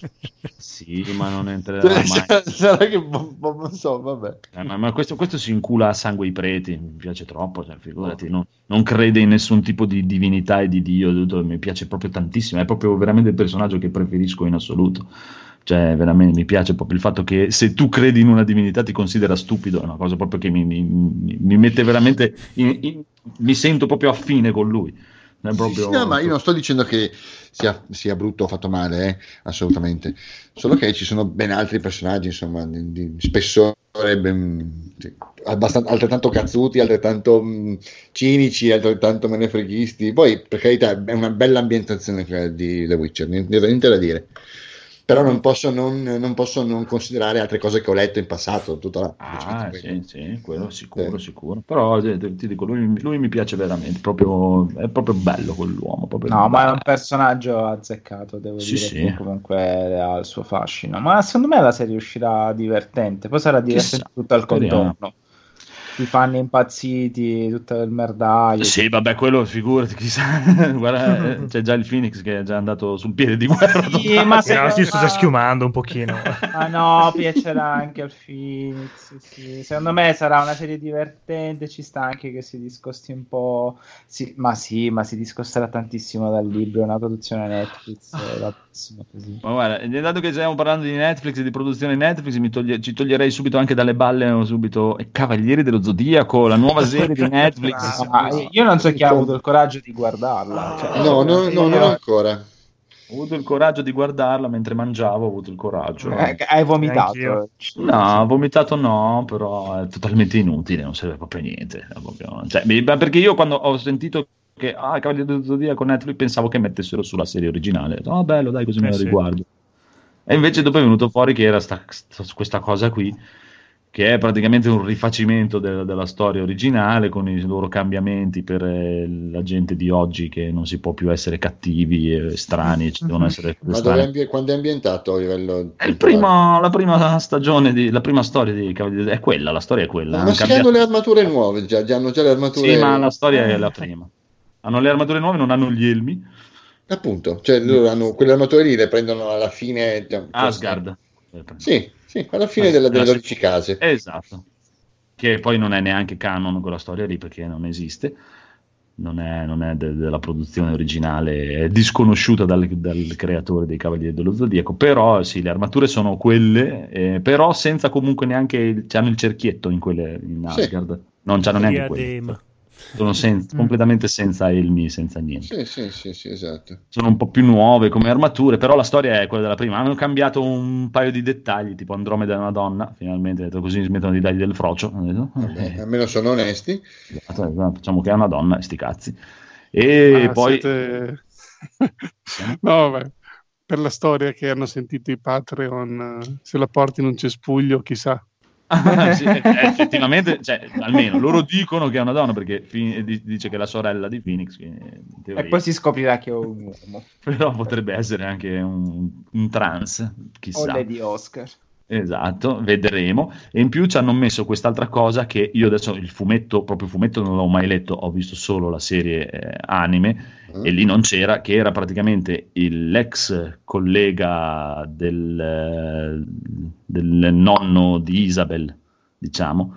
Sì, ma non entrerà mai. Sarà che, boh, boh, non so, vabbè. Eh, ma ma questo, questo si incula a sangue i preti, mi piace troppo, cioè, figurati, non, non crede in nessun tipo di divinità e di Dio, tutto, mi piace proprio tantissimo, è proprio veramente il personaggio che preferisco in assoluto. Cioè, veramente mi piace proprio il fatto che se tu credi in una divinità ti considera stupido, è una cosa proprio che mi, mi- mi- mi mette veramente, in- in- mi sento proprio affine con lui. È Sì, proprio... sì, no, ma io non sto dicendo che sia, sia brutto o fatto male, eh, assolutamente. Solo che ci sono ben altri personaggi, insomma, di, di spessore, ben, sì, abbastanza, altrettanto cazzuti, altrettanto mh, cinici, altrettanto menefreghisti. Poi, per carità, è una bella ambientazione quella di The Witcher, niente, niente da dire. Però non posso non, non posso non considerare altre cose che ho letto in passato. Tutta la, Ah, diciamo, sì, sì, quello sicuro, Sì. sicuro. Però ti, ti dico, lui, lui mi piace veramente, proprio, è proprio bello quell'uomo. Proprio No, ma è bello. un personaggio azzeccato, devo Sì, dire, sì. che comunque ha il suo fascino. Ma secondo me la serie uscirà divertente, poi sarà divertente Chissà, tutto al speriamo. contorno. i fan impazziti, tutto il merdaio. Sì, vabbè, quello figurati, chissà. Guarda, eh, c'è già il Phoenix che è già andato sul piede di guerra. Sì, ma se No, si sta già schiumando un pochino. Ma no, piacerà anche al Phoenix. Sì. Secondo me sarà una serie divertente. Ci sta anche che si discosti un po'. Sì, ma sì, ma si discosterà tantissimo dal libro. È una produzione Netflix. È la prossima così. Ma guarda, dato che stiamo parlando di Netflix e di produzione Netflix, mi toglie- ci toglierei subito anche dalle balle subito i Cavalieri dello Zodiaco, la nuova serie di Netflix. Ah, io non so chi ha avuto il coraggio di guardarla. Cioè, No, no, no, non ancora. Ho avuto il coraggio di guardarla mentre mangiavo, ho avuto il coraggio. eh, hai vomitato. Anch'io. No, vomitato no, però è totalmente inutile, non serve proprio a niente. è proprio- cioè, mi- ma perché io quando ho sentito che ah, Cavalieri dello Zodiaco Netflix pensavo che mettessero sulla serie originale. Ho detto, oh bello, dai, così me Eh la sì. riguardo. E invece dopo è venuto fuori che era sta, sta- questa cosa qui, che è praticamente un rifacimento de- della storia originale con i loro cambiamenti per eh, la gente di oggi, che non si può più essere cattivi e strani, ci devono essere Ma strani. dove è ambi- quando è ambientato a livello È il temporale? primo- la prima stagione, di, la prima storia di Cavalieri, è quella, la storia è quella. Ma hanno si cambiato- hanno le armature nuove, già, già hanno già le armature. Sì, ma la storia è la prima. Hanno le armature nuove, non hanno gli elmi. Appunto, cioè loro hanno quelle armature lì, le prendono alla fine. già- Asgard. Sì, sì, alla fine della- delle dodici case. Esatto. Che poi non è neanche canon quella storia lì, perché non esiste. Non è, non è de- della produzione originale, è disconosciuta dal, dal creatore dei Cavalieri dello Zodiaco. Però sì, le armature sono quelle, eh, però senza comunque neanche il, c'hanno il cerchietto in quelle in Sì. Asgard. Non c'hanno neanche quello. Diadema. Sono sen- completamente senza elmi, senza niente. Sì, sì, sì, sì, esatto. Sono un po' più nuove come armature, però la storia è quella della prima. Hanno cambiato un paio di dettagli, tipo Andromeda è una donna, finalmente, ho detto, così smettono di dargli del frocio. Ho detto, Vabbè, eh, almeno sono onesti. esatto, facciamo che è una donna e sti cazzi. E Ah, poi siete- no, vabbè, per la storia che hanno sentito i Patreon, eh, se la porti in un cespuglio, chissà. Ah, sì, eh, effettivamente, cioè, almeno loro dicono che è una donna, perché fi- di- dice che è la sorella di Phoenix, quindi, in teoria. E poi si scoprirà che è un uomo. Però potrebbe essere anche un, un trans, O chissà. Lady Oscar. Esatto, vedremo. E in più ci hanno messo quest'altra cosa che io adesso il fumetto, proprio il fumetto non l'ho mai letto, ho visto solo la serie eh, anime Mm. e lì non c'era, che era praticamente il- l'ex collega del, eh, del nonno di Isabel, diciamo,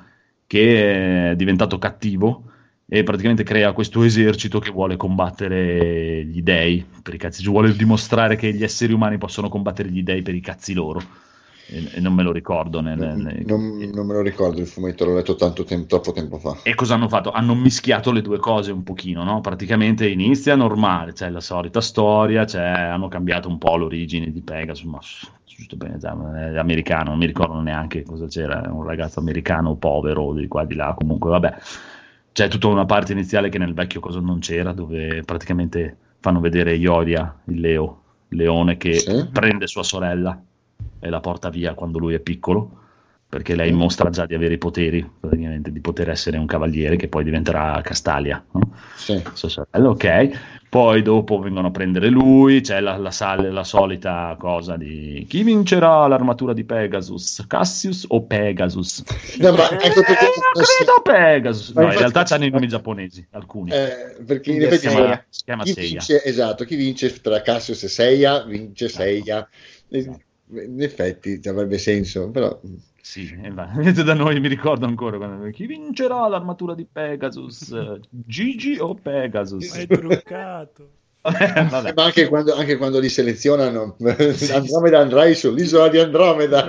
che è diventato cattivo e praticamente crea questo esercito che vuole combattere gli dei per i cazzi, cioè vuole dimostrare che gli esseri umani possono combattere gli dei per i cazzi loro. E, e non me lo ricordo nel- nel- Non, non me lo ricordo il fumetto, l'ho letto tanto tempo, troppo tempo fa. E cosa hanno fatto? Hanno mischiato le due cose un pochino, no? Praticamente inizia normale, c'è la solita storia, c'è- hanno cambiato un po' l'origine di Pegasus, ma giusto bene, cioè, è americano, non mi ricordo neanche cosa c'era, un ragazzo americano povero di qua di là, comunque vabbè. C'è tutta una parte iniziale che nel vecchio cosa non c'era, dove praticamente fanno vedere Ioria, il leo, il leone che Sì. prende sua sorella e la porta via quando lui è piccolo, perché lei mostra già di avere i poteri, praticamente di poter essere un cavaliere che poi diventerà Castalia, no? Sì. Sua sorella, ok. Poi dopo vengono a prendere lui, c'è la, la, sal- la solita cosa di chi vincerà l'armatura di Pegasus, Cassius o Pegasus? No, ma anche Eh, perché- credo Pegasus. Ma No, in infatti- realtà c'hanno i nomi giaponesi, alcuni. Eh, perché in Quindi effetti è si chiama, si chiama chi Seiya. vince, esatto, chi vince tra Cassius e Seiya vince Seiya. Esatto. In effetti avrebbe senso, però Sì, e va. Vedete, da noi mi ricordo ancora quando- chi vincerà l'armatura di Pegasus, Gigi o Pegasus? È truccato. Eh, vabbè. Eh, ma anche quando, anche quando li selezionano, Andromeda andrai sull'isola di Andromeda.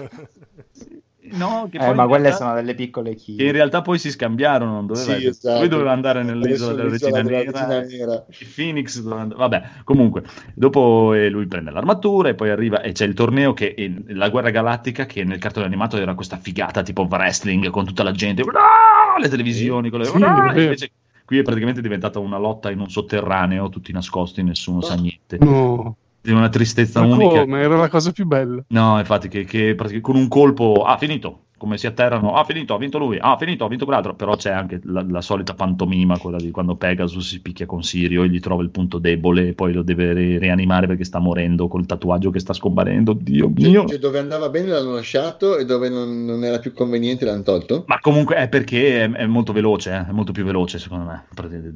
No, che Eh, poi ma in quelle realtà- sono delle piccole che in key. realtà poi si scambiarono, non doveva Sì, essere- esatto. lui doveva andare nell'isola della Sull'isola regina della nera, Regina Nera. il Phoenix doveva and- vabbè, comunque dopo eh, lui prende l'armatura e poi arriva e c'è il torneo che è la guerra galattica, che nel cartone animato era questa figata tipo wrestling con tutta la gente, "Ah!", le televisioni con le Sì, "Ah!", è vero. invece qui è praticamente diventata una lotta in un sotterraneo, tutti nascosti, nessuno sa niente, No, di una tristezza ma unica. come? Era la cosa più bella. No, infatti, che, che praticamente con un colpo ha finito. come si atterrano, ah finito, ha vinto lui, ah finito, ha vinto quell'altro, però c'è anche la, la solita pantomima, quella di quando Pegasus si picchia con Sirio e gli trova il punto debole e poi lo deve ri- rianimare perché sta morendo col tatuaggio che sta scomparendo, Dio mio. Cioè, cioè, dove andava bene l'hanno lasciato e dove non, non era più conveniente l'hanno tolto? Ma comunque è perché è, è molto veloce, eh? È molto più veloce secondo me,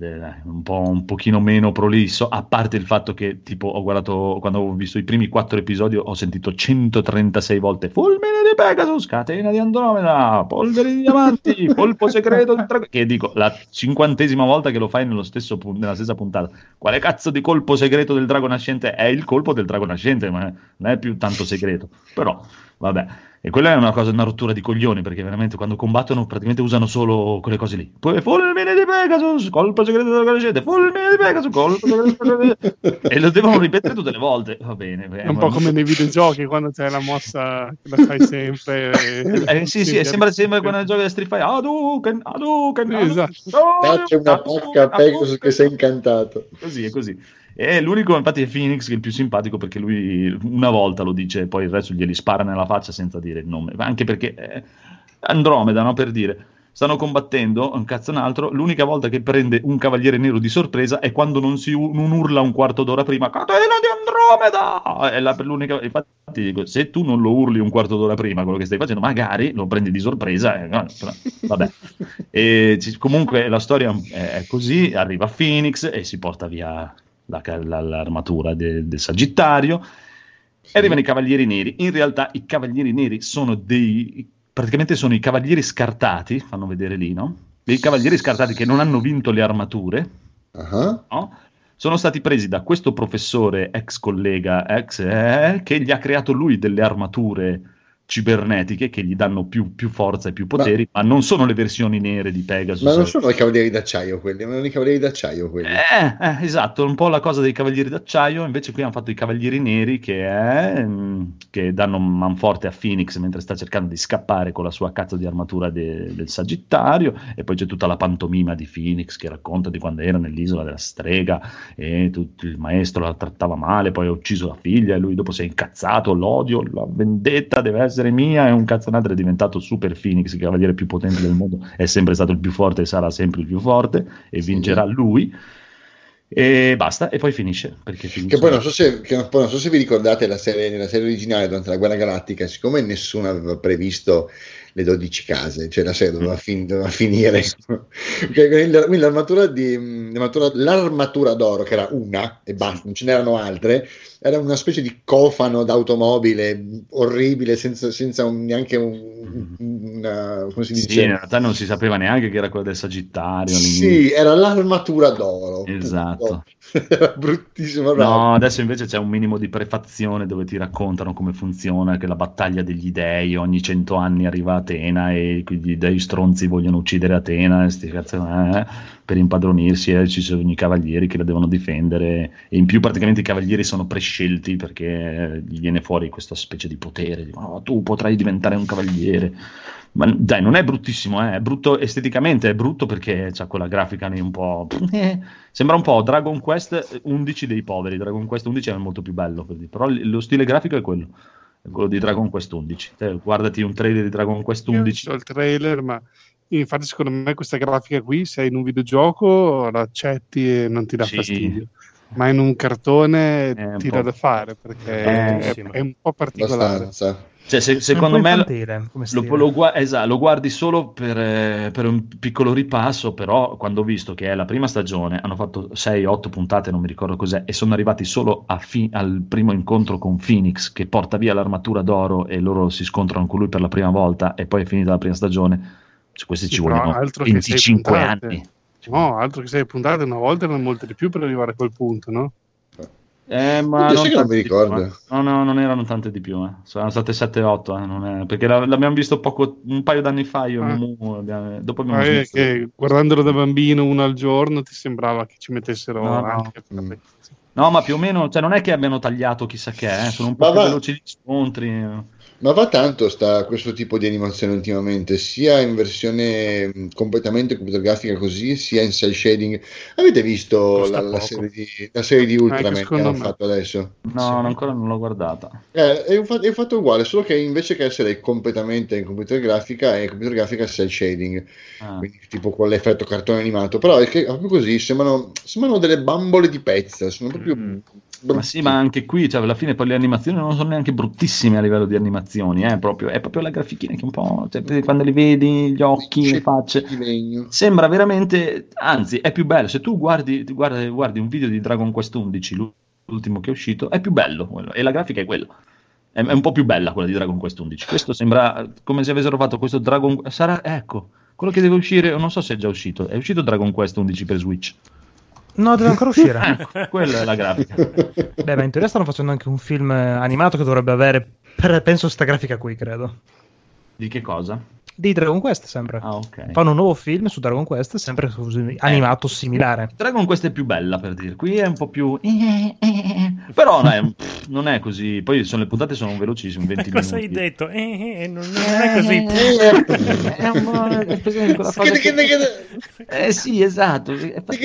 un po' un pochino meno prolisso, a parte il fatto che tipo ho guardato, quando ho visto i primi quattro episodi ho sentito centotrentasei volte fulmine di Pegasus, catena di Andromeda, polvere di diamanti, colpo segreto del drago, che dico la cinquantesima volta che lo fai nello stesso pun- nella stessa puntata. Quale cazzo di colpo segreto del drago nascente? È il colpo del drago nascente, ma non è più tanto segreto, però vabbè. E quella è una cosa, una rottura di coglioni, perché veramente quando combattono praticamente usano solo quelle cose lì. Poi fulmine di Pegasus, colpo segreto della conoscente, fulmine di Pegasus, colpo segreto della conoscente. E lo devono ripetere tutte le volte. Va bene. È un po' come nei videogiochi, quando c'è la mossa che la fai sempre. Eh, sì, sì, sembra, sembra quando giochi a Street Fighter. Hadouken, Hadouken, Esatto. Dacci una pacca a Pegasus che sei incantato. Così, è così. E l'unico infatti è Phoenix, che è il più simpatico, perché lui una volta lo dice e poi il resto glieli spara nella faccia senza dire il nome, anche perché eh, Andromeda, no, per dire, stanno combattendo un cazzo un altro, l'unica volta che prende un cavaliere nero di sorpresa è quando non si u- non urla un quarto d'ora prima catena di Andromeda, è la, per l'unica, infatti dico, se tu non lo urli un quarto d'ora prima quello che stai facendo magari lo prendi di sorpresa, eh, no, però, vabbè. E ci, comunque la storia è, è così, arriva Phoenix e si porta via La, la, l'armatura de, del Sagittario e arrivano i Cavalieri Neri. In realtà i Cavalieri Neri sono dei, praticamente sono i cavalieri scartati, fanno vedere lì, no? Dei cavalieri scartati che non hanno vinto le armature, uh-huh. no? Sono stati presi da questo professore ex collega ex eh, che gli ha creato lui delle armature cibernetiche che gli danno più, più forza e più poteri, ma, ma non sono le versioni nere di Pegasus. Ma non sono i cavalieri d'acciaio quelli, ma non i cavalieri d'acciaio quelli. Eh, eh, esatto, un po' la cosa dei cavalieri d'acciaio, invece qui hanno fatto i cavalieri neri che, è, che danno manforte a Phoenix mentre sta cercando di scappare con la sua cazzo di armatura de, del Sagittario, e poi c'è tutta la pantomima di Phoenix che racconta di quando era nell'isola della strega e tutto, il maestro la trattava male, poi ha ucciso la figlia e lui dopo si è incazzato, l'odio, la vendetta deve essere mia, e un cazzonatre è diventato Super Phoenix, il cavaliere più potente del mondo, è sempre stato il più forte e sarà sempre il più forte e vincerà lui, e basta, e poi finisce, perché finisce. Che poi non so se, che poi non so se vi ricordate la serie, nella serie originale durante la Guerra Galattica, siccome nessuno aveva previsto le dodici case, cioè la serie doveva, fin- doveva finire quindi l'armatura, di, l'armatura, l'armatura d'oro, che era una e basta, non ce n'erano altre, era una specie di cofano d'automobile orribile, senza, senza un, neanche un, una, come si dice? Sì, in realtà non si sapeva neanche che era quella del Sagittario. Sì, era l'armatura d'oro. Esatto. Era bruttissimo. No, adesso invece c'è un minimo di prefazione dove ti raccontano come funziona, che la battaglia degli dei ogni cento anni arriva a Atena e gli dei stronzi vogliono uccidere Atena e sti cazzo, eh, per impadronirsi, e eh, ci sono i cavalieri che la devono difendere, e in più praticamente i cavalieri sono prescelti perché gli viene fuori questa specie di potere, dicono oh, tu potrai diventare un cavaliere. Ma dai, non è bruttissimo, eh? È brutto esteticamente, è brutto perché c'ha quella grafica lì un po'... Eh, sembra un po' Dragon Quest undici dei poveri. Dragon Quest undici è molto più bello, per dire. Però lo stile grafico è quello, è quello di Dragon Quest undici. Te, guardati un trailer di Dragon Quest undici. Io ho il trailer, ma infatti secondo me questa grafica qui, se in un videogioco la accetti e non ti dà sì. fastidio. Ma in un cartone un ti dà da fare, perché è, è, è un po' particolare. Abbastanza. Cioè, se, secondo me lo, lo, lo, esatto, lo guardi solo per, eh, per un piccolo ripasso, però quando ho visto che è la prima stagione, hanno fatto sei otto puntate, non mi ricordo cos'è, e sono arrivati solo a fi- al primo incontro con Phoenix, che porta via l'armatura d'oro e loro si scontrano con lui per la prima volta, e poi è finita la prima stagione. Cioè, questi sì, ci vogliono venticinque anni. No, altro che sei puntate, una volta erano molte di più per arrivare a quel punto, no? Eh, ma non, non mi ricordo. Più, eh. No, no, non erano tante di più, eh. Sono state sette otto, eh. Non è... perché la, l'abbiamo visto poco, un paio d'anni fa io, ah. Mu, abbiamo... dopo abbiamo ah, smesso. Che guardandolo da bambino uno al giorno ti sembrava che ci mettessero no, anche no. Mm. No, ma più o meno, cioè non è che abbiano tagliato chissà che, eh. Sono un po' ma più va. veloci gli scontri. Ma va tanto sta, questo tipo di animazione ultimamente, sia in versione mh, completamente computer grafica così, sia in cel shading. Avete visto Costa la, la poco. serie di, la serie di Ultraman che secondo hanno me. fatto adesso? No, ancora non l'ho guardata. Eh, è, un fa- è un fatto uguale, solo che invece che essere completamente in computer grafica, è computer grafica cel shading, Ah. quindi tipo con l'effetto cartone animato. Però è che proprio così sembrano, sembrano delle bambole di pezza, sono proprio Mm. Ma sì, ma anche qui, cioè, alla fine poi le animazioni non sono neanche bruttissime a livello di animazioni, eh, proprio, è proprio la grafichina che un po', cioè, quando li vedi, gli occhi, le facce, di legno. sembra veramente, anzi, è più bello. Se tu guardi, ti guardi, guardi un video di Dragon Quest undici, l'ultimo che è uscito, è più bello quello, e la grafica è quella. È, è un po' più bella quella di Dragon Quest undici. Questo sembra come se avessero fatto questo Dragon sarà, ecco, quello che deve uscire, non so se è già uscito, è uscito Dragon Quest undici per Switch. No, deve ancora uscire. Ecco, quella è la grafica. Beh, ma in teoria stanno facendo anche un film eh, animato che dovrebbe avere, per- penso, sta grafica qui, credo. Di che cosa? Di Dragon Quest, sempre. Ah, ok. Fanno un nuovo film su Dragon Quest, sempre su- animato similare. Dragon Quest è più bella, per dire, qui è un po' più però no, è- pff, non è così. Poi sono, le puntate sono velocissime, venti Cosa hai minuti. detto? Eh, eh, non, non è così. È un po'- è presente quella cosa che- eh sì, esatto. È fa-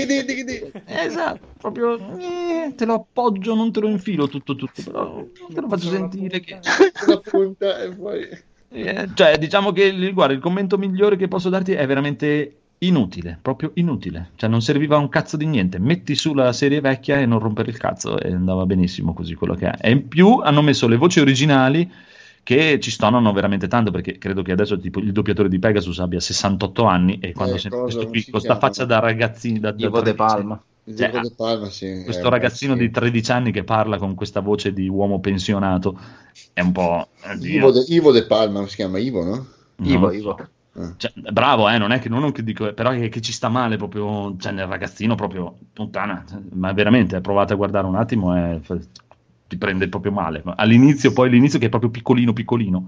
esatto, proprio eh, te lo appoggio, non te lo infilo tutto tutto, però te lo faccio sentire che La punta e poi... Eh, cioè, diciamo che il- guarda, il commento migliore che posso darti è veramente inutile, proprio inutile. Cioè, non serviva un cazzo di niente. Metti su la serie vecchia e non rompere il cazzo, e andava benissimo così quello che è. E in più hanno messo le voci originali che ci stonano veramente tanto, perché credo che adesso tipo il doppiatore di Pegasus abbia sessantotto anni e quando Eh, sente cosa, questo come qui si con sta chiama? faccia da ragazzino da, da Diego De tredici Palma. Il Cioè, gioco di Palma, sì. questo eh, ragazzino sì. di tredici anni che parla con questa voce di uomo pensionato è un po'... Ivo de, Ivo De Palma, si chiama Ivo, no? Ivo, Non- Ivo. Cioè, bravo, eh, non è che non che dico, però è che ci sta male proprio, cioè nel ragazzino proprio puttana, ma veramente provate a guardare un attimo e fa- ti prende proprio male. Ma all'inizio, poi l'inizio che è proprio piccolino piccolino.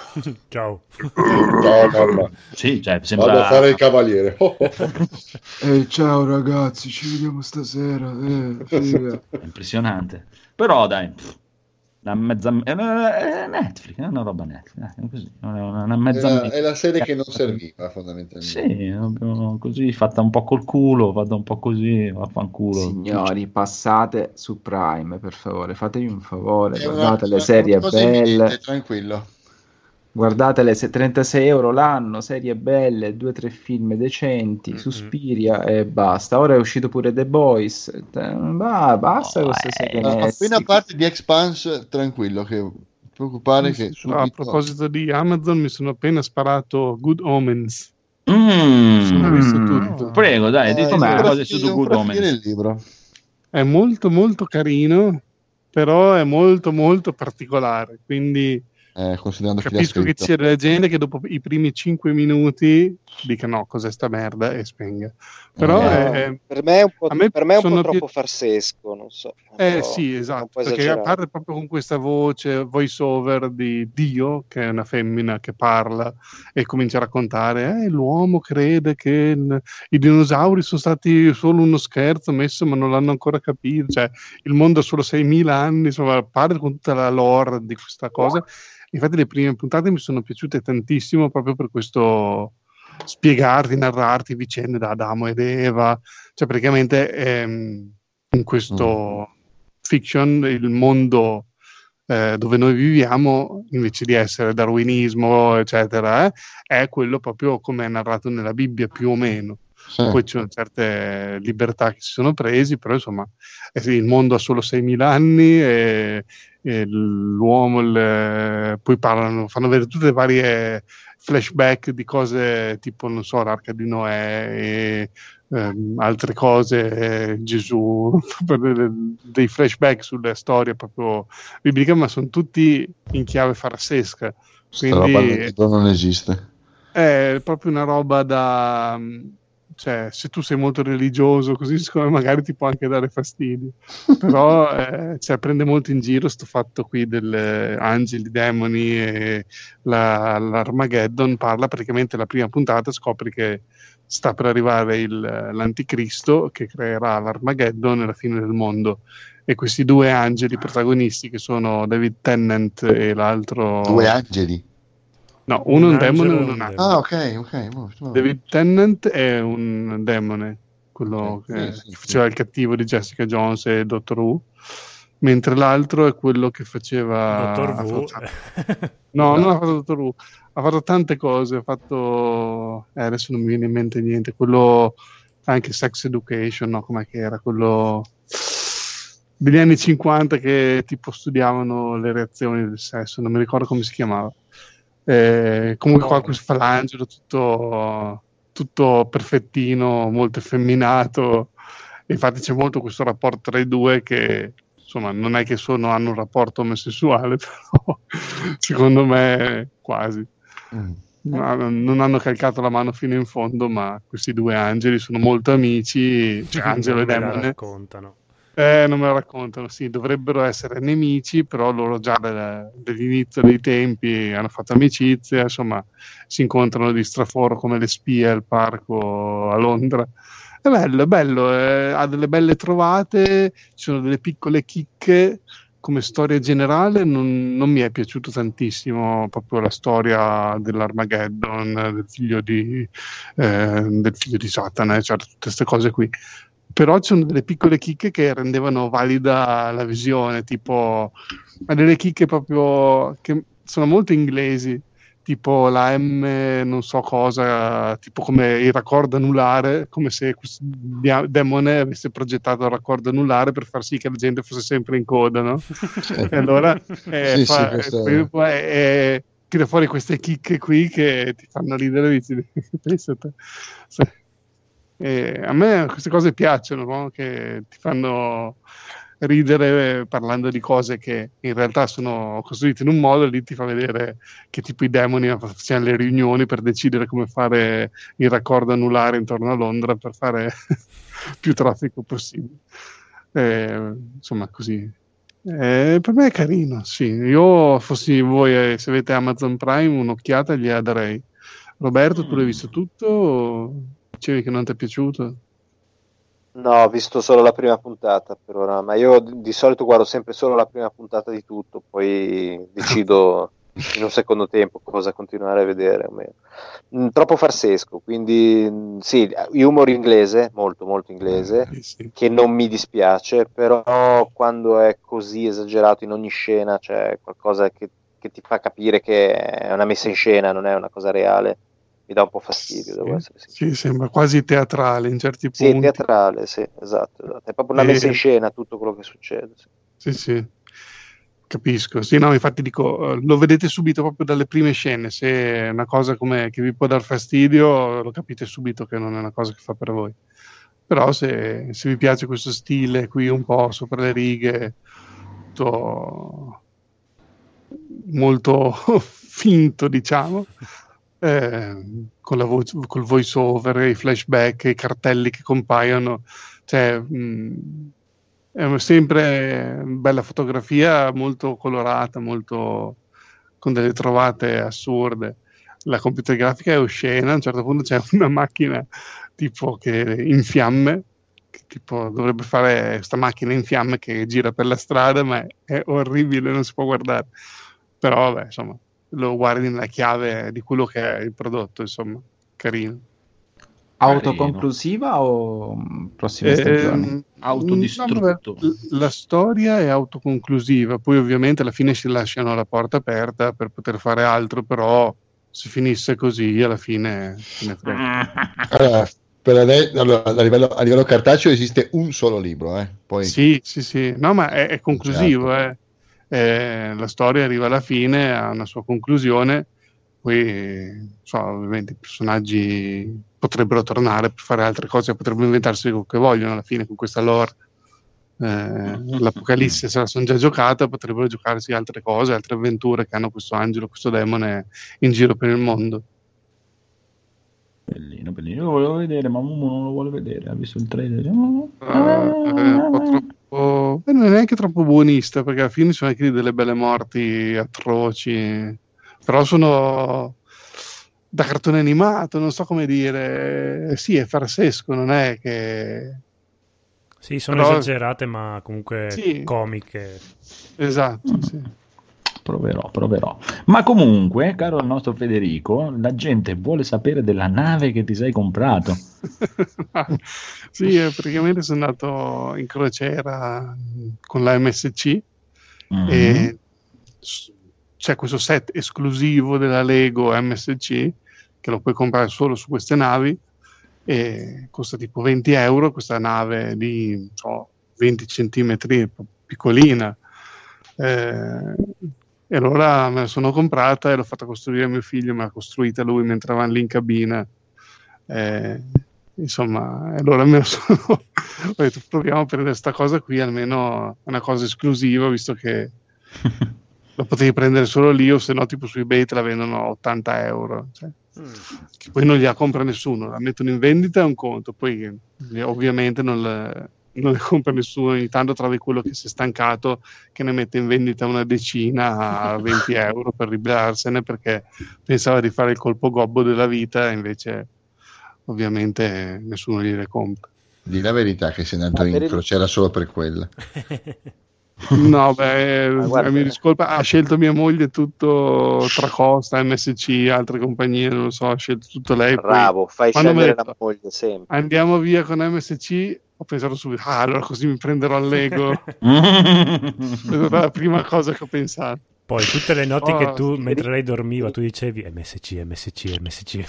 Ciao. Ciao mamma, Sì, cioè vado sembra a fare il cavaliere. Oh, oh. Ehi, ciao ragazzi, ci vediamo stasera. Eh, figa. è impressionante. Però dai, pff, una mezza è una- è Netflix, è una roba Netflix, è così, è una, una È mezza la, è la serie che non serviva fondamentalmente. Sì, proprio così, fatta un po' col culo, fatta un po' così, vaffanculo. Signori, passate su Prime, per favore, fatevi un favore, È una- guardate le una serie cosa belle, evidente, tranquillo. guardate le se- trentasei euro l'anno, serie belle, due o tre film decenti, Mm-mm. Suspiria e basta. Ora è uscito pure The Boys, eh, bah, basta Oh, queste serie eh, Appena Netflix. parte di Expanse, tranquillo, che non ti preoccupare che A subito... proposito di Amazon, mi sono appena sparato Good Omens. Mm. Sono visto Mm. tutto. Prego, dai, Eh, dite com'è? due ancora cose fi- su The Good ancora finire Omens. il libro. È molto molto carino, però è molto molto particolare. Quindi Eh, considerando chi l'ha capisco che scritto. c'è della gente che dopo i primi cinque minuti dica no, cos'è sta merda e spenga. Però Eh, è- No, per me è un po', a me per me è un po' sono troppo più- farsesco, non so. un Eh po'- sì, un esatto, po' perché esagerato. parte proprio con questa voce voice over di Dio, che è una femmina che parla e comincia a raccontare, eh, l'uomo crede che il- i dinosauri sono stati solo uno scherzo messo, ma non l'hanno ancora capito, cioè il mondo ha solo seimila anni, insomma, parla con tutta la lore di questa cosa. Infatti le prime puntate mi sono piaciute tantissimo proprio per questo spiegarti, narrarti vicende da Adamo ed Eva, cioè praticamente ehm, in questo fiction il mondo eh, dove noi viviamo, invece di essere darwinismo eccetera, eh, è quello proprio come è narrato nella Bibbia più o meno. Sì. Poi ci sono certe libertà che si sono presi, però insomma eh sì, il mondo ha solo seimila anni e, e l'uomo il- poi parlano, fanno vedere tutte le varie flashback di cose tipo non so l'arca di Noè e ehm, altre cose, eh, Gesù, proprio delle- dei flashback sulle storie proprio bibliche, ma sono tutti in chiave farsesca, Sta roba nel quindi libro non esiste. è proprio una roba da cioè, se tu sei molto religioso, così secondo me magari ti può anche dare fastidio. Però eh, cioè, prende molto in giro sto fatto qui delle angeli, demoni e la, l'Armageddon. Parla praticamente la prima puntata, scopri che sta per arrivare il, l'anticristo che creerà l'Armageddon e la fine del mondo. E questi due angeli protagonisti che sono David Tennant e l'altro... Due angeli? No, uno Un è un demone e angelo uno e un un angelo. Ah, ok, ok. boh, boh. David Tennant è un demone, quello Ok, che, sì, sì, che faceva sì. il cattivo di Jessica Jones e Doctor Who, mentre l'altro è quello che faceva... Dottor ha V. fatto- No, non ha fatto Doctor Who, ha fatto tante cose, ha fatto... eh, adesso non mi viene in mente niente, quello anche Sex Education, no, com'è che era, quello degli anni cinquanta che tipo studiavano le reazioni del sesso, non mi ricordo come si chiamava. Eh, comunque qua questo fa l'angelo tutto, tutto perfettino, molto effeminato. Infatti c'è molto questo rapporto tra i due che insomma non è che sono, hanno un rapporto omosessuale, però secondo me quasi. Mm. Ma non hanno calcato la mano fino in fondo, ma questi due angeli sono molto amici, cioè angelo Non e me la demone. raccontano. Eh, non me lo raccontano, sì, dovrebbero essere nemici, però loro già da- dall'inizio dei tempi hanno fatto amicizia, insomma, si incontrano di straforo come le spie al parco a Londra. È bello, è bello, eh, ha delle belle trovate, ci sono delle piccole chicche, come storia generale non, non mi è piaciuto tantissimo proprio la storia dell'Armageddon, del figlio di, eh, del figlio di Satana, cioè tutte queste cose qui. Però ci sono delle piccole chicche che rendevano valida la visione, tipo ma delle chicche proprio che sono molto inglesi, tipo la M non so cosa, tipo come il raccordo anulare, come se questo dia- demone avesse progettato il raccordo anulare per far sì che la gente fosse sempre in coda, no? E allora eh, Sì, fa, sì, questo eh, è- poi, eh, tira fuori queste chicche qui che ti fanno ridere, dici, pensa te. Sì. E a me queste cose piacciono, no? Che ti fanno ridere parlando di cose che in realtà sono costruite in un modo, e lì ti fa vedere che tipo i demoni facevano le riunioni per decidere come fare il raccordo anulare intorno a Londra per fare più traffico possibile. Eh, insomma, così. Eh, per me è carino, sì. Io, fossi voi, eh, se avete Amazon Prime, un'occhiata gliela darei. Roberto, tu l'hai visto tutto? O dicevi che non ti è piaciuto? No, ho visto solo la prima puntata per ora, ma io di di solito guardo sempre solo la prima puntata di tutto, poi decido in un secondo tempo cosa continuare a vedere o meno. Mm, troppo farsesco, quindi mm, sì, humor inglese, molto molto inglese, Sì, sì. che non mi dispiace, però quando è così esagerato in ogni scena, c'è qualcosa che, che ti fa capire che è una messa in scena, non è una cosa reale, mi dà un po' fastidio, devo essere sincero. Sì, sembra quasi teatrale in certi Sì, punti. teatrale, sì, esatto, esatto. È proprio una Eh, messa in scena tutto quello che succede. Sì. Sì, sì, capisco. Sì, no, infatti dico, eh, lo vedete subito proprio dalle prime scene. Se è una cosa come che vi può dar fastidio, lo capite subito che non è una cosa che fa per voi. Però se, se vi piace questo stile qui un po' sopra le righe, tutto molto finto, diciamo, eh, con la voce, col voice over, i flashback, i cartelli che compaiono, cioè mh, è sempre bella fotografia, molto colorata, molto con delle trovate assurde. La computer grafica è oscena, a un certo punto c'è una macchina tipo che in fiamme, che tipo dovrebbe fare questa macchina in fiamme che gira per la strada, ma è, è orribile, non si può guardare. Però vabbè, insomma, lo guardi nella chiave di quello che è il prodotto, insomma, carino. Autoconclusiva o mh, prossime stagioni? Ehm, Autodistrutto. no, vabbè, la storia è autoconclusiva, poi ovviamente alla fine si lasciano la porta aperta per poter fare altro, però se finisse così alla fine se ne frega. Allora, per ade- allora, a, livello, a livello cartaceo esiste un solo libro, eh? Poi Sì, sì, sì, no, ma è, è conclusivo, eh. Eh, la storia arriva alla fine, ha una sua conclusione, poi so, ovviamente i personaggi potrebbero tornare per fare altre cose, potrebbero inventarsi quello che vogliono alla fine con questa lore. Eh, l'Apocalisse se la sono già giocata, potrebbero giocarsi altre cose, altre avventure che hanno questo angelo, questo demone in giro per il mondo. Bellino, bellino. Io lo volevo vedere, ma Mumu non lo vuole vedere. Ha visto il trailer. Eh, è un po' troppo... Beh, non è neanche troppo buonista, perché alla fine sono anche delle belle morti atroci, però sono da cartone animato, non so come dire. Sì, è farsesco, non è che... Sì, sono Però- esagerate, ma comunque Sì. comiche. Esatto, sì. Proverò, proverò. Ma comunque, caro il nostro Federico, la gente vuole sapere della nave che ti sei comprato. Sì, eh, praticamente sono andato in crociera con la M S C Mhm. e s- c'è questo set esclusivo della Lego M S C che lo puoi comprare solo su queste navi e costa tipo venti euro questa nave di non so, venti centimetri, piccolina. Eh, e allora me la sono comprata e l'ho fatta costruire a mio figlio, me l'ha costruita lui mentre eravamo lì in cabina. Eh, insomma, allora me lo sono ho detto proviamo a prendere sta cosa qui, almeno è una cosa esclusiva, visto che la potevi prendere solo lì, o se no tipo su eBay te la vendono a ottanta euro, cioè, che poi non gliela compra nessuno, la mettono in vendita è un conto, poi eh, ovviamente non le, non le compra nessuno. Ogni tanto trovi quello che si è stancato che ne mette in vendita una decina a venti euro per liberarsene, perché pensava di fare il colpo gobbo della vita e invece ovviamente nessuno gliele compra. Di la verità che sei andato Ah, per in il- crociera solo per quella. No, beh, Ma guarda- mi discolpa, ha scelto mia moglie tutto Tracosta, M S C, altre compagnie, non lo so, ha scelto tutto lei. poi Bravo, fai quando mi ha scegliere detto, la moglie sempre. andiamo via con M S C, ho pensato subito, ah, allora così mi prenderò il Lego. Questa è la prima cosa che ho pensato. Poi tutte le notti Oh, che tu, sì. mentre lei dormiva, tu dicevi M S C, M S C, M S C.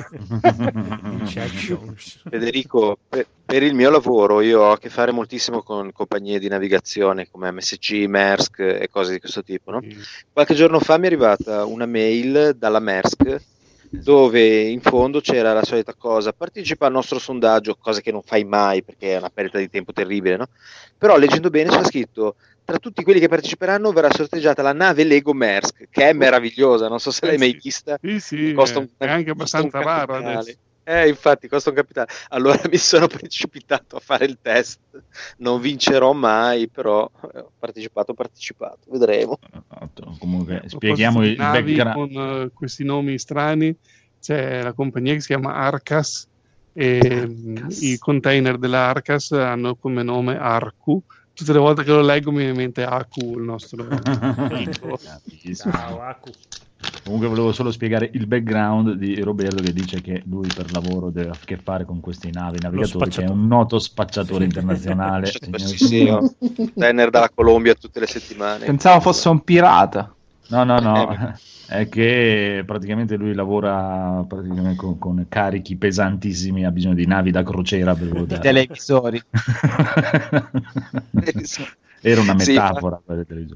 Injections. Federico, per, per il mio lavoro io ho a che fare moltissimo con compagnie di navigazione come M S C, Maersk e cose di questo tipo, no? Qualche giorno fa mi è arrivata una mail dalla Maersk dove in fondo c'era la solita cosa: partecipa al nostro sondaggio, cosa che non fai mai perché è una perdita di tempo terribile, no? Però leggendo bene c'era scritto: tra tutti quelli che parteciperanno verrà sorteggiata la nave Lego Maersk, che è meravigliosa, non so se l'hai Eh, mai sì. vista. Sì, sì, Costa è, un- è anche costa un abbastanza raro capitale. adesso. Eh, infatti costa un capitale. Allora mi sono precipitato a fare il test. Non vincerò mai, però eh, ho partecipato, ho partecipato. Vedremo. Esatto. Comunque, A proposito spieghiamo di il navi background. con eh, questi nomi strani, c'è la compagnia che si chiama Arcas e mh, i container della Arcas hanno come nome Arcu. Tutte le volte che lo leggo mi viene in mente Aku, il nostro amico. Capisco. Ciao, Aku. Comunque volevo solo spiegare il background di Roberto, che dice che lui per lavoro deve a che fare con queste navi navigatori, che è spacciatore. un noto spacciatore internazionale. Sì, signori sì, e sì, signori. ho container dalla Colombia tutte le settimane. Pensavo fosse un pirata. No, no, no, Eh, è che praticamente lui lavora praticamente con, con carichi pesantissimi, ha bisogno di navi da crociera per I votare. televisori. Era una Sì, metafora per il televisore.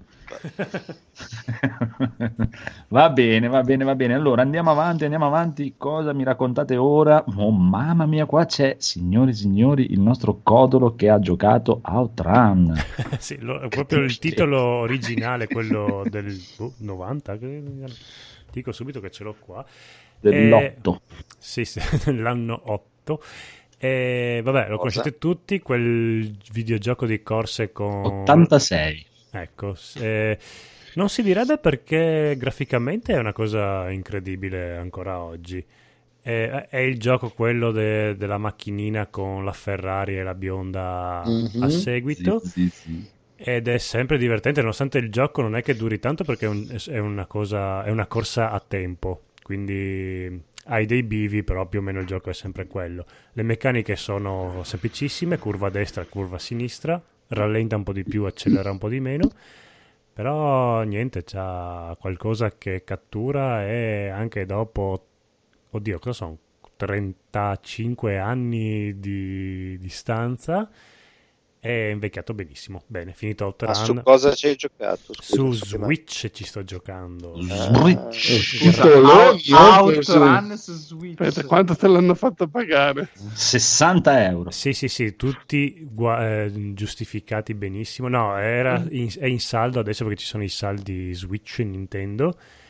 Va bene, va bene, va bene. Allora andiamo avanti, andiamo avanti. Cosa mi raccontate ora? Oh, mamma mia, qua c'è, signori e signori, il nostro Codolo che ha giocato a Outrun. Sì, lo- proprio il titolo originale, quello del boh, novanta, credo. Dico subito che ce l'ho qua. Dell'otto. Sì, sì, dell'anno otto. E vabbè, lo Cosa? conoscete tutti, quel videogioco di corse con... ottantasei. Ecco, s- eh, non si direbbe perché graficamente è una cosa incredibile ancora oggi. È, è il gioco quello de- della macchinina con la Ferrari e la bionda Mhm. a seguito. Sì, sì, sì. Ed è sempre divertente, nonostante il gioco non è che duri tanto, perché è, un- è una cosa, è una corsa a tempo, quindi hai dei bivi, però più o meno il gioco è sempre quello. Le meccaniche sono semplicissime: curva a destra, curva a sinistra, rallenta un po' di più, accelera un po' di meno, però niente, c'ha qualcosa che cattura, e anche dopo, oddio, cosa sono? trentacinque anni di distanza è invecchiato benissimo. Bene, finito Ma su Outrun. cosa ci hai giocato? Scusa, Su so che- Switch ci sto giocando. Ah, Scusa, Out- Out- Out- Outrun su Switch. Aspetta, quanto te l'hanno fatto pagare? sessanta euro. Sì, sì, sì, tutti gua- eh, giustificati benissimo. No, era in- è in saldo adesso perché ci sono i saldi Switch e Nintendo.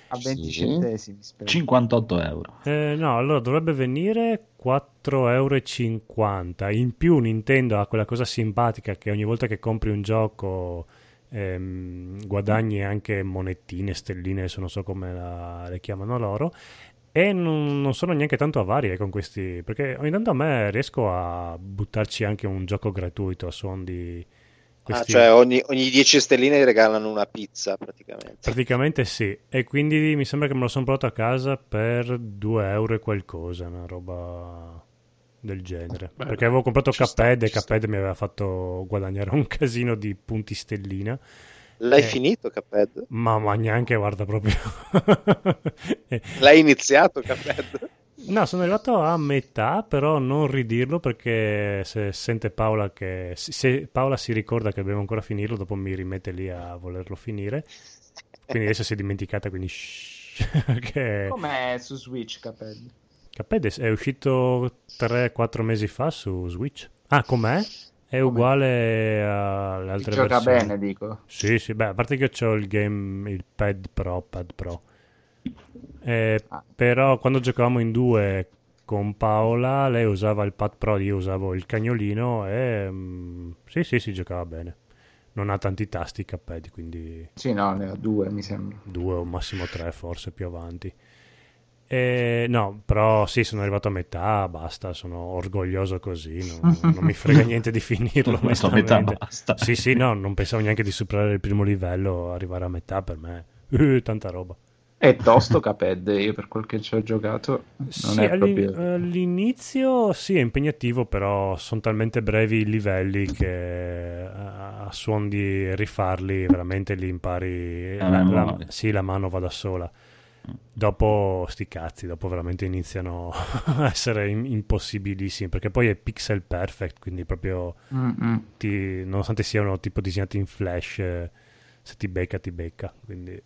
A venti Sì. centesimi, spero. cinquantotto euro. Eh, no, allora dovrebbe venire quattro euro e cinquanta. In più Nintendo ha quella cosa simpatica che ogni volta che compri un gioco ehm, guadagni anche monetine, stelline, adesso non so come la- le chiamano loro, e non, non sono neanche tanto avarie con questi, perché ogni tanto a me riesco a buttarci anche un gioco gratuito a suon di Ah, questi... cioè ogni, ogni dieci stelline regalano una pizza praticamente. Praticamente sì, e quindi mi sembra che me lo sono portato a casa per due euro e qualcosa, una roba del genere. Beh, Perché avevo comprato ci sta, Cuphead e ci sta. Cuphead mi aveva fatto guadagnare un casino di punti stellina. L'hai Eh. finito Cuphead? Ma, ma neanche, guarda, proprio. Eh, L'hai iniziato Cuphead? No, sono arrivato a metà, però non ridirlo perché se sente Paola che... Se Paola si ricorda che dobbiamo ancora finirlo, dopo mi rimette lì a volerlo finire. Quindi adesso si è dimenticata, quindi shh, che Com'è su Switch, Cuphead? Cuphead è uscito tre quattro mesi fa su Switch. Ah, com'è? È uguale alle altre Si gioca versioni. bene, dico. Sì, sì, beh, a parte che ho il game, il Pad Pro, Pad Pro. Eh, Ah. Però quando giocavamo in due con Paola, lei usava il Pad Pro, io usavo il cagnolino e mm, sì, sì, si giocava bene. Non ha tanti tasti Cuphead, quindi Sì, no, ne ha due, mi sembra. due o massimo tre, forse più avanti. Eh, no, però sì, sono arrivato a metà, basta, sono orgoglioso così, non, non mi frega niente di finirlo, Sono a metà, onestamente. basta. Sì, sì, no, non pensavo neanche di superare il primo livello, arrivare a metà per me, eh, tanta roba. È tosto Cuphead, io per quel che ci ho giocato non Sì, è all'in- proprio... all'inizio sì, è impegnativo, però sono talmente brevi i livelli che a, a suon di rifarli veramente li impari, A la, la- memoria. sì, la mano va da sola. Dopo sti cazzi, dopo veramente iniziano a essere im- impossibilissimi, perché poi è pixel perfect, quindi proprio Mm-mm. ti- nonostante siano tipo disegnati in flash, eh, se ti becca ti becca, quindi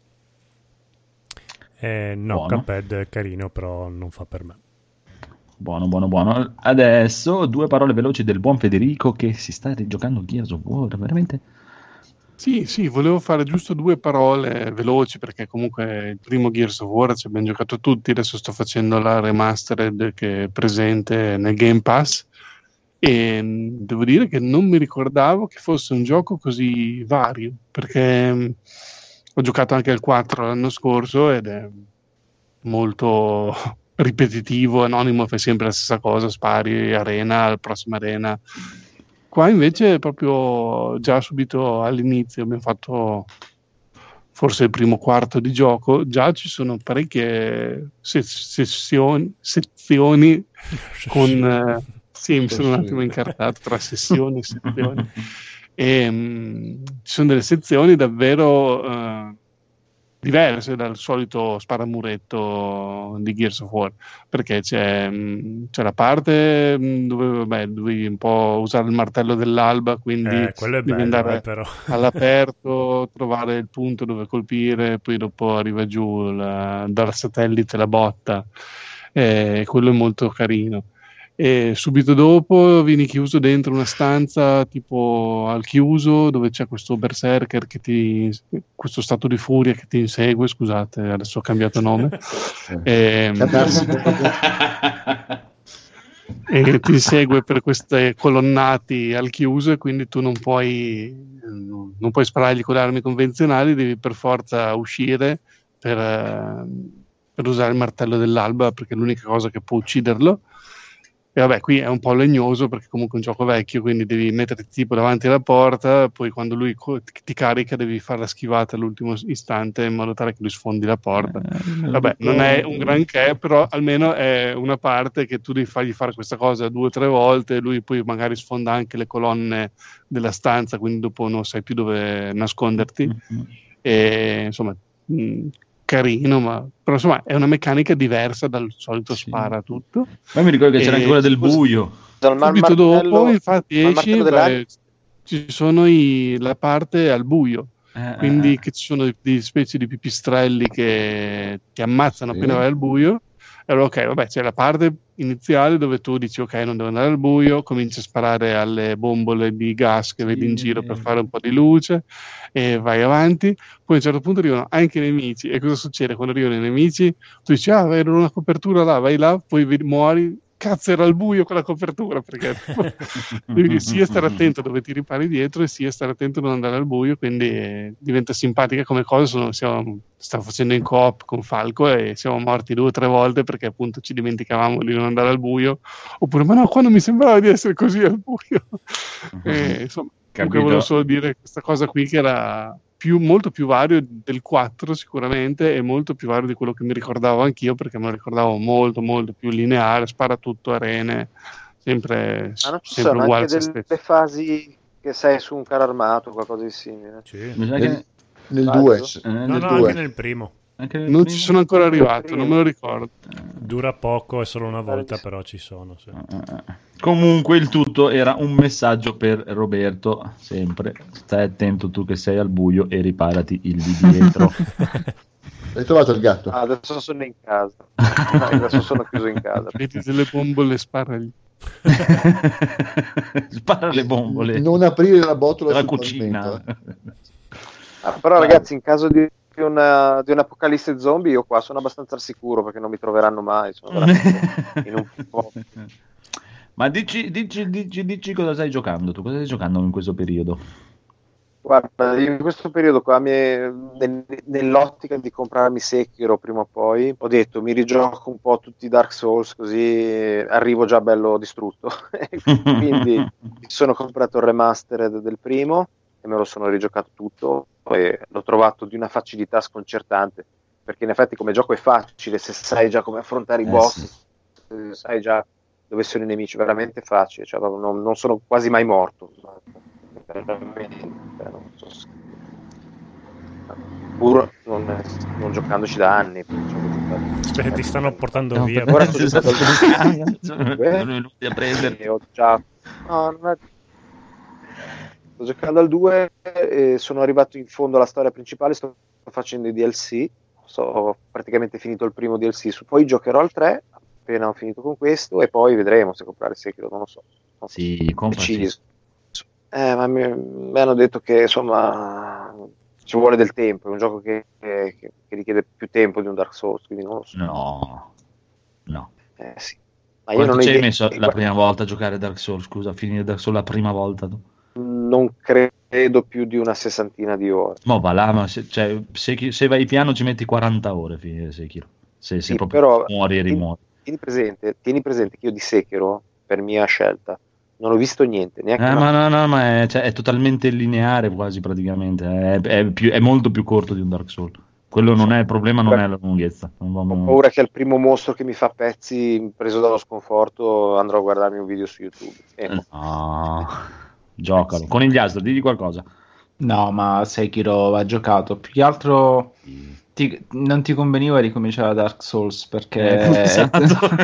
eh, no, Buono. Cuphead è carino, però non fa per me. Buono, buono, buono. Adesso due parole veloci del buon Federico che si sta rigiocando Gears of War, veramente? Sì, sì, volevo fare giusto due parole veloci perché comunque il primo Gears of War ci abbiamo giocato tutti, adesso sto facendo la remastered che è presente nel Game Pass e mh, devo dire che non mi ricordavo che fosse un gioco così vario perché mh, ho giocato anche al quattro l'anno scorso ed è molto ripetitivo, anonimo, fai sempre la stessa cosa, spari, arena, prossima arena. Qua invece proprio già subito all'inizio abbiamo fatto forse il primo quarto di gioco, già ci sono parecchie se- sessioni, sezioni con... eh, sì, mi sono un attimo incartato tra sessioni e sezioni. E, mh, ci sono delle sezioni davvero eh, diverse dal solito sparamuretto di Gears of War, perché c'è, mh, c'è la parte mh, dove vabbè, devi un po' usare il martello dell'alba, quindi Eh, quello è devi bello, andare eh, però. all'aperto, trovare il punto dove colpire, poi dopo arriva giù la- dal satellite la botta, e quello è molto carino. E subito dopo vieni chiuso dentro una stanza tipo al chiuso dove c'è questo berserker che ti questo stato di furia che ti insegue, scusate adesso ho cambiato nome e, Catarsico proprio. e ti insegue per queste colonnati al chiuso e quindi tu non puoi non puoi sparargli con le armi convenzionali, devi per forza uscire per, eh, per usare il martello dell'alba perché è l'unica cosa che può ucciderlo. E vabbè, qui è un po' legnoso perché comunque è un gioco vecchio, quindi devi metterti tipo davanti alla porta, poi quando lui co- ti carica devi fare la schivata all'ultimo istante in modo tale che lui sfondi la porta. Eh, Vabbè, non è un granché, però almeno è una parte che tu devi fargli fare questa cosa due o tre volte, e lui poi magari sfonda anche le colonne della stanza, quindi dopo non sai più dove nasconderti. E insomma, mh, carino, ma però insomma è una meccanica diversa dal solito Sì. spara tutto. Poi mi ricordo che c'era E- anche quella del scusa- buio. Dal mar- Subito martello- dopo, infatti, al esci, martello dell'aria- vai, ci sono i- la parte al buio, Eh, quindi eh, eh. che ci sono delle specie di pipistrelli che ti ammazzano Sì. appena vai al buio. allora ok, vabbè, c'è la parte iniziale dove tu dici ok, non devo andare al buio, cominci a sparare alle bombole di gas che vedi in giro per fare un po' di luce e vai avanti. Poi a un certo punto arrivano anche i nemici, e cosa succede quando arrivano i nemici? Tu dici ah, era una copertura là, vai là, poi vedi, muori, cazzo, era al buio quella copertura, perché devi sia stare attento dove ti ripari dietro e sia stare attento a non andare al buio, quindi eh, diventa simpatica come cosa. Sono, siamo, stavo facendo in coop con Falco e siamo morti due o tre volte perché appunto ci dimenticavamo di non andare al buio, oppure ma no, qua non mi sembrava di essere così al buio. E, insomma, comunque volevo solo dire questa cosa qui, che era più, molto più vario del quattro sicuramente, e molto più vario di quello che mi ricordavo anch'io, perché me lo ricordavo molto molto più lineare, spara tutto, arene, sempre, Ma non ci sempre sono uguale anche a se delle stesso. fasi che sei su un carro armato o qualcosa di simile? Sì. Mi sa che- Nel Ah, due. giusto? eh, No, nel no, due. anche nel primo. Anche nel Non primo? ci sono ancora arrivato, non me lo ricordo. Dura poco, è solo una volta, però ci sono. Sì. Comunque il tutto era un messaggio per Roberto, sempre stai attento tu che sei al buio e riparati il di dietro. Hai trovato il gatto? Ah, adesso sono in casa. No, adesso sono chiuso in casa. Vedi delle bombole, sparagli. Spara le bombole Non aprire la botola della sul cucina. pavimento, Ah, però ragazzi, in caso di una, di un'apocalisse zombie, io qua sono abbastanza al sicuro perché non mi troveranno mai. Sono veramente in un po'. Ma dici, dici, dici, dici cosa stai giocando tu? Cosa stai giocando in questo periodo? Guarda, in questo periodo qua, mi è- nel- nell'ottica di comprarmi Sekiro prima o poi, ho detto mi rigioco un po' tutti i Dark Souls, così arrivo già bello distrutto. Quindi mi sono comprato il remastered del primo e me lo sono rigiocato tutto, e l'ho trovato di una facilità sconcertante, perché in effetti come gioco è facile se sai già come affrontare i Eh, boss, sì. se sai già dove sono i nemici, veramente facile, cioè, non, non sono quasi mai morto. Veramente, non so se- pur non, non giocandoci da anni. perché ci ho giocato. Aspetta, ti stanno portando No, via. per- Ora sto giocando al Sono venuti a prendere. e ho già no, non è- sto giocando al due e sono arrivato in fondo alla storia principale, sto facendo i D L C, so, ho praticamente finito il primo D L C, su- poi giocherò al tre appena ho finito con questo, e poi vedremo se comprare Sekiro, non lo so. Non so. Sì, comprati. Deciso. Eh, ma mi, mi hanno detto che insomma ci vuole del tempo, è un gioco che, che- che richiede più tempo di un Dark Souls, quindi non lo so. No, no. Eh, sì. Ma io Quanto non ho ci hai idea- messo la prima volta a giocare Dark Souls? Scusa, a finire Dark Souls la prima volta tu? non credo più di una sessantina di ore. Mo va là, ma se, cioè, se, se vai piano ci metti quaranta ore a finire Sekiro. Se, se Sì, proprio però muori e tieni- rimuori. Tieni presente, tieni presente che io di Sekiro, per mia scelta, non ho visto niente, neanche Eh, una- ma no, no, ma è, cioè, è totalmente lineare quasi praticamente. È, è più- è molto più corto di un Dark Souls. Quello non è il problema, non è la lunghezza. Non Ho vamo- paura che al primo mostro che mi fa pezzi, preso dallo sconforto, andrò a guardarmi un video su YouTube. Eh, No, giocalo. Conigliastro, digli qualcosa. No, ma Sekiro va giocato. Più che altro ti- non ti conveniva ricominciare da Dark Souls perché Eh, esatto.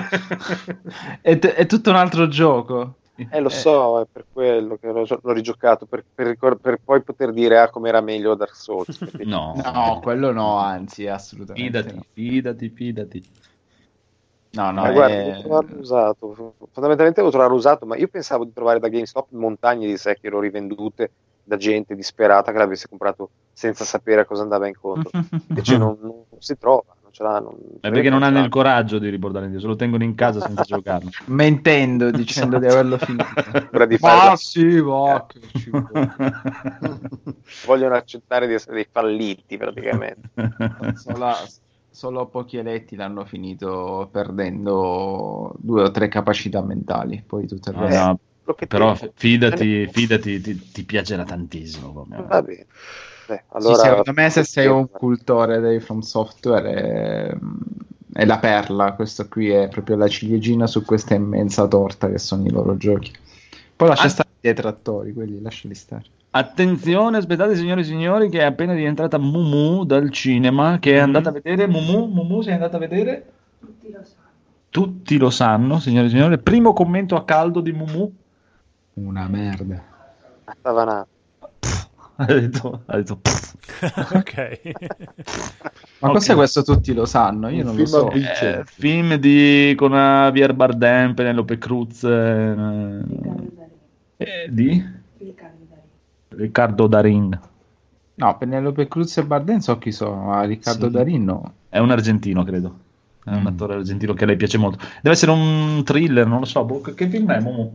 è, è tutto un altro gioco. Eh, lo so, è per quello che l'ho, l'ho rigiocato, per, per ricor- per poi poter dire ah, com'era meglio Dark Souls. perché- No, No, quello no, anzi, assolutamente. fidati, no. fidati, fidati. No, no, Ma è- guarda, devo trovarlo usato. Fondamentalmente devo trovarlo usato, ma io pensavo di trovare da GameStop montagne di Sekiro rivendute da gente disperata che l'avesse comprato senza sapere a cosa andava incontro. Invece non, non si trova, non ce l'hanno. Ma perché non hanno il coraggio di riportare indietro, se lo tengono in casa senza giocarlo. mentendo, dicendo di averlo finito. Paura di fare- Ma sì, va, che ci vuole. vogliono accettare di essere dei falliti praticamente. Solo, solo pochi eletti l'hanno finito perdendo due o tre capacità mentali, poi tutte le No, resto. no, Quello che però penso. fidati, fidati, ti, ti piacerà tantissimo. come- Va bene. Beh, Sì, allora, secondo me se sei un cultore dei From Software è, è la perla, questo qui è proprio la ciliegina su questa immensa torta che sono i loro giochi. Poi lascia Ah. stare i detrattori, quelli lasciali stare. Attenzione, aspettate signori e signori, che è appena rientrata Mumu dal cinema, che è andata a vedere. Mumu, Mumu, sei andata a vedere? Tutti lo sanno. Tutti lo sanno, signori e signori. Primo commento a caldo di Mumu. Una merda. Stava nato. Ha detto, ha detto "Pff". Ok. Ma Ok. cos'è questo? Tutti lo sanno, io Un non lo film so. avvincente. Eh, film di con Javier Bardem, Penelope Cruz, eh, eh, di Riccardo Darín. No, Penelope Cruz e Bardem so chi sono, ma Riccardo Sì. Darín no. È un argentino, credo. È un Mm. attore argentino che a lei piace molto. Deve essere un thriller, non lo so. boh, Che, che film è, Momo?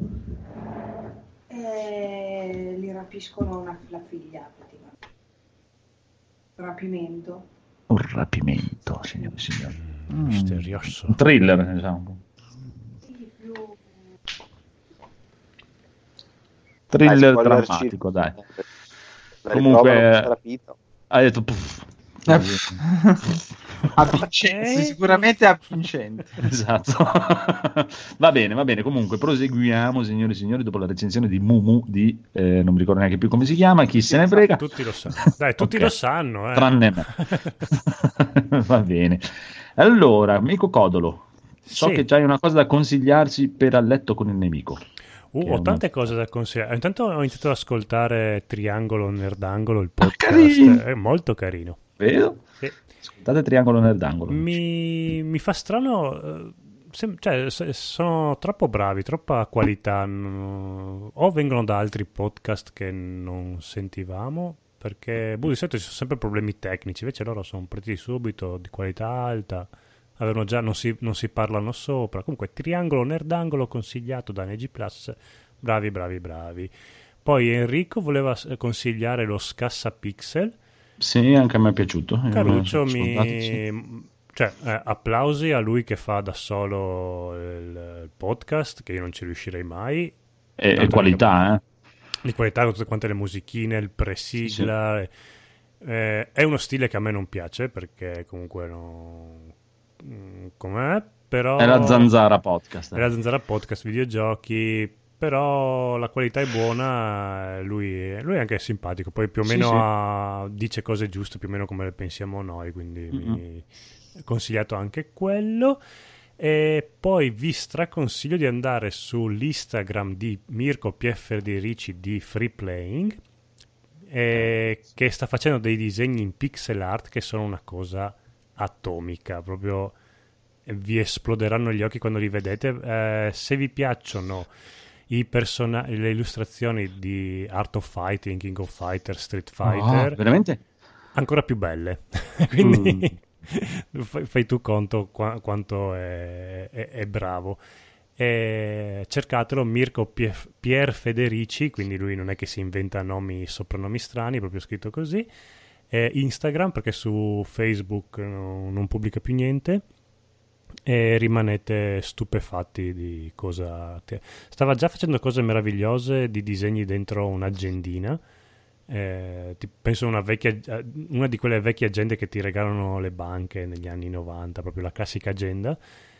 Eh, li rapiscono una, la figlia praticamente. Rapimento. Un rapimento, signori e signori. Mm. Misterioso. Un thriller, diciamo. Sì, più... Thriller Dai, spoilerci. drammatico, dai. La Comunque- ritrovano questa rapita. Hai detto... puff. Eh, Avvincente, sicuramente avvincente. Esatto. Va bene, va bene. Comunque proseguiamo, signori e signori, dopo la recensione di Mumu di eh, non mi ricordo neanche più come si chiama, chi se ne frega. Tutti lo sanno. Dai, tutti Ok. lo sanno. Eh. Tranne me. Va bene. Allora, amico Codolo, so Sì. che c'hai una cosa da consigliarci per A letto con il nemico. Uh, Che è ho una- tante cose da consigliare. Intanto ho iniziato ad ascoltare Triangolo Nerdangolo, il podcast. carino. È molto carino. Vedo? Sì. Ascoltate Triangolo Nerdangolo. Mi, mi fa strano, eh, sem- cioè, se- sono troppo bravi, troppa qualità. n- O vengono da altri podcast che non sentivamo, perché boh, di solito ci sono sempre problemi tecnici, invece loro sono partiti subito, di qualità alta. Avevano già, non si, non si parlano sopra. Comunque, Triangolo Nerdangolo consigliato da N G Plus. Bravi, bravi, bravi. Poi Enrico voleva s- consigliare lo Scassapixel. Sì, anche a me è piaciuto. Caruccio Eh, mi... ascoltate, sì. Cioè, eh, applausi a lui che fa da solo il, il podcast, che io non ci riuscirei mai. E, e Tanto qualità, eh. Di qualità con tutte quante le musichine, il pre-sigla. Eh, è uno stile che a me non piace, perché comunque no... mm, com'è, però... È la Zanzara Podcast. È la Zanzara Podcast, videogiochi, però la qualità è buona, lui, lui è anche simpatico, poi più o Sì, meno sì. ha- dice cose giuste, più o meno come le pensiamo noi, quindi mi è consigliato anche quello. E poi vi straconsiglio di andare sull'Instagram di Mirko P F Federici di Free Playing, eh, che sta facendo dei disegni in pixel art che sono una cosa atomica, proprio vi esploderanno gli occhi quando li vedete. Eh, se vi piacciono i persona- le illustrazioni di Art of Fighting, King of Fighters, Street Fighter, Ah, veramente? ancora più belle. Quindi fai, fai tu conto qua- quanto è, è- è bravo. E cercatelo, Mirko Pier, Pier Federici, quindi lui non è che si inventa nomi, soprannomi strani, è proprio scritto così. E Instagram, perché su Facebook no- non pubblica più niente. E rimanete stupefatti di cosa te- stava già facendo cose meravigliose di disegni dentro un'agendina. Eh, ti- penso una vecchia, una di quelle vecchie agende che ti regalano le banche negli anni novanta, proprio la classica agenda,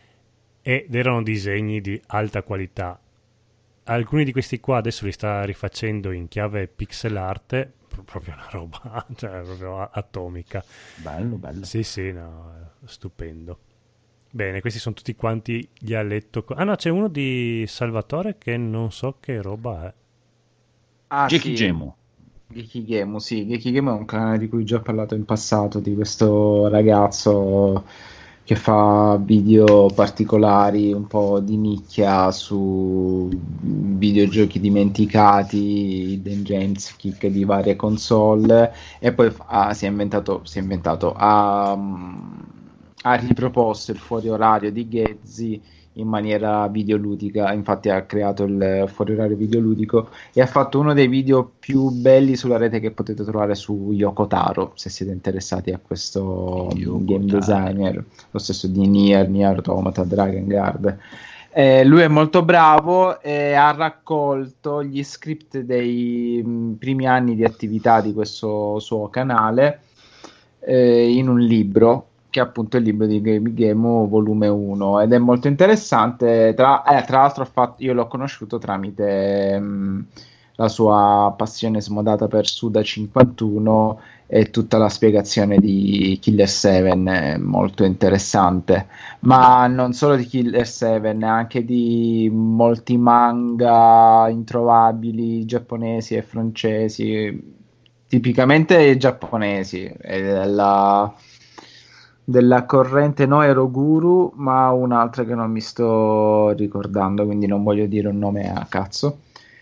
ed erano disegni di alta qualità. Alcuni di questi qua adesso li sta rifacendo in chiave pixel art, pro- proprio una roba, cioè proprio a- atomica. Bello, bello. Sì, sì, no, stupendo. Bene, questi sono tutti quanti gli ha letto. co- Ah no, c'è uno di Salvatore che non so che roba è. Ah, Geeky sì. Gemo. Geeky Gemo, sì, Geeky Gemo è un canale di cui ho già parlato in passato, di questo ragazzo che fa video particolari, un po' di nicchia su videogiochi dimenticati, hidden gems, kick di varie console, e poi fa- ah, si è inventato, si è inventato, ha, ha riproposto il fuori orario di Ghezzi in maniera videoludica. Infatti ha creato il fuori orario videoludico e ha fatto uno dei video più belli sulla rete che potete trovare su Yoko Taro, se siete interessati a questo Yoko game Taro. designer, lo stesso di Nier, Nier Automata, Dragon Guard. Eh, lui è molto bravo e ha raccolto gli script dei mh, primi anni di attività di questo suo canale eh, in un libro, che è appunto il libro di Game Game volume uno, ed è molto interessante. Tra, eh, tra l'altro ho fatto, io l'ho conosciuto tramite mh, la sua passione smodata per Suda cinquantuno e tutta la spiegazione di Killer seven è molto interessante, ma non solo di Killer seven, anche di molti manga introvabili giapponesi e francesi. tipicamente giapponesi, è della, della corrente no Eroguru, ma un'altra che non mi sto ricordando, quindi non voglio dire un nome a cazzo.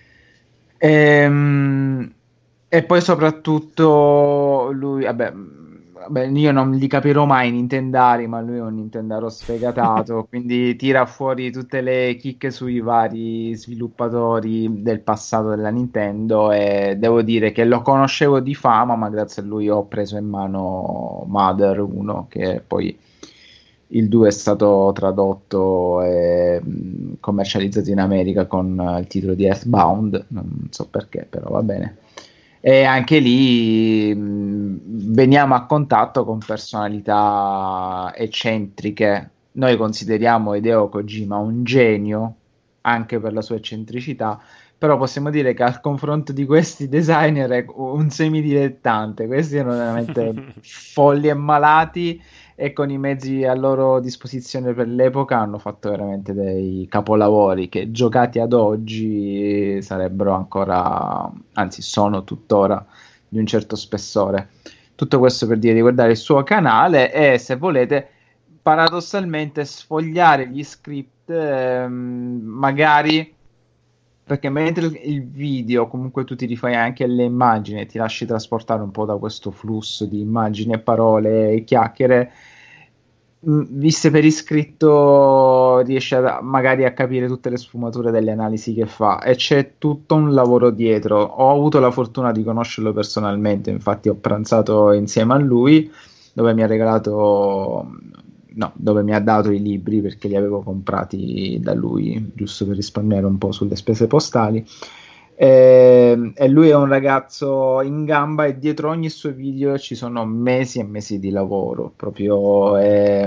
Ehm, e poi soprattutto lui, vabbè, vabbè, io non li capirò mai i Nintendari, ma lui è un Nintendaro sfegatato, quindi tira fuori tutte le chicche sui vari sviluppatori del passato della Nintendo, e devo dire che lo conoscevo di fama, ma grazie a lui ho preso in mano Mother uno, che poi il due è stato tradotto e mh, commercializzato in America con il titolo di Earthbound, non so perché, però va bene. E anche lì mh, veniamo a contatto con personalità eccentriche. Noi consideriamo Hideo Kojima un genio anche per la sua eccentricità, però possiamo dire che al confronto di questi designer è un semidilettante. Questi erano veramente folli e malati, e con i mezzi a loro disposizione per l'epoca hanno fatto veramente dei capolavori che giocati ad oggi sarebbero ancora, anzi sono tuttora di un certo spessore. Tutto questo per dire di guardare il suo canale e, se volete, paradossalmente sfogliare gli script, ehm, magari, perché mentre il video comunque tu ti rifai anche alle immagini e ti lasci trasportare un po' da questo flusso di immagini e parole e chiacchiere, mh, viste per iscritto riesci a, magari a capire tutte le sfumature delle analisi che fa, e c'è tutto un lavoro dietro. Ho avuto la fortuna di conoscerlo personalmente, infatti ho pranzato insieme a lui, dove mi ha regalato... No, dove mi ha dato i libri, perché li avevo comprati da lui, giusto per risparmiare un po' sulle spese postali. E, e lui è un ragazzo in gamba, e dietro ogni suo video ci sono mesi e mesi di lavoro. Proprio è,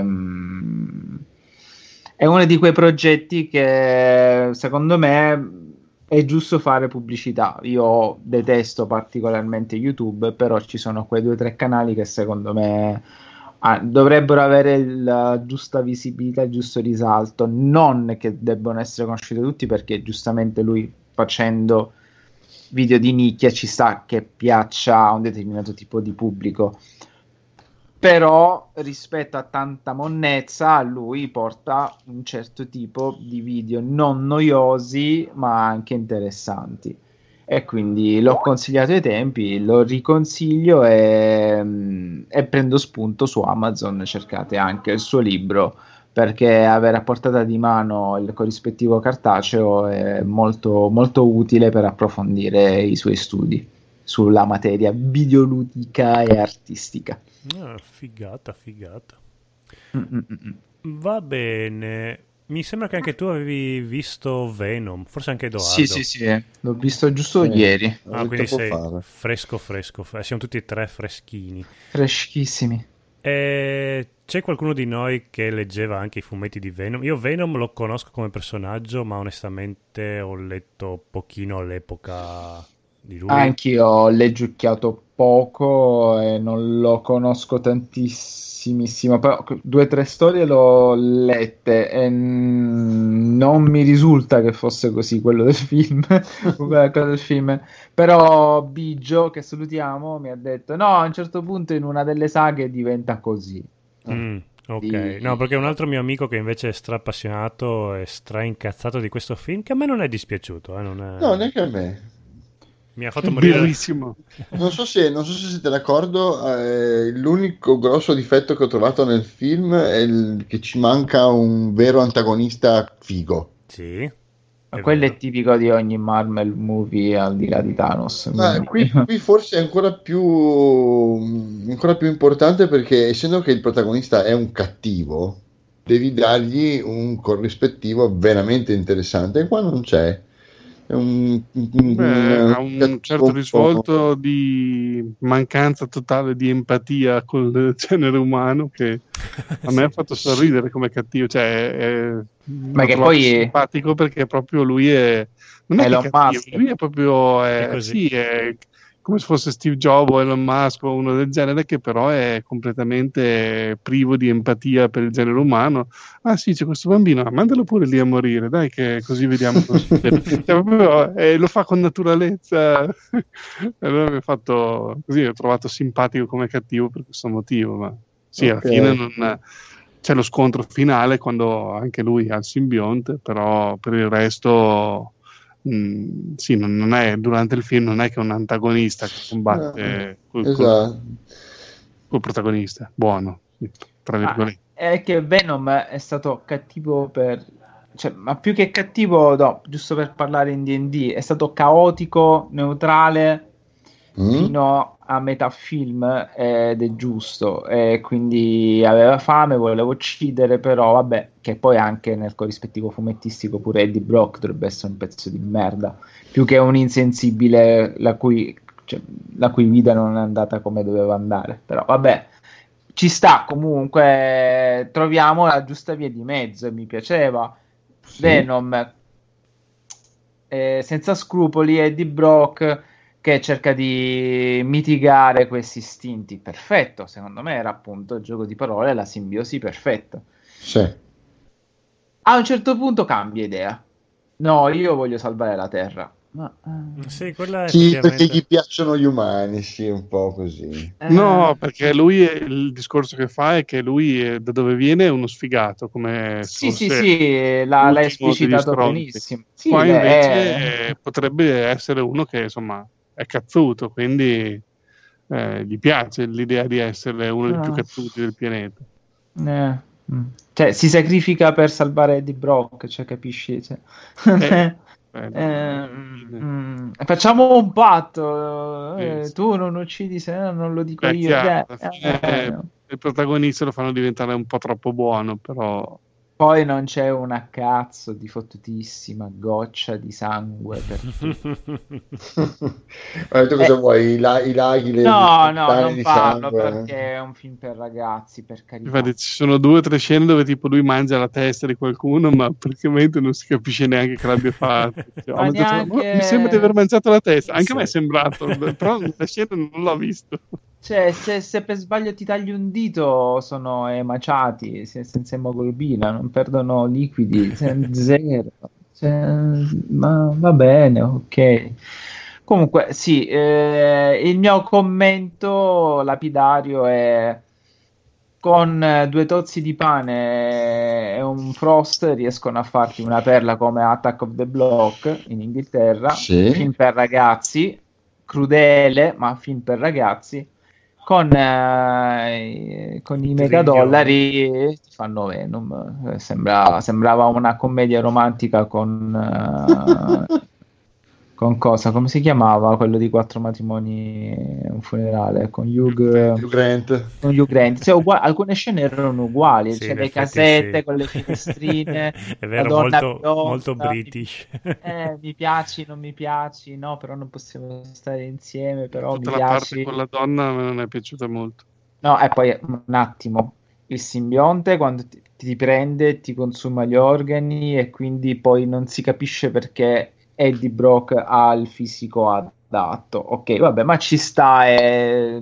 è uno di quei progetti che secondo me è giusto fare pubblicità. Io detesto particolarmente YouTube, però ci sono quei due o tre canali che secondo me Ah, dovrebbero avere la giusta visibilità, il giusto risalto, non che debbano essere conosciuti tutti, perché giustamente lui, facendo video di nicchia, ci sta che piaccia a un determinato tipo di pubblico, però rispetto a tanta monnezza lui porta un certo tipo di video non noiosi ma anche interessanti. E quindi l'ho consigliato ai tempi, lo riconsiglio, e, e prendo spunto su Amazon. Cercate anche il suo libro, perché avere a portata di mano il corrispettivo cartaceo è molto, molto utile per approfondire i suoi studi sulla materia videoludica e artistica. Ah, figata, figata. Mm-mm-mm. Va bene. Mi sembra che anche tu avevi visto Venom, forse anche Edoardo. Sì, sì, sì, l'ho visto giusto Sì. ieri. Ah, quindi può sei fare. fresco, fresco. fre- Siamo tutti e tre freschini. Freschissimi. E c'è qualcuno di noi che leggeva anche i fumetti di Venom? Io Venom lo conosco come personaggio, ma onestamente ho letto pochino all'epoca di lui. Anch'io ho leggiucchiato poco e non lo conosco tantissimissimo, però due o tre storie l'ho lette e n- non mi risulta che fosse così quello del film, quella cosa del film. Però Biggio, che salutiamo, mi ha detto no, a un certo punto in una delle saghe diventa così. Mm, ok, Di- no, perché un altro mio amico che invece è stra appassionato e stra incazzato di questo film, che a me non è dispiaciuto, eh, non è... No, neanche a me. mi ha fatto morire. Bellissimo. Non so se, non so se siete d'accordo, eh, l'unico grosso difetto che ho trovato nel film è il- che ci manca un vero antagonista figo. Sì, Ma è quello vero. è tipico di ogni Marvel movie al di là di Thanos. Ma quindi- qui, qui forse è ancora più, ancora più importante, perché essendo che il protagonista è un cattivo, devi dargli un corrispettivo veramente interessante, e qua non c'è. È un, un- Beh, un- ha un certo po'. risvolto di mancanza totale di empatia col genere umano, che a me ha fatto sorridere come cattivo, cioè è, Ma l'ho che trovato poi- simpatico, perché proprio lui è non è che Elon cattivo, Musk. lui è proprio è- È così. sì, è come se fosse Steve Jobs o Elon Musk o uno del genere, che però è completamente privo di empatia per il genere umano. Ah sì, c'è questo bambino, ah, mandalo pure lì a morire, dai, che così vediamo cosa succede. Cioè, proprio, eh, lo fa con naturalezza. Allora mi ha fatto così, ho trovato simpatico come cattivo per questo motivo, ma sì, alla Ok. fine non c'è lo scontro finale quando anche lui ha il simbionte, però per il resto mh, sì, non, non è, durante il film non è che è un antagonista che combatte col, col- Esatto. col protagonista buono, sì, tra virgolette. È che Venom è stato cattivo per... Cioè, ma più che cattivo, no, giusto per parlare in D and D, è stato caotico, neutrale, Mm? fino a metà film, ed è giusto, e quindi aveva fame, voleva uccidere, però vabbè, che poi anche nel corrispettivo fumettistico pure Eddie Brock dovrebbe essere un pezzo di merda, più che un insensibile la cui, cioè, la cui vita non è andata come doveva andare, però vabbè, ci sta comunque, troviamo la giusta via di mezzo e mi piaceva. Sì. Venom, eh, senza scrupoli, Eddie Brock che cerca di mitigare questi istinti, perfetto, secondo me era appunto il gioco di parole, la simbiosi perfetta. Sì. A un certo punto cambia idea, no, io voglio salvare la Terra, ma eh, Sì, quella è Sì, perché effettivamente... gli piacciono gli umani, sì, un po' così. eh, No, perché lui è- il discorso che fa è che lui è- da dove viene è uno sfigato, come sì, sì, fosse sì, l'ha, l'ha l'ultimo degli esplicitato stronzi. benissimo. Sì, Qua beh, invece eh, eh, potrebbe essere uno che insomma è cazzuto, quindi eh, gli piace l'idea di essere uno dei più Ah. cazzuti del pianeta. eh, mm. Cioè, si sacrifica per salvare Eddie Brock, cioè, capisci? Cioè, Eh, eh, Eh, mm, facciamo un patto, eh, Sì, sì. tu non uccidi se no non lo dico Beh, io. chiaro, Eh, alla fine eh, eh, il protagonista lo fanno diventare un po' troppo buono, però poi non c'è una cazzo di fottutissima goccia di sangue per tutti. Ma tu cosa Eh, vuoi? I, la- i laghi, le, le no, no, fontane non di parlo sangue? perché è un film per ragazzi, per carità. infatti ci sono due o tre scene dove tipo lui mangia la testa di qualcuno, ma praticamente non si capisce neanche che l'abbia fatto. Cioè, ho Ma mangiato la- neanche- mi sembra di aver mangiato la testa, anche a me è Sì. sembrato, però la scena non l'ho visto. Cioè, se, se per sbaglio ti tagli un dito, sono emaciati, se- senza emoglobina, non perdono liquidi, se- zero. Cioè, ma va bene, ok. Comunque, sì, eh, il mio commento lapidario è: con eh, due tozzi di pane e un Frost riescono a farti una perla come Attack of the Block in Inghilterra, Sì. film per ragazzi, crudele, ma film per ragazzi, con, eh, con i mega dollari ti fanno Venom. Eh, sembra- sembrava una commedia romantica con, eh, con cosa? Come si chiamava quello di Quattro matrimoni e un funerale? Con Hugh, Hugh Grant. con Hugh Grant. Cioè, ugua- alcune scene erano uguali, Sì, c'è in le effetti casette sì. con le finestrine, È la vero, donna molto, bionda, molto mi- British. eh, mi piaci, non mi piaci, no, però non possiamo stare insieme, però Tutta mi la parte piaci. con la donna a me non è piaciuta molto. No, e poi un attimo, il simbionte quando ti, ti prende ti consuma gli organi e quindi poi non si capisce perché Eddie Brock ha il fisico adatto. Ok, vabbè, ma ci sta, è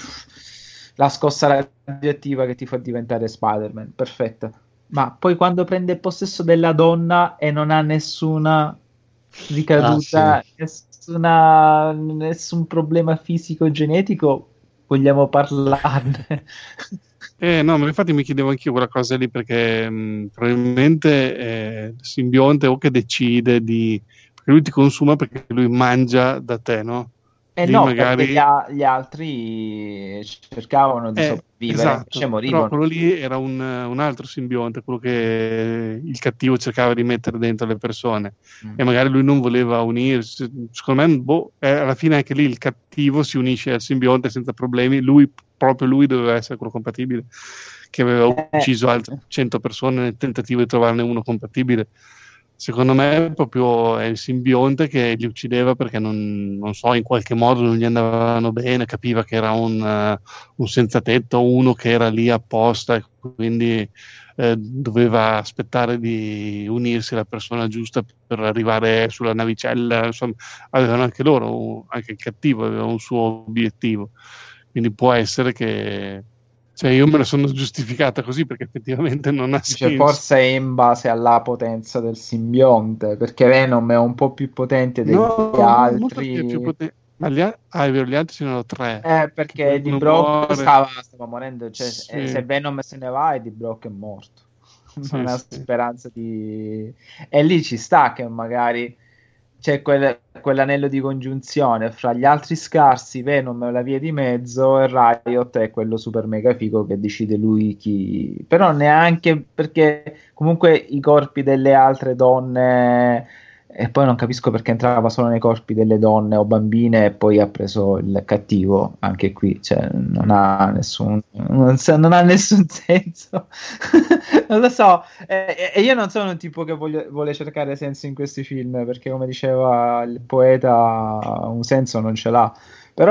la scossa radioattiva che ti fa diventare Spider-Man, perfetta. Ma poi quando prende possesso della donna e non ha nessuna ricaduta, Ah, nessuna, nessun problema fisico genetico, vogliamo parlarne? Eh, no, ma infatti mi chiedevo anch'io quella cosa lì perché mh, probabilmente eh, il simbionte o che decide di... perché lui ti consuma perché lui mangia da te, no? Eh Lì no, magari... perché gli, a- gli altri cercavano di Eh, sopravvivere, esatto, invece però morivano. quello lì era un, un altro simbionte, quello che il cattivo cercava di mettere dentro le persone Mm. e magari lui non voleva unirsi. Secondo me, boh, eh, alla fine anche lì il cattivo si unisce al simbionte senza problemi. Lui, proprio lui, doveva essere quello compatibile, che aveva Eh, ucciso altre cento persone nel tentativo di trovarne uno compatibile. Secondo me proprio è il simbionte che li uccideva perché non, non so, in qualche modo non gli andavano bene, capiva che era un, uh, un senza tetto, uno che era lì apposta e quindi eh, doveva aspettare di unirsi alla persona giusta per arrivare sulla navicella. Insomma, avevano anche loro, anche il cattivo aveva un suo obiettivo, quindi può essere che, cioè, io me la sono giustificata così perché effettivamente non ha Cioè, senso. forse è in base alla potenza del simbionte, perché Venom è un po' più potente degli No, molto altri. più poten- ma gli, a- ah, è vero, gli altri sono tre. Eh, perché Eddie Uno Brock muore. stava, stava morendo, cioè, Sì. eh, se Venom se ne va, Eddie Brock è morto. Sì, Non ha sì. speranza di... E lì ci sta che magari c'è quel- quell'anello di congiunzione fra gli altri scarsi, Venom è la via di mezzo, e Riot è quello super mega figo che decide lui chi... Però neanche perché comunque i corpi delle altre donne... E poi non capisco perché entrava solo nei corpi delle donne o bambine e poi ha preso il cattivo anche qui, cioè non ha nessun, non, sa- non ha nessun senso. Non lo so, e, e io non sono un tipo che voglio- vuole cercare senso in questi film, perché come diceva il poeta un senso non ce l'ha, però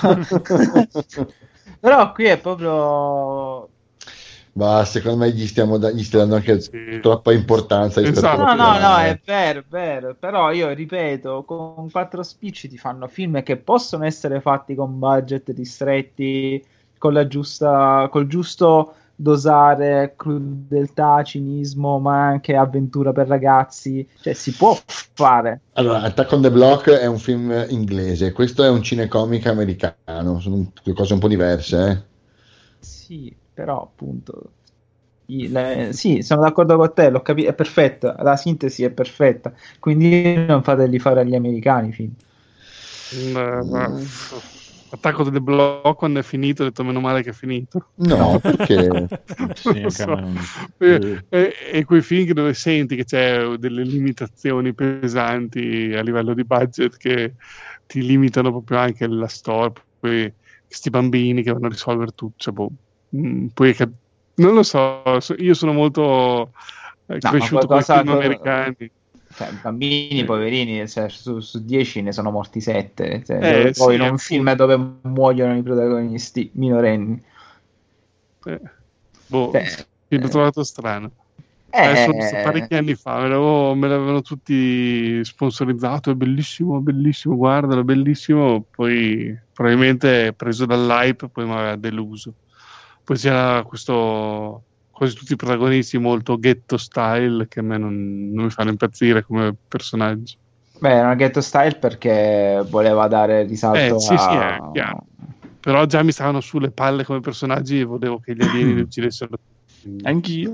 però qui è proprio... Ma secondo me gli stiamo da- gli stai dando anche Sì. troppa importanza rispetto Esatto. a No, no, no, eh. è vero, è vero, però io ripeto, con quattro spicci ti fanno film che possono essere fatti con budget ristretti, con la giusta, col giusto dosare crudeltà, cinismo, ma anche avventura per ragazzi, cioè si può fare. Allora, Attack on the Block è un film inglese, questo è un cinecomic americano, sono due cose un po' diverse, eh. Sì, però appunto i- le- sì, sono d'accordo con te, l'ho capito, è perfetta, la sintesi è perfetta, quindi non fateli fare agli americani i film. Mm, ma- Attacco del blocco quando è finito, ho detto meno male che è finito. No, perché? Sì, Non anche so. a me non- e, e- e quei film dove senti che c'è delle limitazioni pesanti a livello di budget che ti limitano proprio anche la storia, poi questi bambini che vanno a risolvere tutto, cioè, boh, mm, poi cap- non lo so, so- io sono molto eh, No, cresciuto ma con i qualcosa- film americani. Cioè, bambini, poverini, cioè, su, su dieci ne sono morti sette. Cioè, Eh, dove sì, poi in un appunto. film dove muoiono i protagonisti minorenni. Eh, boh, Cioè, mi l'ho trovato strano. eh, Adesso l'ho visto parecchi anni fa, me l'avevo- me l'avevano tutti sponsorizzato, è bellissimo, bellissimo, guardalo, bellissimo, poi probabilmente preso dall'hype, poi mi aveva deluso. Poi c'era questo, quasi tutti i protagonisti molto ghetto style, che a me non, non mi fanno impazzire come personaggi. beh, era una ghetto style perché voleva dare risalto Eh, sì, sì, è a... chiaro. Però già mi stavano sulle palle come personaggi e volevo che gli alieni li uccidessero. Anch'io.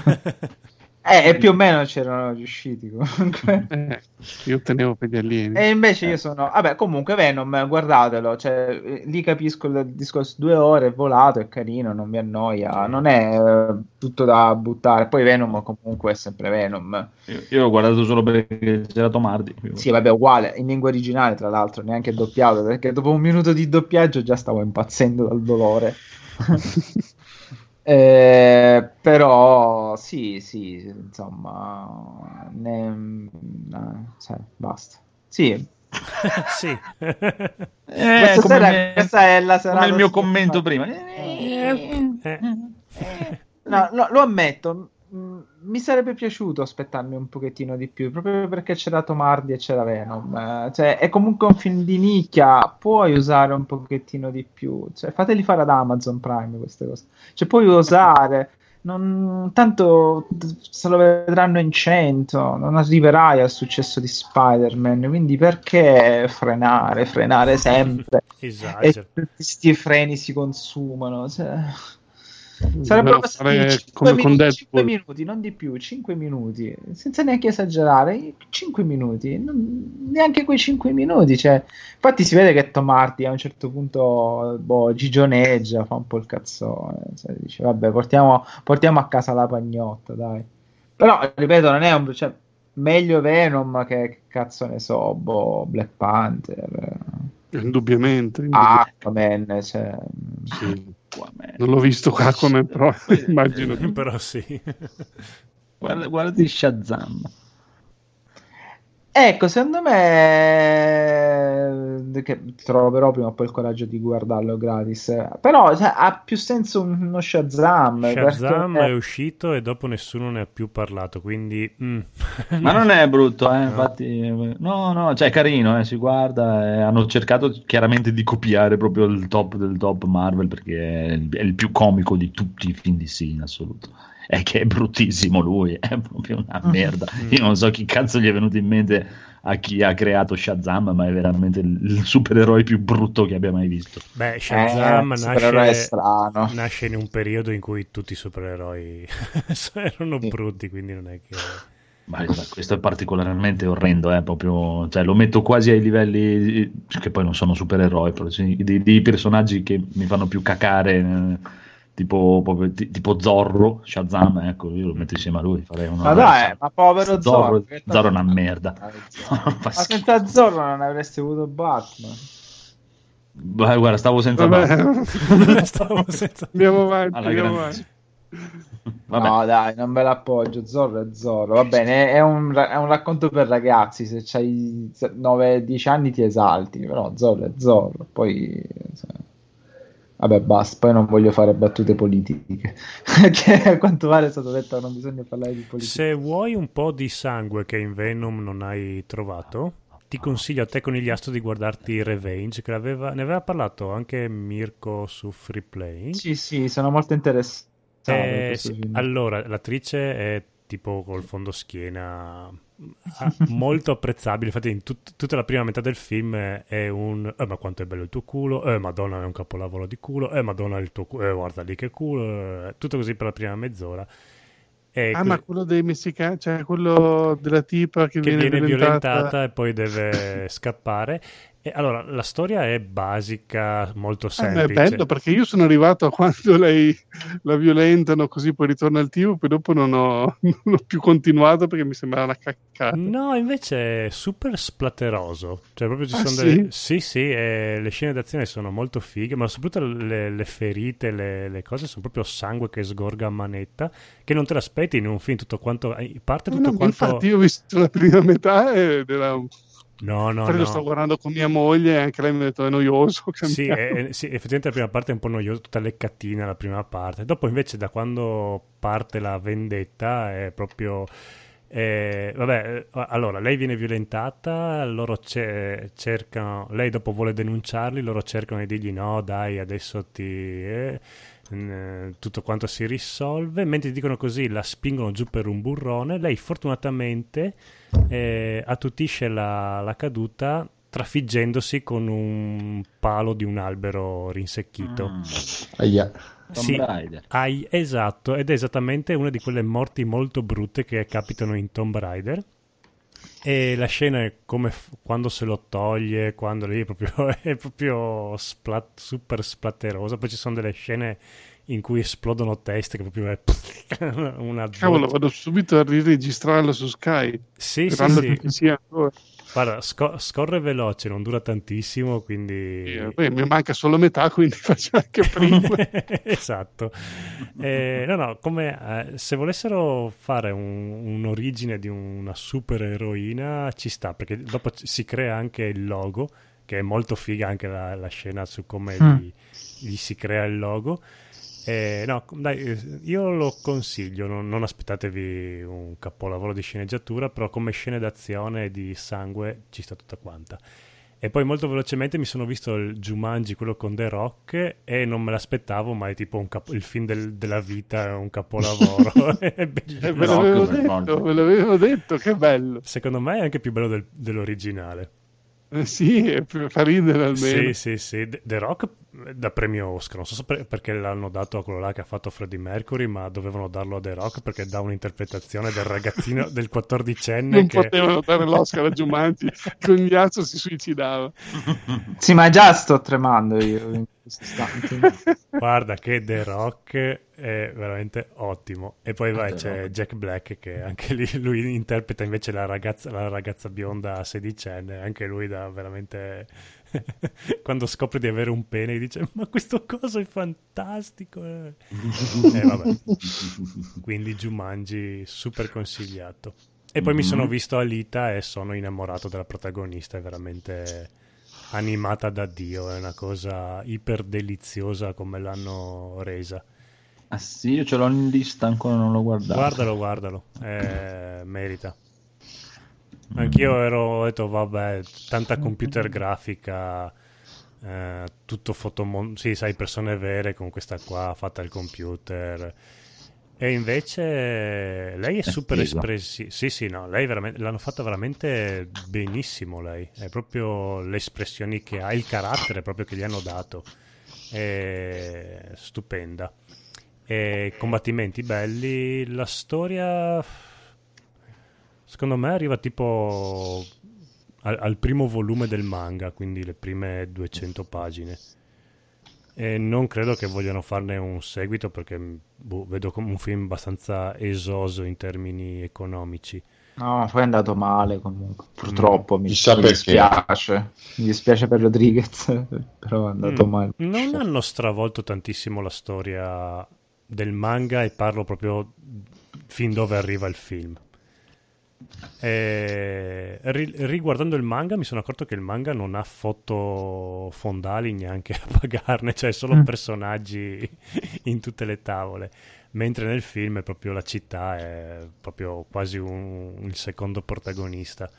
Eh, e più o meno c'erano riusciti comunque. Eh, io tenevo per gli alieni. E invece io sono, vabbè, comunque Venom, guardatelo, cioè, eh, lì capisco il discorso, due ore, è volato, è carino, non vi annoia, non è eh, tutto da buttare. Poi Venom comunque è sempre Venom. Io, io l'ho guardato solo perché c'era Tom Hardy. quindi- Sì, vabbè, uguale, in lingua originale tra l'altro, neanche doppiato, perché dopo un minuto di doppiaggio già stavo impazzendo dal dolore. Eh, però sì, sì, insomma, ne, eh, cioè, basta. Sì, Sì. Eh, questa, come, sera- me- questa è la serata come il mio schifosa. commento prima. Eh. No, no, lo ammetto, mh, mi sarebbe piaciuto aspettarmi un pochettino di più, proprio perché c'era Tom Hardy e c'era Venom. eh, Cioè, è comunque un film di nicchia, puoi usare un pochettino di più. Cioè, fateli fare ad Amazon Prime queste cose. Cioè, puoi usare, non, tanto se lo vedranno in cento, non arriverai al successo di Spider-Man, quindi perché frenare, frenare sempre? E Esagero. tutti questi freni si consumano, cioè... Dovevano Sarebbero fare bastati come cinque con minuti, Deadpool. cinque minuti, non di più, cinque minuti, senza neanche esagerare, cinque minuti, non- neanche quei cinque minuti, cioè, infatti si vede che Tom Hardy a un certo punto boh, gigioneggia, fa un po' il cazzone, cioè, dice vabbè portiamo, portiamo a casa la pagnotta, dai. Però, ripeto, non è un... Cioè, meglio Venom che, che cazzo ne so, boh, Black Panther, Indubbiamente, indubbiamente. Aquaman, cioè... Sì. Aquaman. Non l'ho visto qua come però immagino. Però sì. Guarda, guardati Shazam. Ecco, secondo me che troverò prima o poi il coraggio di guardarlo gratis. Però cioè, ha più senso uno Shazam. Shazam perché... è uscito e dopo nessuno ne ha più parlato, quindi... Mm. Ma non è brutto, eh, infatti... No, no, cioè è carino, eh, si guarda. Eh, hanno cercato chiaramente di copiare proprio il top del top Marvel, perché è il, è il più comico di tutti i film di D C in assoluto. È che è bruttissimo lui, è proprio una merda. Io non so chi cazzo gli è venuto in mente a chi ha creato Shazam, ma è veramente il, il supereroe più brutto che abbia mai visto. Beh, Shazam Eh, supereroe nasce, strano. nasce in un periodo in cui tutti i supereroi erano brutti, quindi non è che... Ma questo è particolarmente orrendo, eh, proprio, cioè, lo metto quasi ai livelli, che poi non sono supereroi, però, sì, dei, dei personaggi che mi fanno più cacare... Eh, Tipo, proprio, t- tipo Zorro, Shazam, ecco, io lo metto insieme a lui, farei una... Ma dai, ma povero Zorro, Zorro. Zorro è una merda. Ma senza Zorro non avresti avuto Batman. Beh, guarda, stavo senza Vabbè. Stavo senza... Andiamo avanti, Alla andiamo grande. avanti. Vabbè. No, dai, non ve l'appoggio. Zorro è Zorro. Va bene, è un, ra- è un racconto per ragazzi. Se c'hai nove dieci anni ti esalti, però Zorro è Zorro. Poi... cioè, vabbè, basta, poi non voglio fare battute politiche, che a quanto pare è stato detto non bisogna parlare di politica. Se vuoi un po' di sangue che in Venom non hai trovato, ti consiglio a te conigliastro di guardarti Revenge, che aveva, ne aveva parlato anche Mirko su Free Play. Sì, sì, sono molto interessato. Eh, questo sì, film. allora, l'attrice è tipo col fondoschiena ah, molto apprezzabile. Infatti in tut- tutta la prima metà del film è un eh, ma quanto è bello il tuo culo, eh madonna è un capolavoro di culo, eh madonna il tuo culo, eh guarda lì che culo, eh, tutto così per la prima mezz'ora. E Ah, così- ma quello dei messicani, cioè quello della tipa che, che viene, viene violentata. violentata e poi deve scappare. E allora la storia è basica, molto Eh, ma semplice. è bello perché io sono arrivato a quando lei la violentano, così poi ritorna al tipo, poi dopo non ho, non ho più continuato perché mi sembrava una caccata. No, invece è super splatteroso. Cioè, proprio ci Ah, sono sì? delle. Sì, sì, e le scene d'azione sono molto fighe, ma soprattutto le, le ferite, le, le cose sono proprio sangue che sgorga a manetta, che non te l'aspetti in un film tutto quanto. Parte tutto No, no, quanto. infatti io ho visto la prima metà ed era un... No, no, Poi lo no. sto guardando con mia moglie e anche lei mi ha detto è noioso. Sì, cambiamo. è- sì, effettivamente la prima parte è un po' noiosa, tutta leccattina la prima parte. Dopo invece da quando parte la vendetta è proprio... eh, vabbè, eh, allora lei viene violentata, loro ce- cercano, lei dopo vuole denunciarli, loro cercano di dirgli no, dai, adesso ti... eh, mm, tutto quanto si risolve, mentre dicono così la spingono giù per un burrone, lei fortunatamente eh, attutisce la, la caduta trafiggendosi con un palo di un albero rinsecchito. Mm. Aia. Tomb Sì, Raider. hai- esatto, ed è esattamente una di quelle morti molto brutte che capitano in Tomb Raider. E la scena è come f- quando se lo toglie, quando lì è proprio, è proprio splat- super splatterosa. Poi ci sono delle scene in cui esplodono teste, che proprio è una Cavolo, doccia. vado subito a riregistrarlo su Sky. Sì, sì, sperando sì. che ci sia ancora. Guarda, sco- scorre veloce, non dura tantissimo, quindi... Eh, poi mi manca solo metà, quindi faccio anche prima. Esatto. Eh, no, no, come eh, se volessero fare un- un'origine di una supereroina ci sta, perché dopo ci- si crea anche il logo, che è molto figa anche la, la scena su come Mm. gli, gli si crea il logo. Eh, no, dai, eh, io lo consiglio, non, non aspettatevi un capolavoro di sceneggiatura, però come scene d'azione e di sangue ci sta tutta quanta. E poi molto velocemente mi sono visto il Jumanji, quello con The Rock, e non me l'aspettavo, ma è tipo un capo- il film del- della vita, è un capolavoro. È Eh, bellissimo. ve No, l'avevo come detto, molto. ve l'avevo detto, che bello. Secondo me è anche più bello del- dell'originale. Eh, sì, e f- fa ridere almeno. Sì, sì, sì. The The Rock eh, da premio Oscar, non so se per- perché l'hanno dato a quello là che ha fatto Freddie Mercury, ma dovevano darlo a The Rock perché dà un'interpretazione del ragazzino, del quattordicenne Non che... potevano dare l'Oscar a Jumanji, con Ignazio si suicidava. Sì, ma già sto tremando io in questo istante. Guarda che The Rock è veramente ottimo. E poi vai, The c'è Rock. Jack Black che anche lì lui interpreta invece la ragazza, la ragazza bionda sedicenne, anche lui da veramente quando scopre di avere un pene dice ma questo coso è fantastico. eh." E vabbè. Quindi Jumanji super consigliato. E poi Mhm. mi sono visto Alita e sono innamorato della protagonista, è veramente animata da Dio, è una cosa iper deliziosa come l'hanno resa. Ah sì, io ce l'ho in lista, ancora non l'ho guardato. Guardalo, guardalo, eh, merita. Anch'io ero, ho detto, vabbè, tanta computer grafica, eh, tutto fotomon... Sì, sai, persone vere con questa qua fatta al computer. E invece lei è È super figo. espressiva. Sì, sì, no, lei veramente, l'hanno fatta veramente benissimo lei. È proprio le espressioni che ha, il carattere proprio che gli hanno dato. È stupenda. E combattimenti belli, la storia secondo me arriva tipo al, al primo volume del manga, quindi le prime duecento pagine. E non credo che vogliano farne un seguito perché boh, vedo come un film abbastanza esoso in termini economici. No, ma poi è andato male comunque. Purtroppo mi, Chissà mi perché. dispiace. Mi dispiace per Rodriguez, però è andato Mm, male. Non hanno stravolto tantissimo la storia del manga e parlo proprio fin dove arriva il film. E ri- riguardando il manga mi sono accorto che il manga non ha foto fondali neanche a pagarne, cioè solo Mm. personaggi in tutte le tavole, mentre nel film è proprio la città, è proprio quasi un, il secondo protagonista.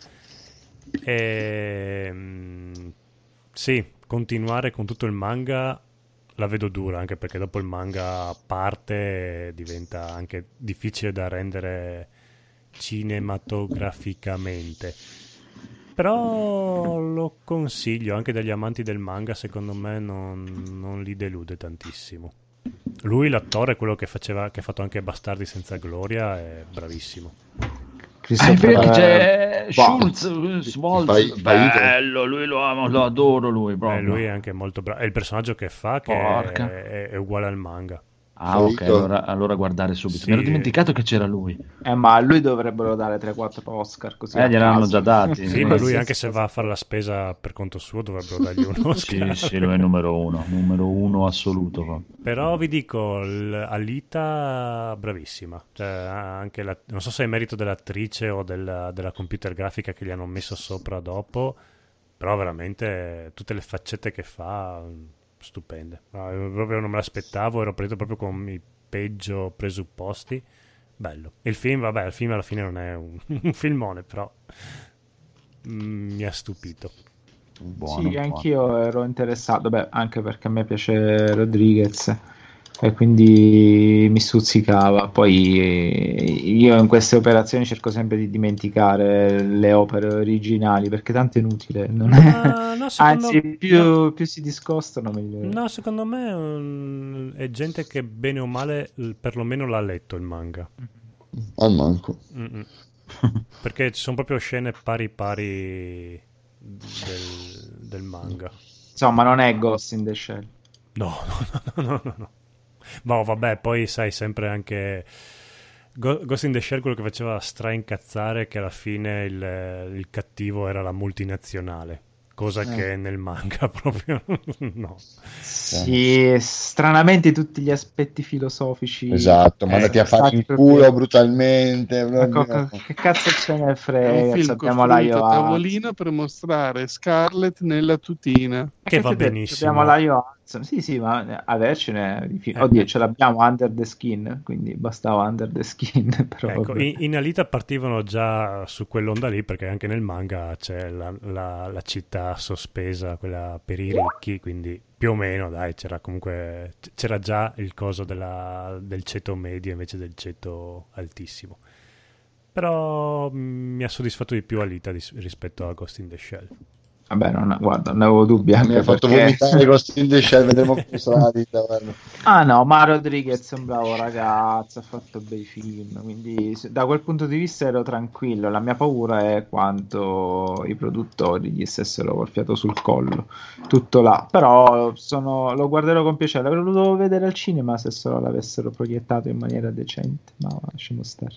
E, mm, sì, continuare con tutto il manga la vedo dura, anche perché dopo il manga parte e diventa anche difficile da rendere cinematograficamente. Però lo consiglio anche dagli amanti del manga, secondo me non, non li delude tantissimo. Lui, l'attore, quello che faceva, che ha fatto anche Bastardi senza gloria, è bravissimo. Ah, è vero, Christopher c'è Boh. Schultz, Swaltz, Fai- fai- bello, lui lo amo, lo adoro lui Eh, proprio. lui è anche molto bravo. È il personaggio che fa che Porca. è, è uguale al manga. Ah, ok, Favorito? allora, allora guardare subito. Sì. Mi ero dimenticato che c'era lui. Eh, ma a lui dovrebbero dare tre quattro Oscar così. Eh, a gliel'hanno caso. già dati. Sì, Sì, ma sì, lui sì, anche sì, se sì. va a fare la spesa per conto suo dovrebbero dargli uno Sì, Oscar. sì, lui è numero uno, numero uno assoluto proprio. Però vi dico, l- Alita bravissima. Cioè, anche la- non so se è merito dell'attrice o della, della computer grafica che gli hanno messo sopra dopo, però veramente tutte le faccette che fa, stupende. Ah, io proprio non me l'aspettavo, ero preso proprio con i peggio presupposti. Bello. Il film, vabbè, il film alla fine non è un, un filmone, però mm, mi ha stupito. Buono, Sì, buono. anch'io ero interessato, beh, anche perché a me piace Rodriguez e quindi mi stuzzicava. Poi eh, io in queste operazioni cerco sempre di dimenticare le opere originali perché tanto è inutile. Non è- Ma no, secondo, Anzi, più, no, più si discostano, meglio. no, secondo me mm, è gente che bene o male l- perlomeno l'ha letto il manga. Al manco. Mm-mm. Perché ci sono proprio scene pari pari del, del manga. Insomma, non è Ghost in the Shell. No, no, no, no, no, no. Boh, vabbè, poi sai sempre anche Go- Ghost in the Shell, quello che faceva straincazzare che alla fine il, il cattivo era la multinazionale, cosa Eh. che nel manga proprio no. Sì, stranamente tutti gli aspetti filosofici. Esatto, Eh, mandati a sono fare in stati culo proprio- brutalmente. Ma co- co- che cazzo ce ne È un frega? film Abbiamo la costruito a Io tavolino per mostrare Scarlett nella tutina. Che va Abbiamo benissimo. la Johansson. Sì, sì, ma avercene di film. Eh. Oddio, ce l'abbiamo Under the Skin, quindi bastava Under the Skin. Però Ecco, vabbè. in, in Alita partivano già su quell'onda lì perché anche nel manga c'è la, la- la città sospesa, quella per i ricchi, quindi più o meno, dai, c'era comunque c- c'era già il coso della- del ceto medio invece del ceto altissimo. Però mm, mi ha soddisfatto di più Alita dis- rispetto a Ghost in the Shell. Vabbè, non, guarda, non avevo dubbi anche Mi ha fatto perché... vomitare Ghost in the Shell, vedremo come sarà la vita. Guarda. Ah no, ma Rodriguez è un bravo ragazzo, ha fatto bei film, quindi se- da quel punto di vista ero tranquillo. La mia paura è quanto i produttori gli stessero col fiato sul collo, tutto là. Però sono, lo guarderò con piacere, l'avrei voluto vedere al cinema se solo l'avessero proiettato in maniera decente, ma lasciamo stare.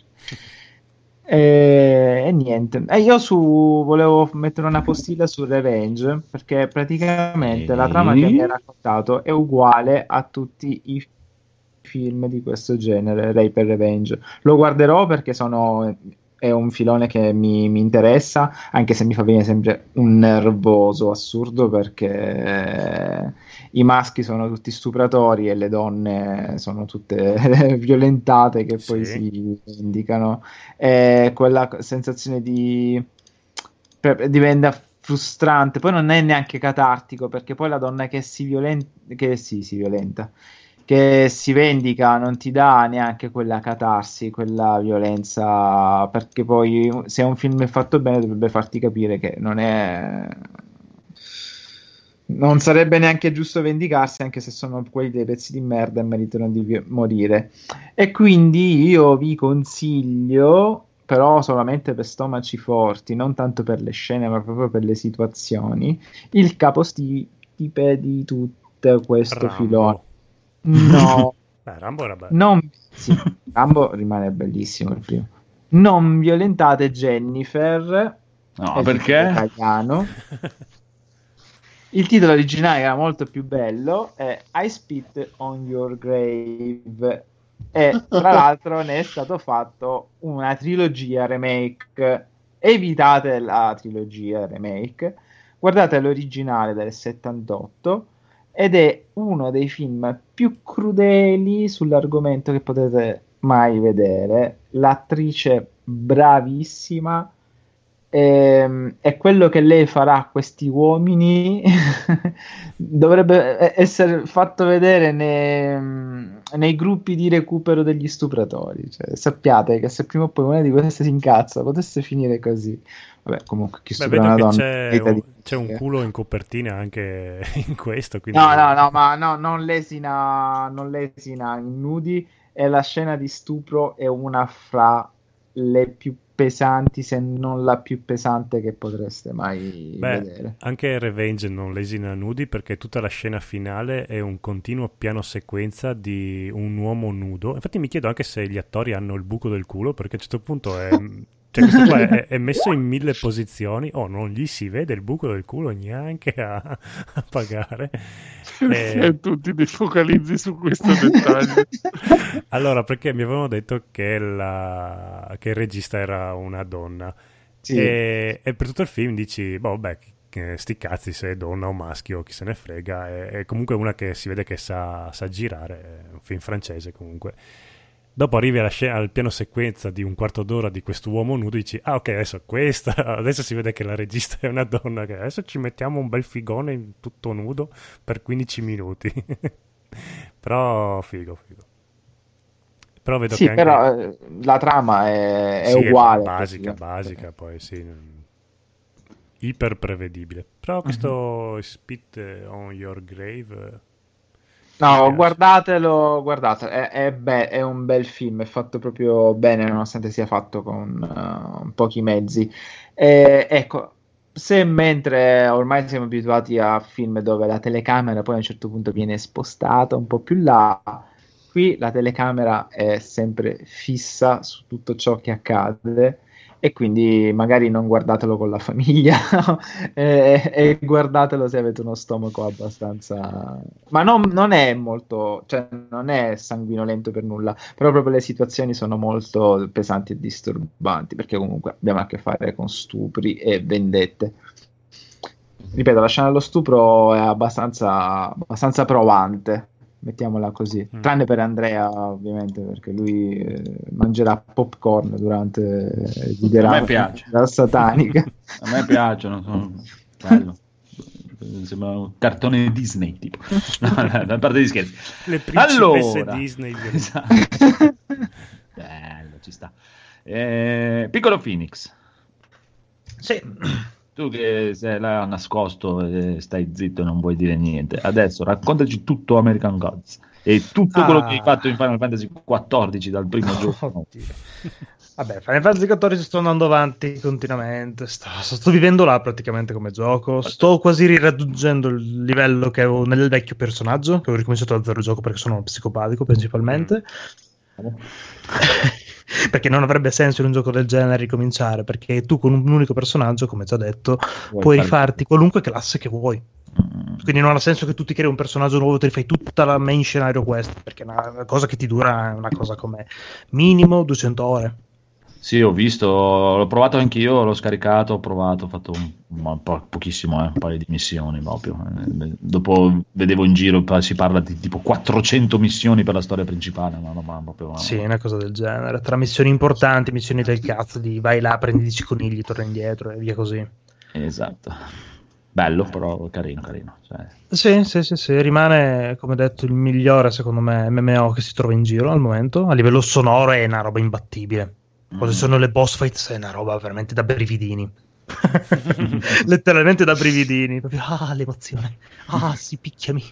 E, e niente, e io su volevo mettere una postilla su Revenge perché praticamente la trama che mi hai raccontato è uguale a tutti i film di questo genere, Rape e Revenge. Lo guarderò perché sono è un filone che mi, mi interessa, anche se mi fa venire sempre un nervoso assurdo, perché eh, i maschi sono tutti stupratori e le donne sono tutte violentate che poi Sì. si vendicano. E quella sensazione di per- diventa frustrante, poi non è neanche catartico, perché poi la donna che si violenta, che sì, si violenta, che si vendica, non ti dà neanche quella catarsi, quella violenza, perché poi se un film è fatto bene dovrebbe farti capire che non è, non sarebbe neanche giusto vendicarsi, anche se sono quelli dei pezzi di merda e meritano di vi- morire. E quindi io vi consiglio, però solamente per stomaci forti, non tanto per le scene ma proprio per le situazioni, il capostipe di tutto questo Rambo. filone. No, Beh, Rambo era bello. non, sì, Rambo rimane bellissimo il primo. Non violentate Jennifer. No, è il perché? titolo italiano. Il titolo originale era molto più bello, è I Spit on Your Grave, e tra l'altro ne è stato fatto una trilogia remake. Evitate la trilogia remake, guardate l'originale del settantotto, ed è uno dei film più crudeli sull'argomento che potete mai vedere. L'attrice bravissima, e, e quello che lei farà a questi uomini dovrebbe essere fatto vedere nei, nei gruppi di recupero degli stupratori. Cioè, sappiate che se prima o poi una di queste si incazza, potesse finire così. Vabbè, comunque chi Beh, stupra vedo una che donna c'è merita un, di- c'è un culo in copertina anche in questo. Quindi... No, no, no, ma no, non lesina, non lesina i nudi, e la scena di stupro è una fra le più pesanti, se non la più pesante che potreste mai Beh, vedere. anche Revenge non lesina nudi, perché tutta la scena finale è un continuo piano sequenza di un uomo nudo. Infatti mi chiedo anche se gli attori hanno il buco del culo, perché a un certo punto è... Cioè, questo qua è, è messo in mille posizioni. Oh, non gli si vede il buco del culo neanche a, a pagare. Perché Eh, tu ti focalizzi su questo dettaglio? allora, perché mi avevano detto che, la, che il regista era una donna. Sì. E, e per tutto il film dici, boh, beh, che- sti cazzi se è donna o maschio, chi se ne frega. È, è comunque una che si vede che sa, sa girare, è un film francese comunque. Dopo arrivi alla scena, al piano sequenza di un quarto d'ora di quest'uomo nudo, dici, ah ok, adesso questa, adesso si vede che la regista è una donna, che adesso ci mettiamo un bel figone in tutto nudo per quindici minuti. Però figo, figo. Però vedo Sì, che anche... però eh, la trama è, è Sì, uguale. basica, praticamente. basica, poi sì, non- iper prevedibile. Però questo Spit on Your Grave... mi No, piace. guardatelo, guardatelo, è, è be- è un bel film, è fatto proprio bene, nonostante sia fatto con eh, pochi mezzi. E, ecco, se mentre ormai siamo abituati a film dove la telecamera poi a un certo punto viene spostata un po' più là, qui la telecamera è sempre fissa su tutto ciò che accade, e quindi magari non guardatelo con la famiglia e, e guardatelo se avete uno stomaco abbastanza, ma non, non è molto, cioè non è sanguinolento per nulla, però proprio le situazioni sono molto pesanti e disturbanti, perché comunque abbiamo a che fare con stupri e vendette. Ripeto, la scena dello stupro è abbastanza, abbastanza provante, mettiamola così, Mm. tranne per Andrea ovviamente, perché lui eh, mangerà popcorn durante eh, guiderà A me piace. la satanica. A me piacciono, sono bello. Sembra un cartone Disney tipo. No, no, da parte di scherzi. Le principesse Allora. Disney. Esatto. Bello, ci sta. Eh, Piccolo Phoenix, Sì. tu che sei là nascosto e stai zitto e non vuoi dire niente, adesso raccontaci tutto American Gods e tutto quello Ah. che hai fatto in Final Fantasy quattordici dal primo giorno. Oddio. Vabbè, Final Fantasy quattordici sto andando avanti continuamente, sto, sto vivendo là praticamente come gioco, sto quasi raggiungendo il livello che avevo nel vecchio personaggio, che ho ricominciato da zero il gioco perché sono uno psicopatico principalmente. Perché non avrebbe senso in un gioco del genere ricominciare, perché tu con un unico personaggio, come già detto, puoi fare- rifarti qualunque classe che vuoi. Mm. Quindi non ha senso che tu ti crei un personaggio nuovo e ti rifai tutta la main scenario quest, perché è una una cosa che ti dura una cosa come minimo duecento ore. Sì, ho visto, l'ho provato anch'io, l'ho scaricato, ho provato, ho fatto un, ma po- pochissimo, eh, un paio di missioni proprio. Eh, dopo vedevo in giro, pa- si parla di tipo quattrocento missioni per la storia principale, no, no, ma proprio, no, Sì, una cosa del genere. Tra missioni importanti, missioni del cazzo, di vai là, prendi dieci conigli, torna indietro e via così. Esatto. Bello, però carino, carino. Cioè. Sì, sì, sì, sì, rimane, come detto, il migliore, secondo me, M M O che si trova in giro al momento. A livello sonoro è una roba imbattibile. Quando Mm. sono le boss fights è una roba veramente da brividini. Letteralmente da brividini. Proprio, ah, l'emozione. Ah, sì, picchiami.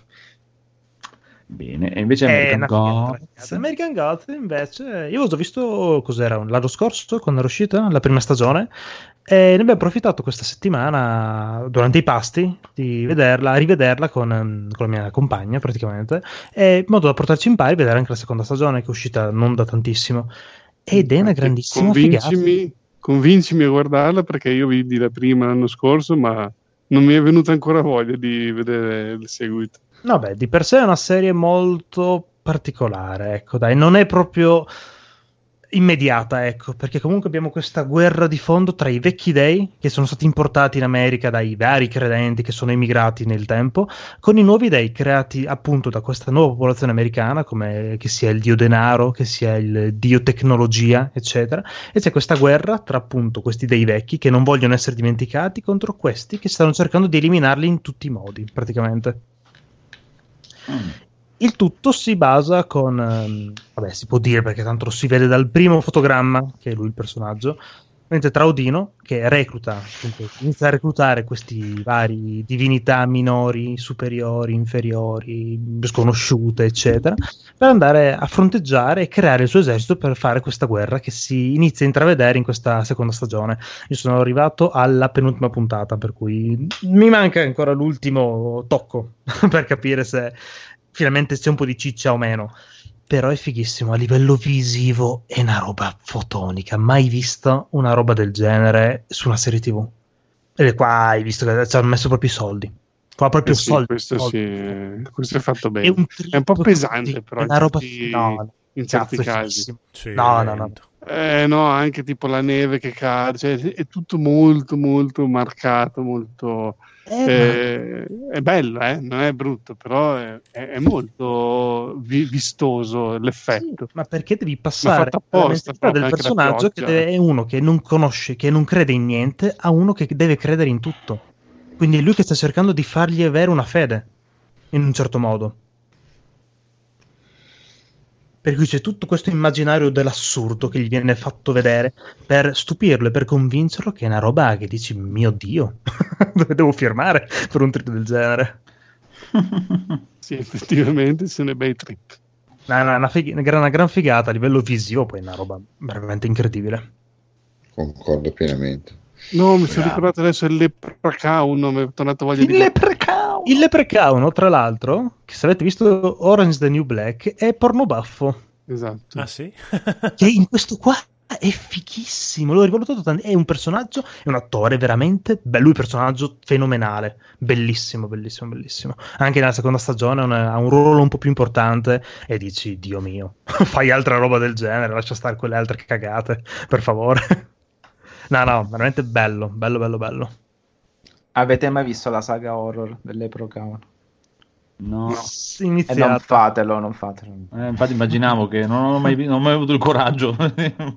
Bene, e invece È American una figata, Gods? ragazzi. American Gods invece io ho visto cos'era l'anno scorso quando era uscita la prima stagione e ne abbiamo approfittato questa settimana durante i pasti di vederla, rivederla con, ehm, con la mia compagna praticamente, e in modo da portarci in pari a vedere anche la seconda stagione che è uscita non da tantissimo ed è una Infatti, grandissima figata. convincimi, convincimi a guardarla, perché io vidi la prima l'anno scorso, ma non mi è venuta ancora voglia di vedere il seguito. No, beh, di per sé è una serie molto particolare, ecco, dai, non è proprio immediata, ecco, perché comunque abbiamo questa guerra di fondo tra i vecchi dei che sono stati importati in America dai vari credenti che sono emigrati nel tempo, con i nuovi dei creati appunto da questa nuova popolazione americana, come che sia il dio denaro, che sia il dio tecnologia, eccetera, e c'è questa guerra tra appunto questi dei vecchi che non vogliono essere dimenticati contro questi che stanno cercando di eliminarli in tutti i modi, praticamente. Mm. Il tutto si basa con, ehm, vabbè, si può dire perché tanto lo si vede dal primo fotogramma, che è lui il personaggio, mentre tra Odino, che recluta, appunto, inizia a reclutare questi vari divinità minori, superiori, inferiori, sconosciute, eccetera, per andare a fronteggiare e creare il suo esercito per fare questa guerra che si inizia a intravedere in questa seconda stagione. Io sono arrivato alla penultima puntata, per cui mi manca ancora l'ultimo tocco per capire se finalmente c'è un po' di ciccia o meno, però è fighissimo a livello visivo, è una roba fotonica, mai vista una roba del genere su una serie tv, e qua hai visto che ci hanno messo proprio i soldi, qua proprio Eh sì, soldi, questo, soldi. sì, questo è fatto È bene. un, È un po' trip pesante, così, però, è in una roba certi, no, in cazzo, certi è casi. fighissimo. Sì, No, no, no. lento. Eh, no, anche tipo la neve che cade, cioè, è tutto molto, molto marcato, molto... Eh, eh, è bello, eh? Non è brutto, però è, è- è molto vi- vistoso ma, sì, l'effetto. ma perché devi Ma passare fatto alla apposta, mentalità del proprio anche la personaggio che pioggia. deve- è uno che non conosce, che non crede in niente, a uno che deve credere in tutto, quindi è lui che sta cercando di fargli avere una fede in un certo modo. Per cui c'è tutto questo immaginario dell'assurdo che gli viene fatto vedere per stupirlo e per convincerlo che è una roba che dici, mio Dio, dove devo firmare per un trip del genere? Sì, effettivamente sono bei trip. No, no, una, fig- una gran, una gran figata a livello visivo, poi è una roba veramente incredibile. Concordo pienamente. No, mi sono Bravo. ricordato adesso il Leprechaun, mi è tornato voglia di... Il Leprechaun! Il Leprechaun, tra l'altro, che se avete visto Orange the New Black, è porno baffo. Esatto. Ah sì? Che in questo qua è fighissimo, l'ho rivalutato tanto, è un personaggio, è un attore veramente bello, lui è un personaggio fenomenale, bellissimo, bellissimo, bellissimo. Anche nella seconda stagione ha un, ha un ruolo un po' più importante e dici, Dio mio, fai altra roba del genere, lascia stare quelle altre cagate, per favore. No, no, veramente bello, bello, bello, bello. Avete mai visto la saga horror del Leprechaun? No. S- E non Iniziata. fatelo, non fatelo. Eh, infatti immaginavo che non ho mai, non ho mai avuto il coraggio. Va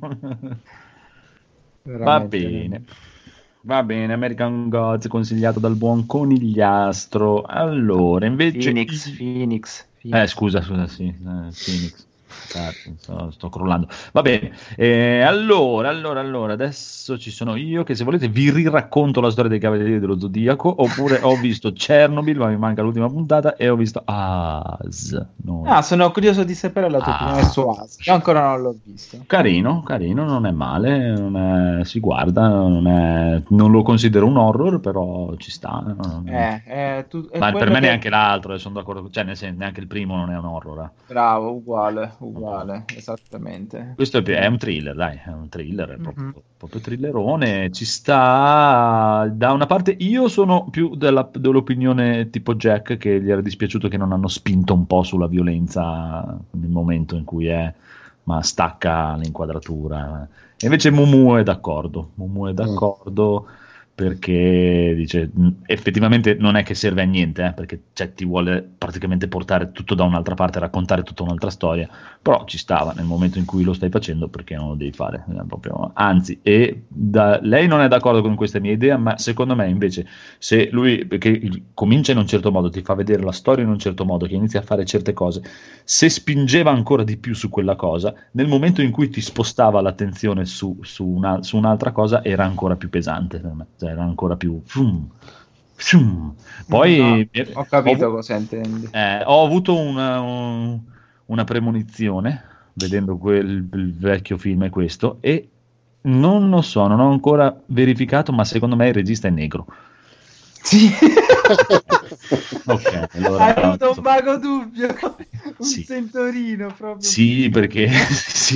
Veramente. bene. Va bene, American Gods consigliato dal buon Conigliastro. Allora, invece... Phoenix, Phoenix, Phoenix. Eh, scusa, scusa, sì, eh, Phoenix. Cazzo, sto, sto crollando. Va bene, eh, allora, allora, allora, adesso ci sono io che se volete vi riracconto la storia dei Cavalieri dello Zodiaco, oppure ho visto Chernobyl, ma mi manca l'ultima puntata, e ho visto As. No. Ah, sono curioso di sapere la tua Ah. opinione su As. Io ancora non l'ho visto. Carino, carino, non è male, non è- si guarda, non, è- non lo considero un horror, però ci sta. non- Eh, eh, tu- è ma per quello me che- neanche l'altro, eh, sono d'accordo, cioè nel senso, neanche il primo non è un horror. eh. Bravo, uguale, uguale, esattamente. Questo è, pi- è un thriller, dai, è un thriller, è proprio, Mhm. proprio thrillerone, ci sta. Da una parte io sono più della- dell'opinione tipo Jack, che gli era dispiaciuto che non hanno spinto un po' sulla violenza nel momento in cui è ma stacca l'inquadratura. E invece Mumu è d'accordo, Mumu è d'accordo perché dice effettivamente non è che serve a niente, eh, perché cioè, ti vuole praticamente portare tutto da un'altra parte, raccontare tutta un'altra storia, però ci stava nel momento in cui lo stai facendo, perché non lo devi fare, eh, proprio, anzi, e da, lei non è d'accordo con questa mia idea, ma secondo me invece se lui, perché comincia in un certo modo, ti fa vedere la storia in un certo modo, che inizia a fare certe cose, se spingeva ancora di più su quella cosa, nel momento in cui ti spostava l'attenzione su, su, una, su un'altra cosa, era ancora più pesante per me. Era ancora più fum, fum. Poi no, ho capito ho, cosa intendi. Eh, ho avuto una, un, una premonizione vedendo quel il vecchio film e questo, e non lo so, non ho ancora verificato, ma secondo me il regista è negro. Sì. Ok, allora, hai avuto un vago dubbio, un sì. sentorino proprio. Sì, perché sì,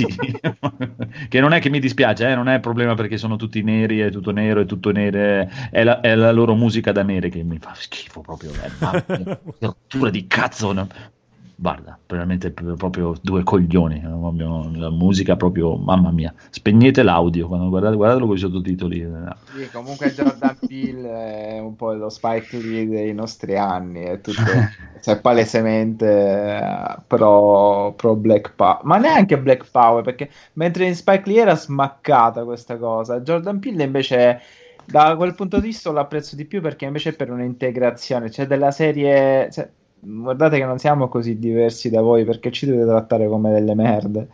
che non è che mi dispiace, eh, non è problema perché sono tutti neri, è tutto nero, è tutto nero, è la, è la loro musica da nere che mi fa schifo proprio, è rottura di cazzo, no? Guarda, veramente proprio due coglioni, la musica proprio, mamma mia, spegnete l'audio quando guardate, guardatelo con i sottotitoli. Sì, comunque Jordan Peele è un po' lo Spike Lee dei nostri anni, è tutto, cioè palesemente pro, pro Black Power, ma neanche Black Power, perché mentre in Spike Lee era smaccata questa cosa, Jordan Peele invece da quel punto di vista lo apprezzo di più, perché invece è per un'integrazione, cioè della serie, cioè, guardate che non siamo così diversi da voi, perché ci dovete trattare come delle merde,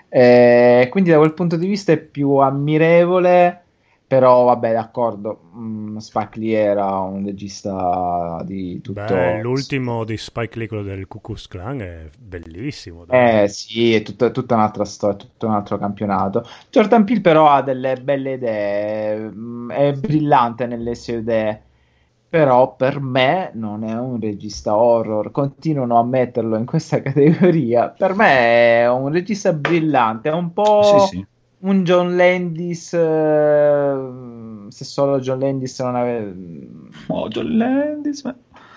eh, quindi da quel punto di vista è più ammirevole. Però vabbè, d'accordo, mm, Spike Lee era un regista di tutto. Beh, l'ultimo di Spike Lee, quello del Ku Klux Klan, è bellissimo. Dai. Eh sì, è tutta, tutta un'altra storia, tutto un altro campionato. Jordan Peele però ha delle belle idee, mm, è brillante nelle sue idee, però per me non è un regista horror, continuano a metterlo in questa categoria. Per me è un regista brillante, è un po'... Sì, sì. un John Landis, eh, se solo John Landis non aveva... Oh, John Landis, ma...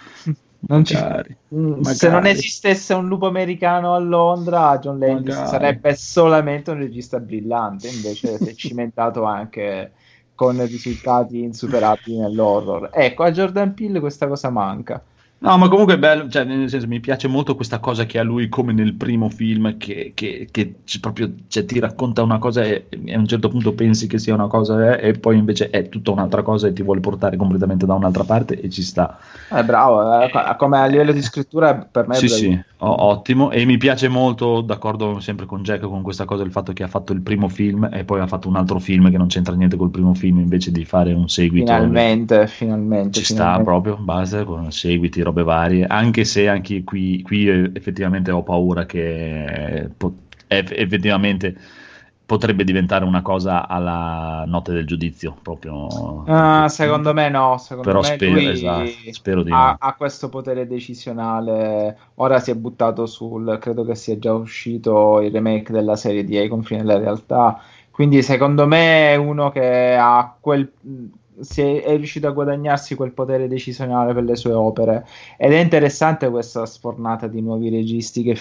non ci... magari, magari. Se non esistesse un lupo americano a Londra, John Landis Magari. sarebbe solamente un regista brillante, invece si è cimentato anche con risultati insuperabili nell'horror. Ecco, a Jordan Peele questa cosa manca. No, ma comunque è bello, cioè, nel senso, mi piace molto questa cosa che ha lui come nel primo film, che, che, che c- proprio cioè, ti racconta una cosa e, e a un certo punto pensi che sia una cosa eh, e poi invece è tutta un'altra cosa e ti vuole portare completamente da un'altra parte e ci sta. È bravo, eh, come a livello di scrittura per me è Sì, bravo. sì, o- ottimo, e mi piace molto, d'accordo sempre con Jack con questa cosa, il fatto che ha fatto il primo film e poi ha fatto un altro film che non c'entra niente col primo film invece di fare un seguito. Finalmente, finalmente. Ci finalmente. sta proprio, basta, con seguiti, robe varie, anche se anche qui, qui eh, effettivamente ho paura che po- eff- effettivamente potrebbe diventare una cosa alla notte del giudizio, proprio. Ah, secondo me no, secondo Però me spero, lui esatto, spero di ha, no. ha questo potere decisionale. Ora si è buttato sul, credo che sia già uscito il remake della serie di Ai confini della realtà, quindi secondo me è uno che ha quel... si è, è riuscito a guadagnarsi quel potere decisionale per le sue opere, ed è interessante questa sfornata di nuovi registi che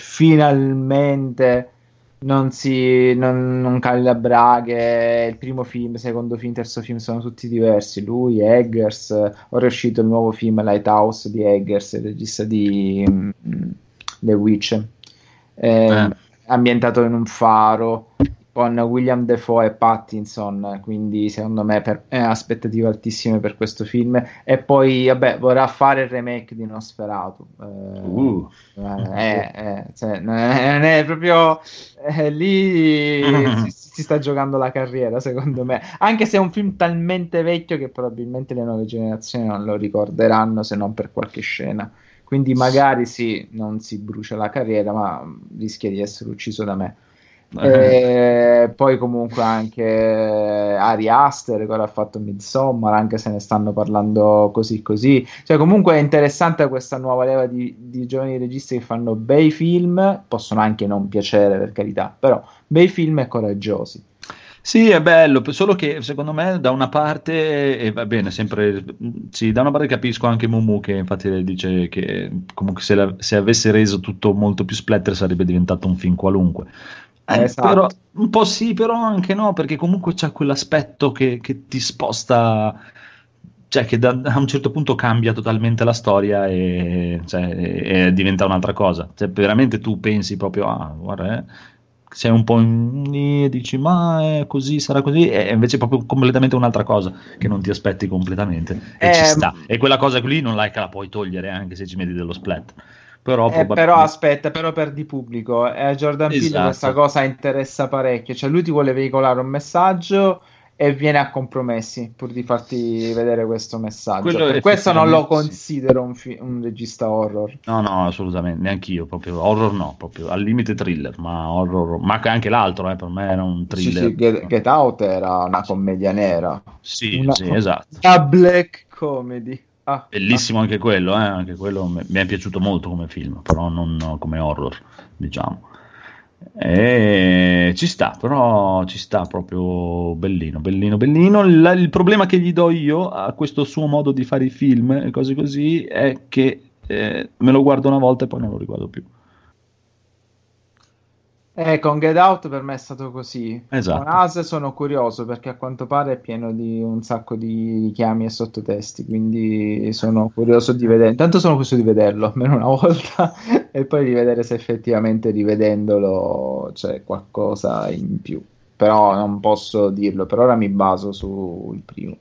finalmente non si non, non cali la braghe. Il primo film, secondo film, terzo film sono tutti diversi. Lui, Eggers, ora è uscito il nuovo film Lighthouse di Eggers, il regista di mm, The Witch, eh, Eh. ambientato in un faro con William Dafoe e Pattinson, quindi secondo me per, eh, aspettative altissime per questo film. E poi vabbè, vorrà fare il remake di Nosferatu, eh, Uh. eh, eh, cioè, non è, non è proprio eh, lì si, si sta giocando la carriera, secondo me, anche se è un film talmente vecchio che probabilmente le nuove generazioni non lo ricorderanno, se non per qualche scena, quindi magari sì, non si brucia la carriera, ma rischia di essere ucciso da me. E poi comunque anche Ari Aster che ora ha fatto Midsommar, anche se ne stanno parlando così così, cioè comunque è interessante questa nuova leva di, di giovani registi che fanno bei film, possono anche non piacere per carità, però bei film e coraggiosi. Sì, è bello, solo che secondo me da una parte, e va bene, sempre, sì, da una parte capisco anche Mumu che infatti dice che comunque se, la- se avesse reso tutto molto più splatter sarebbe diventato un film qualunque, Eh, Esatto. però, un po' sì, però anche no, perché comunque c'è quell'aspetto che, che ti sposta, cioè che da, a un certo punto cambia totalmente la storia e, cioè, e- e diventa un'altra cosa. Cioè, veramente tu pensi proprio, ah, guarda, eh, sei un po' in, e dici, ma è così, sarà così, e invece è proprio completamente un'altra cosa che non ti aspetti completamente. E ci Eh, sta. E quella cosa lì non è che la puoi togliere anche se ci metti dello splat. Però Eh, però probabilmente... aspetta, però perdi pubblico. E a Jordan Peele Esatto. questa cosa interessa parecchio. Cioè lui ti vuole veicolare un messaggio e viene a compromessi pur di farti vedere questo messaggio. Quello Per questo non lo effettivamente sì. considero un, fi- un regista horror. No, no, assolutamente, neanch'io, proprio horror no, proprio al limite thriller, ma horror, ma anche l'altro, eh, per me era un Sì, thriller. sì, Get, Get Out era una commedia nera. Sì, Una, sì, esatto. una black comedy. Ah, Bellissimo anche quello, eh, anche quello mi mi è piaciuto molto come film, però non come horror, diciamo. E ci sta, però ci sta proprio bellino, bellino, bellino. La- il problema che gli do io a questo suo modo di fare i film e cose così è che eh, me lo guardo una volta e poi non lo riguardo più. Eh, con Get Out per me è stato così. Esatto. Con Us sono curioso perché a quanto pare è pieno di un sacco di richiami e sottotesti, quindi sono curioso di vedere. Intanto sono curioso di vederlo almeno una volta e poi di vedere se effettivamente rivedendolo c'è qualcosa in più. Però non posso dirlo, per ora mi baso sul primo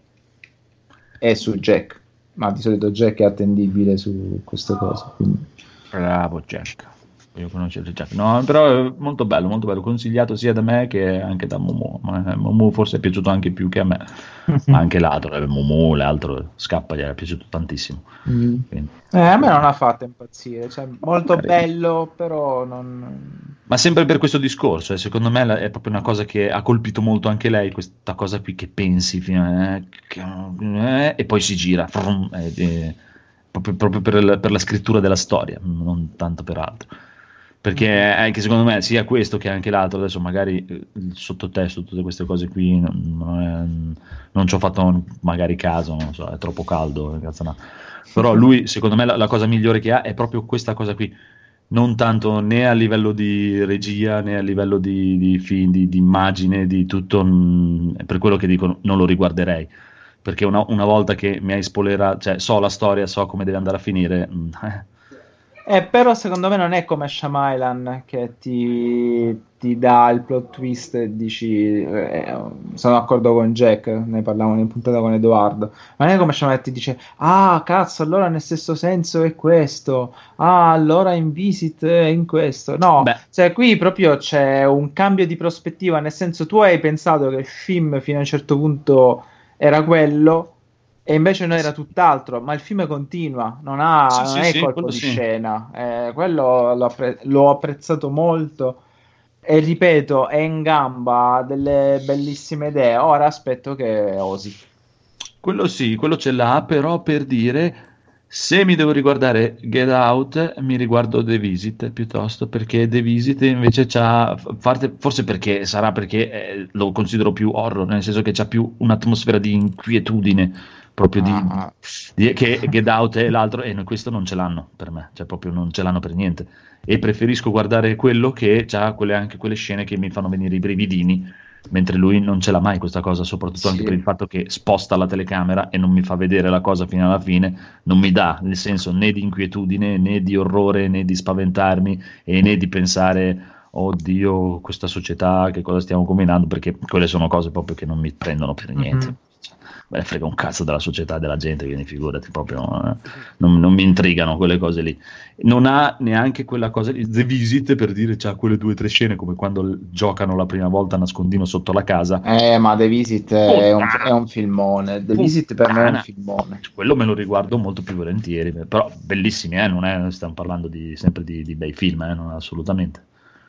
e su Jack, ma di solito Jack è attendibile su queste cose. Quindi... Bravo Jack. Io conosco Jack. No, però è molto bello, molto bello, consigliato sia da me che anche da Momo. Ma Momo forse è piaciuto anche più che a me, ma anche l'altro, eh, Momo, l'altro scappa, gli era piaciuto tantissimo. Mm. Quindi, Eh, a me non ha fatto impazzire, cioè, molto Magari. bello, però non... ma sempre per questo discorso, eh, secondo me la- è proprio una cosa che ha colpito molto anche lei, questa cosa qui che pensi fino a- eh, che- eh, e poi si gira, frum, eh, eh, proprio, proprio per, la- per la scrittura della storia, non tanto per altro. Perché anche secondo me sia questo che anche l'altro, adesso magari eh, il sottotesto, tutte queste cose qui non, non, è- non ci ho fatto magari caso, non so, è troppo caldo, cazzo no. Però lui secondo me la, la cosa migliore che ha è proprio questa cosa qui, non tanto né a livello di regia né a livello di, di film, di, di immagine, di tutto, mh, è per quello che dico non lo riguarderei, perché una, una volta che mi hai spoilerato, cioè so la storia, so come deve andare a finire, mh, eh, Eh, però secondo me non è come Shyamalan che ti, ti dà il plot twist e dici eh, sono d'accordo con Jack, ne parlavamo in puntata con Edoardo, ma non è come Shyamalan che ti dice ah cazzo allora nel stesso senso è questo, ah allora in Visit è in questo, no, Beh. cioè qui proprio c'è un cambio di prospettiva, nel senso tu hai pensato che il film fino a un certo punto era quello e invece no, era tutt'altro, ma il film continua, non, ha, Sì, non sì, è sì, colpo quello di sì. scena. Eh, quello l'ho, appre- l'ho apprezzato molto e ripeto, è in gamba, ha delle bellissime idee. Ora aspetto che osi. quello sì, quello ce l'ha, però per dire, se mi devo riguardare Get Out, mi riguardo The Visit piuttosto, perché The Visit invece c'ha, parte- forse perché, sarà perché eh, lo considero più horror, nel senso che c'ha più un'atmosfera di inquietudine, proprio di, Ah. di- che Get Out e l'altro, e questo non ce l'hanno per me, cioè proprio non ce l'hanno per niente. E preferisco guardare quello che ha quelle, anche quelle scene che mi fanno venire i brividini, mentre lui non ce l'ha mai questa cosa, soprattutto anche Sì. per il fatto che sposta la telecamera e non mi fa vedere la cosa fino alla fine, non mi dà nel senso né di inquietudine né di orrore né di spaventarmi e né di pensare oddio questa società che cosa stiamo combinando, perché quelle sono cose proprio che non mi prendono per niente. Mhm. Cioè, me ne frega un cazzo della società e della gente, quindi figurati proprio, eh, non, non mi intrigano quelle cose lì. Non ha neanche quella cosa di The Visit, per dire, c'ha quelle due o tre scene come quando l- giocano la prima volta a nascondino sotto la casa. Eh, ma The Visit è un, Puttana. è un filmone. The Visit per me è un Puttana. filmone. Quello me lo riguardo molto più volentieri, però bellissimi, eh, non è, stiamo parlando di, sempre di, di bei film, eh, non assolutamente.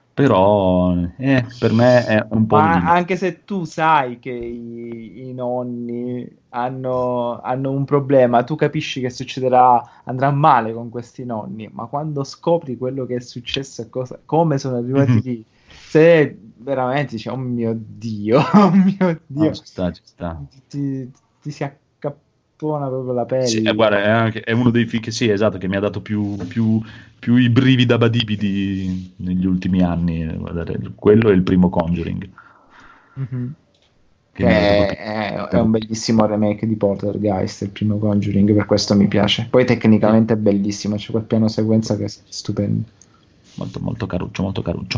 Però eh, per me è un po' un Ma limite. anche se tu sai che i, i nonni hanno, hanno un problema, tu capisci che succederà, andrà male con questi nonni, ma quando scopri quello che è successo e cosa, come sono arrivati Mhm. lì, se veramente dici, oh mio Dio, oh mio Dio, No, ci sta, ci sta. ti, ti si strappona proprio la pelle. Sì, eh, guarda, è, anche, è uno dei film che sì, esatto, che mi ha dato più, più, più i brividi da badibidi negli ultimi anni. Guardate, quello è il primo Conjuring. Mm-hmm. Che Che mi ha è, dato è, proprio- è un bellissimo remake di Poltergeist, il primo Conjuring, per questo mi piace. Poi tecnicamente è bellissimo, c'è quel piano sequenza che è stupendo. molto molto caruccio, molto caruccio.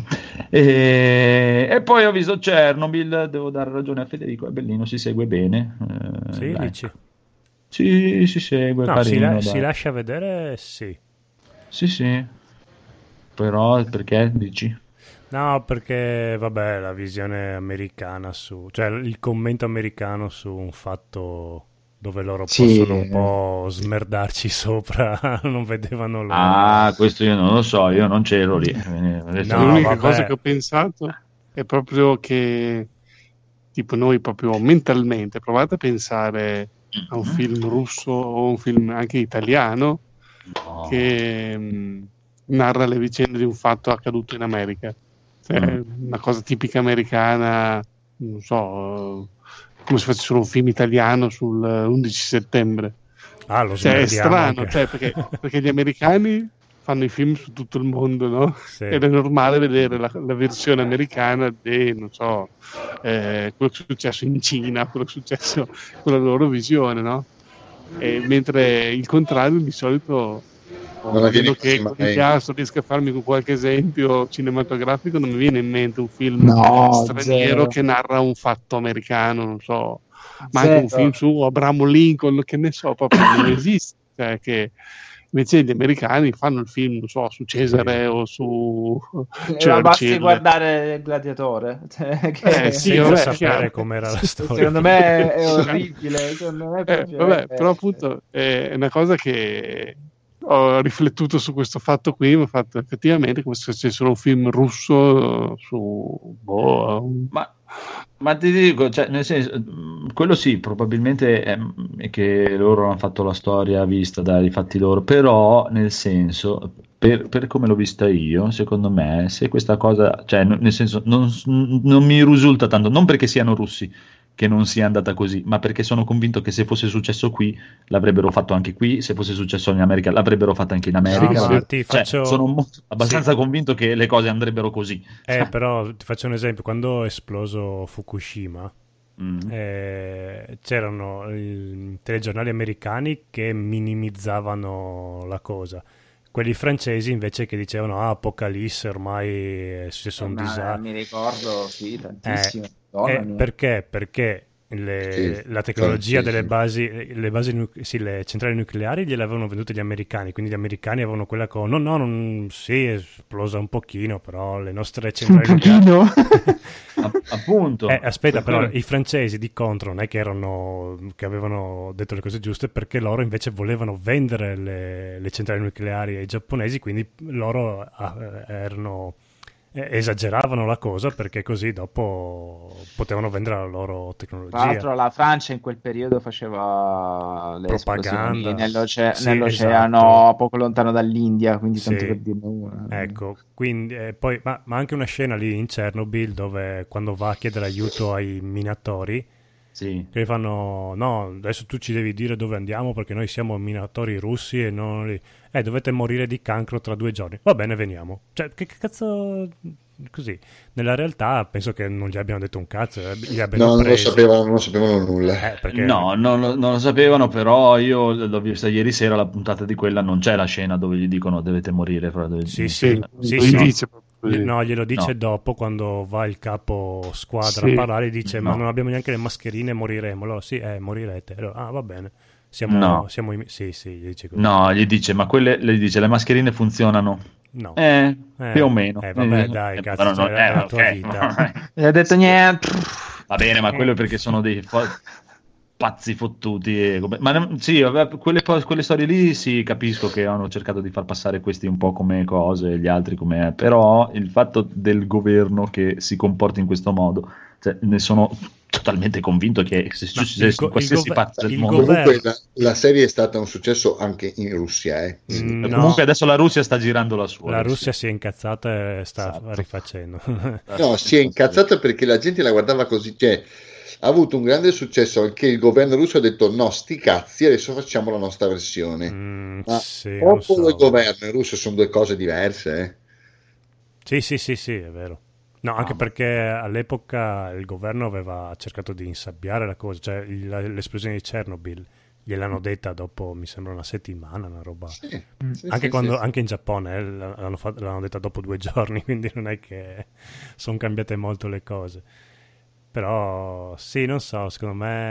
E, e poi ho visto Chernobyl, devo dare ragione a Federico, è bellino, si segue bene. eh, Sì, dai. dici? Sì, si segue, No, si, carino, la- dai. si lascia vedere, sì. Sì, sì. Però perché dici? No, perché, vabbè, la visione americana su... cioè il commento americano su un fatto dove loro Sì, possono un eh. po' smerdarci sopra, non vedevano l'ora. Ah, questo io non lo so, io non c'ero lì. Adesso- No, L'unica vabbè. cosa che ho pensato è proprio che, tipo, noi proprio mentalmente provate a pensare a un film russo o un film anche italiano No. che mh, narra le vicende di un fatto accaduto in America. Cioè, Mm. una cosa tipica americana, non so, come se facessero un film italiano sull'undici settembre. Ah, lo Cioè, è smerdiamo strano, anche. cioè, perché, perché gli americani fanno i film su tutto il mondo, no? Sì. Ed è normale vedere la, la versione americana di, non so, eh, quello che è successo in Cina, quello che è successo con la loro visione, no? E mentre il contrario di solito, Non avviene vedo che quasi con mai. il Piastro riesco a farmi con qualche esempio cinematografico, non mi viene in mente un film No, straniero zero. che narra un fatto americano, non so, ma anche un Zero. film su Abramo Lincoln, che ne so, proprio non esiste. Cioè, che invece gli americani fanno il film, non so, su Cesare o su Eh, basti Churchill. guardare il gladiatore. Cioè, che- Eh, sì, Senza vabbè, sapere chiaro. com'era la storia. secondo me è, è orribile. Secondo me Eh, proprio vabbè, è- però appunto è una cosa che ho riflettuto su questo fatto qui, mi ha fatto effettivamente come se facessero un film russo su boh, un- Ma, ma ti dico, cioè, nel senso, mh, quello sì, probabilmente è, è che loro hanno fatto la storia vista dai fatti loro, però nel senso, per, per come l'ho vista io, secondo me, se questa cosa, cioè, n- nel senso, non, non mi risulta tanto, non perché siano russi che non sia andata così, ma perché sono convinto che se fosse successo qui l'avrebbero fatto anche qui, se fosse successo in America l'avrebbero fatto anche in America. No, ma ti Cioè, faccio- sono mo- abbastanza Sì. convinto che le cose andrebbero così. Eh, però ti faccio un esempio, quando è esploso Fukushima, Mm. eh, c'erano i telegiornali americani che minimizzavano la cosa, quelli francesi invece che dicevano ah, Apocalisse, ormai è successo un Ma disastro. mi ricordo, sì, tantissimo. Eh, Madonna eh, mia. perché? Perché le- Sì, la tecnologia sì, delle sì. basi, le basi nu- sì, le centrali nucleari gliele avevano vendute gli americani, quindi gli americani avevano quella cosa, no, no, non, sì, è esplosa un pochino, però le nostre Un centrali nucleari... pochino? App- appunto. Eh, aspetta, Per però quello- i francesi di contro non è che erano che avevano detto le cose giuste, perché loro invece volevano vendere le, le centrali nucleari ai giapponesi, quindi loro ah, erano eh, esageravano la cosa perché così dopo potevano vendere la loro Tra tecnologia. l'altro la Francia in quel periodo faceva le Propaganda. esplosioni nell'oce- Sì, nell'oceano esatto. poco lontano dall'India, quindi tanto Sì. per dirne una. Ecco, quindi eh, poi, ma, ma anche una scena lì in Chernobyl dove quando va a chiedere aiuto ai minatori, Sì. che gli fanno no, adesso tu ci devi dire dove andiamo perché noi siamo minatori russi e non lì. Eh, dovete morire di cancro tra due giorni. Va bene, veniamo. Cioè, che cazzo... Così. Nella realtà penso che non gli abbiano detto un cazzo, eh, li abbiano No, non lo presi. sapevano, non lo sapevano nulla. Eh, perché... No, non lo, non lo sapevano, però io l'ho vista ieri sera, la puntata di quella, non c'è la scena dove gli dicono dovete morire. Fra dove- Sì, sì, sì, lo sì. dice proprio così. No, glielo dice No. dopo quando va il capo squadra Sì. a parlare, dice ma No. non abbiamo neanche le mascherine, moriremo. Allora sì, eh, morirete. Allora, ah, va bene. Siamo, No. siamo i... Sì, sì, gli dice così. No, gli dice, ma quelle, le dice, le mascherine funzionano? No. Eh, Eh, più o meno. eh, vabbè, Eh, dai, eh, cazzo, però cioè, no, è la eh, tua ok. vita. E ha detto niente. Va bene, ma quello è perché sono dei fo- pazzi fottuti. E... Ma non- sì, vabbè, quelle, po- quelle storie lì sì, capisco che hanno cercato di far passare questi un po' come cose e gli altri come... Però il fatto del governo che si comporti in questo modo, cioè, ne sono totalmente convinto che se Ma succedesse il go- in qualsiasi il gover- parte del il mondo. governo- Comunque la, la serie è stata un successo anche in Russia, eh. Mm, E no. comunque adesso la Russia sta girando la sua. La adesso. Russia si è incazzata e sta Esatto. rifacendo. No, si è incazzata perché la gente la guardava così, cioè ha avuto un grande successo anche il governo russo ha detto no, sti cazzi, adesso facciamo la nostra versione. Mm, Ma sì, non popolo so. e governo in Russia sono due cose diverse, eh. Sì, sì, sì, sì, è vero. No, anche Ah, ma- perché all'epoca il governo aveva cercato di insabbiare la cosa, cioè il- l'esplosione di Chernobyl gliel'hanno detta dopo, mi sembra, una settimana, una roba. Sì, Mm. sì, Anche, sì, quando, sì. anche in Giappone eh, l'hanno, fatto- l'hanno detta dopo due giorni, quindi non è che sono cambiate molto le cose. Però sì, non so, secondo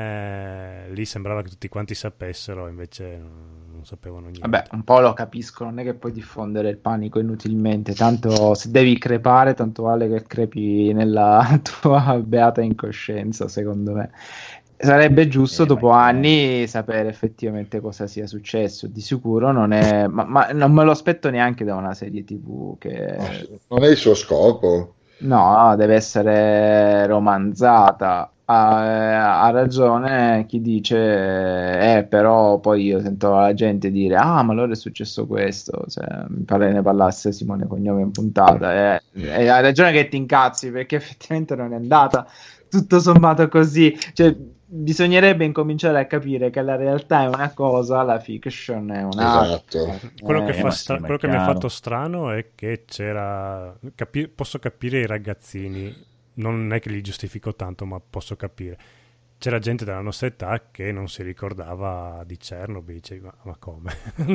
me lì sembrava che tutti quanti sapessero, invece non, non sapevano niente. Vabbè, un po' lo capisco, non è che puoi diffondere il panico inutilmente, tanto se devi crepare, tanto vale che crepi nella tua beata incoscienza, secondo me. Sarebbe giusto Eh, dopo ma- anni sapere effettivamente cosa sia successo, di sicuro non è, ma, ma non me lo aspetto neanche da una serie tivù che... Non è il suo scopo. No, deve essere romanzata. Ha, ha ragione chi dice, eh, però poi io sento la gente dire, ah, ma allora è successo questo. Cioè, mi pare ne parlasse Simone Cognome in puntata. Eh, e ha ragione che ti incazzi perché effettivamente non è andata tutto sommato così. Cioè, bisognerebbe incominciare a capire che la realtà è una cosa, la fiction è un'altra. Esatto. Quello, che, Eh, fa ma stra- sì, ma è quello che mi ha chiaro. fatto strano è che c'era. capi- posso capire i ragazzini, non è che li giustifico tanto, ma posso capire. C'era gente della nostra età che non si ricordava di Chernobyl, dicevi, ma, ma come?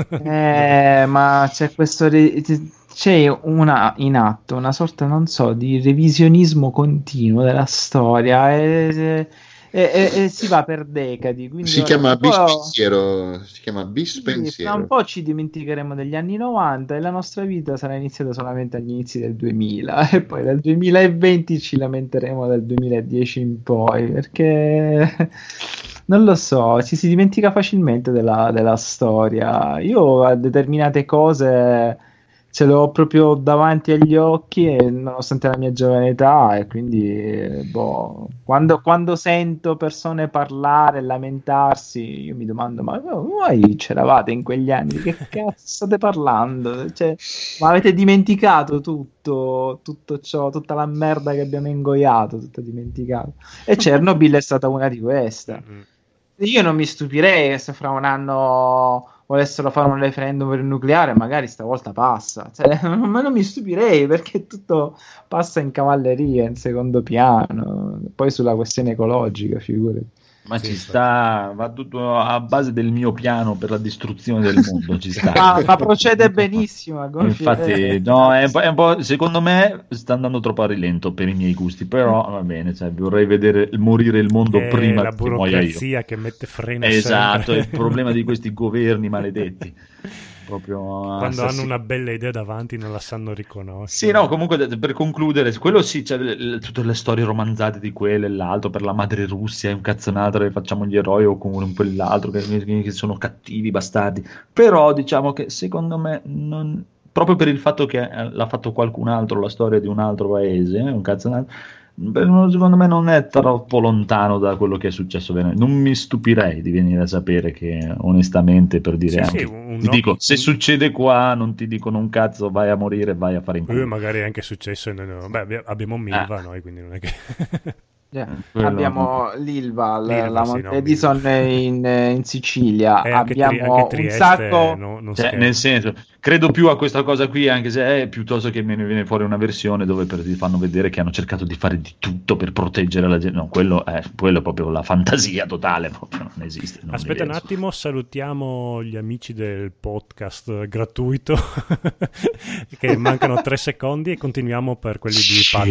Eh, ma c'è questo re- c'è una in atto una sorta, non so, di revisionismo continuo della storia e, e- e- e si va per decadi. Quindi Si ora chiama un po'- bispensiero, si chiama sì, fra un bispensiero. po' ci dimenticheremo degli anni novanta e la nostra vita sarà iniziata solamente agli inizi del duemila e poi dal duemilaventi ci lamenteremo dal duemiladieci in poi perché non lo so, ci si dimentica facilmente della, della storia. Io a determinate cose ce le ho proprio davanti agli occhi e nonostante la mia giovane età e quindi eh, boh, quando, quando sento persone parlare e lamentarsi io mi domando ma voi c'eravate in quegli anni, di che cazzo state parlando? Cioè, ma avete dimenticato tutto, tutto ciò, tutta la merda che abbiamo ingoiato, tutto dimenticato. E Chernobyl è stata una di queste. Mm. Io non mi stupirei se fra un anno volessero fare un referendum per il nucleare, magari stavolta passa. Cioè, ma non mi stupirei perché tutto passa in cavalleria, in secondo piano, poi sulla questione ecologica, figurati. Ma Sì, ci infatti. sta, va tutto a base del mio piano per la distruzione del mondo, ci sta. Ma, ma procede benissimo. a gonfie Infatti, vele. no, è un, po', è un po', secondo me sta andando troppo a rilento per i miei gusti, però va bene, cioè, vorrei vedere morire il mondo È prima la che muoia io. burocrazia che mette freno Esatto, sempre. è il problema di questi governi maledetti. Proprio Quando assassini. hanno una bella idea davanti non la sanno riconoscere. Sì, no, comunque d- per concludere, quello sì, c'è le- le- tutte le storie romanzate di quello e l'altro, per la madre Russia è un cazzonato che facciamo gli eroi o con quell'altro che, che- che sono cattivi, bastardi, però diciamo che secondo me non, proprio per il fatto che eh, l'ha fatto qualcun altro la storia di un altro paese, eh, un cazzonato, beh, no, secondo me non è troppo lontano da quello che è successo veramente. Non mi stupirei di venire a sapere che onestamente, per dire Sì, anche, sì, un- ti no- dico, se un- succede qua non ti dicono un cazzo, vai a morire, vai a fare in Eh, culo. magari è anche successo. e noi no. Beh, abbi- abbiamo Milva Ah. noi, quindi non è che. Eh, Quello- abbiamo l'Ilva, l- L'Ilva, la sì, Monte no, Edison Milva. in, in Sicilia. E anche, Tri- Abbiamo anche un Trieste sacco. no- non Cioè, scherzo. nel senso, credo più a questa cosa qui, anche se è piuttosto che me ne viene fuori una versione dove per, ti fanno vedere che hanno cercato di fare di tutto per proteggere la gente. No, quello è, quello è proprio la fantasia totale, proprio non esiste. non Aspetta un diverso. attimo, salutiamo gli amici del podcast gratuito che mancano tre secondi e continuiamo per quelli di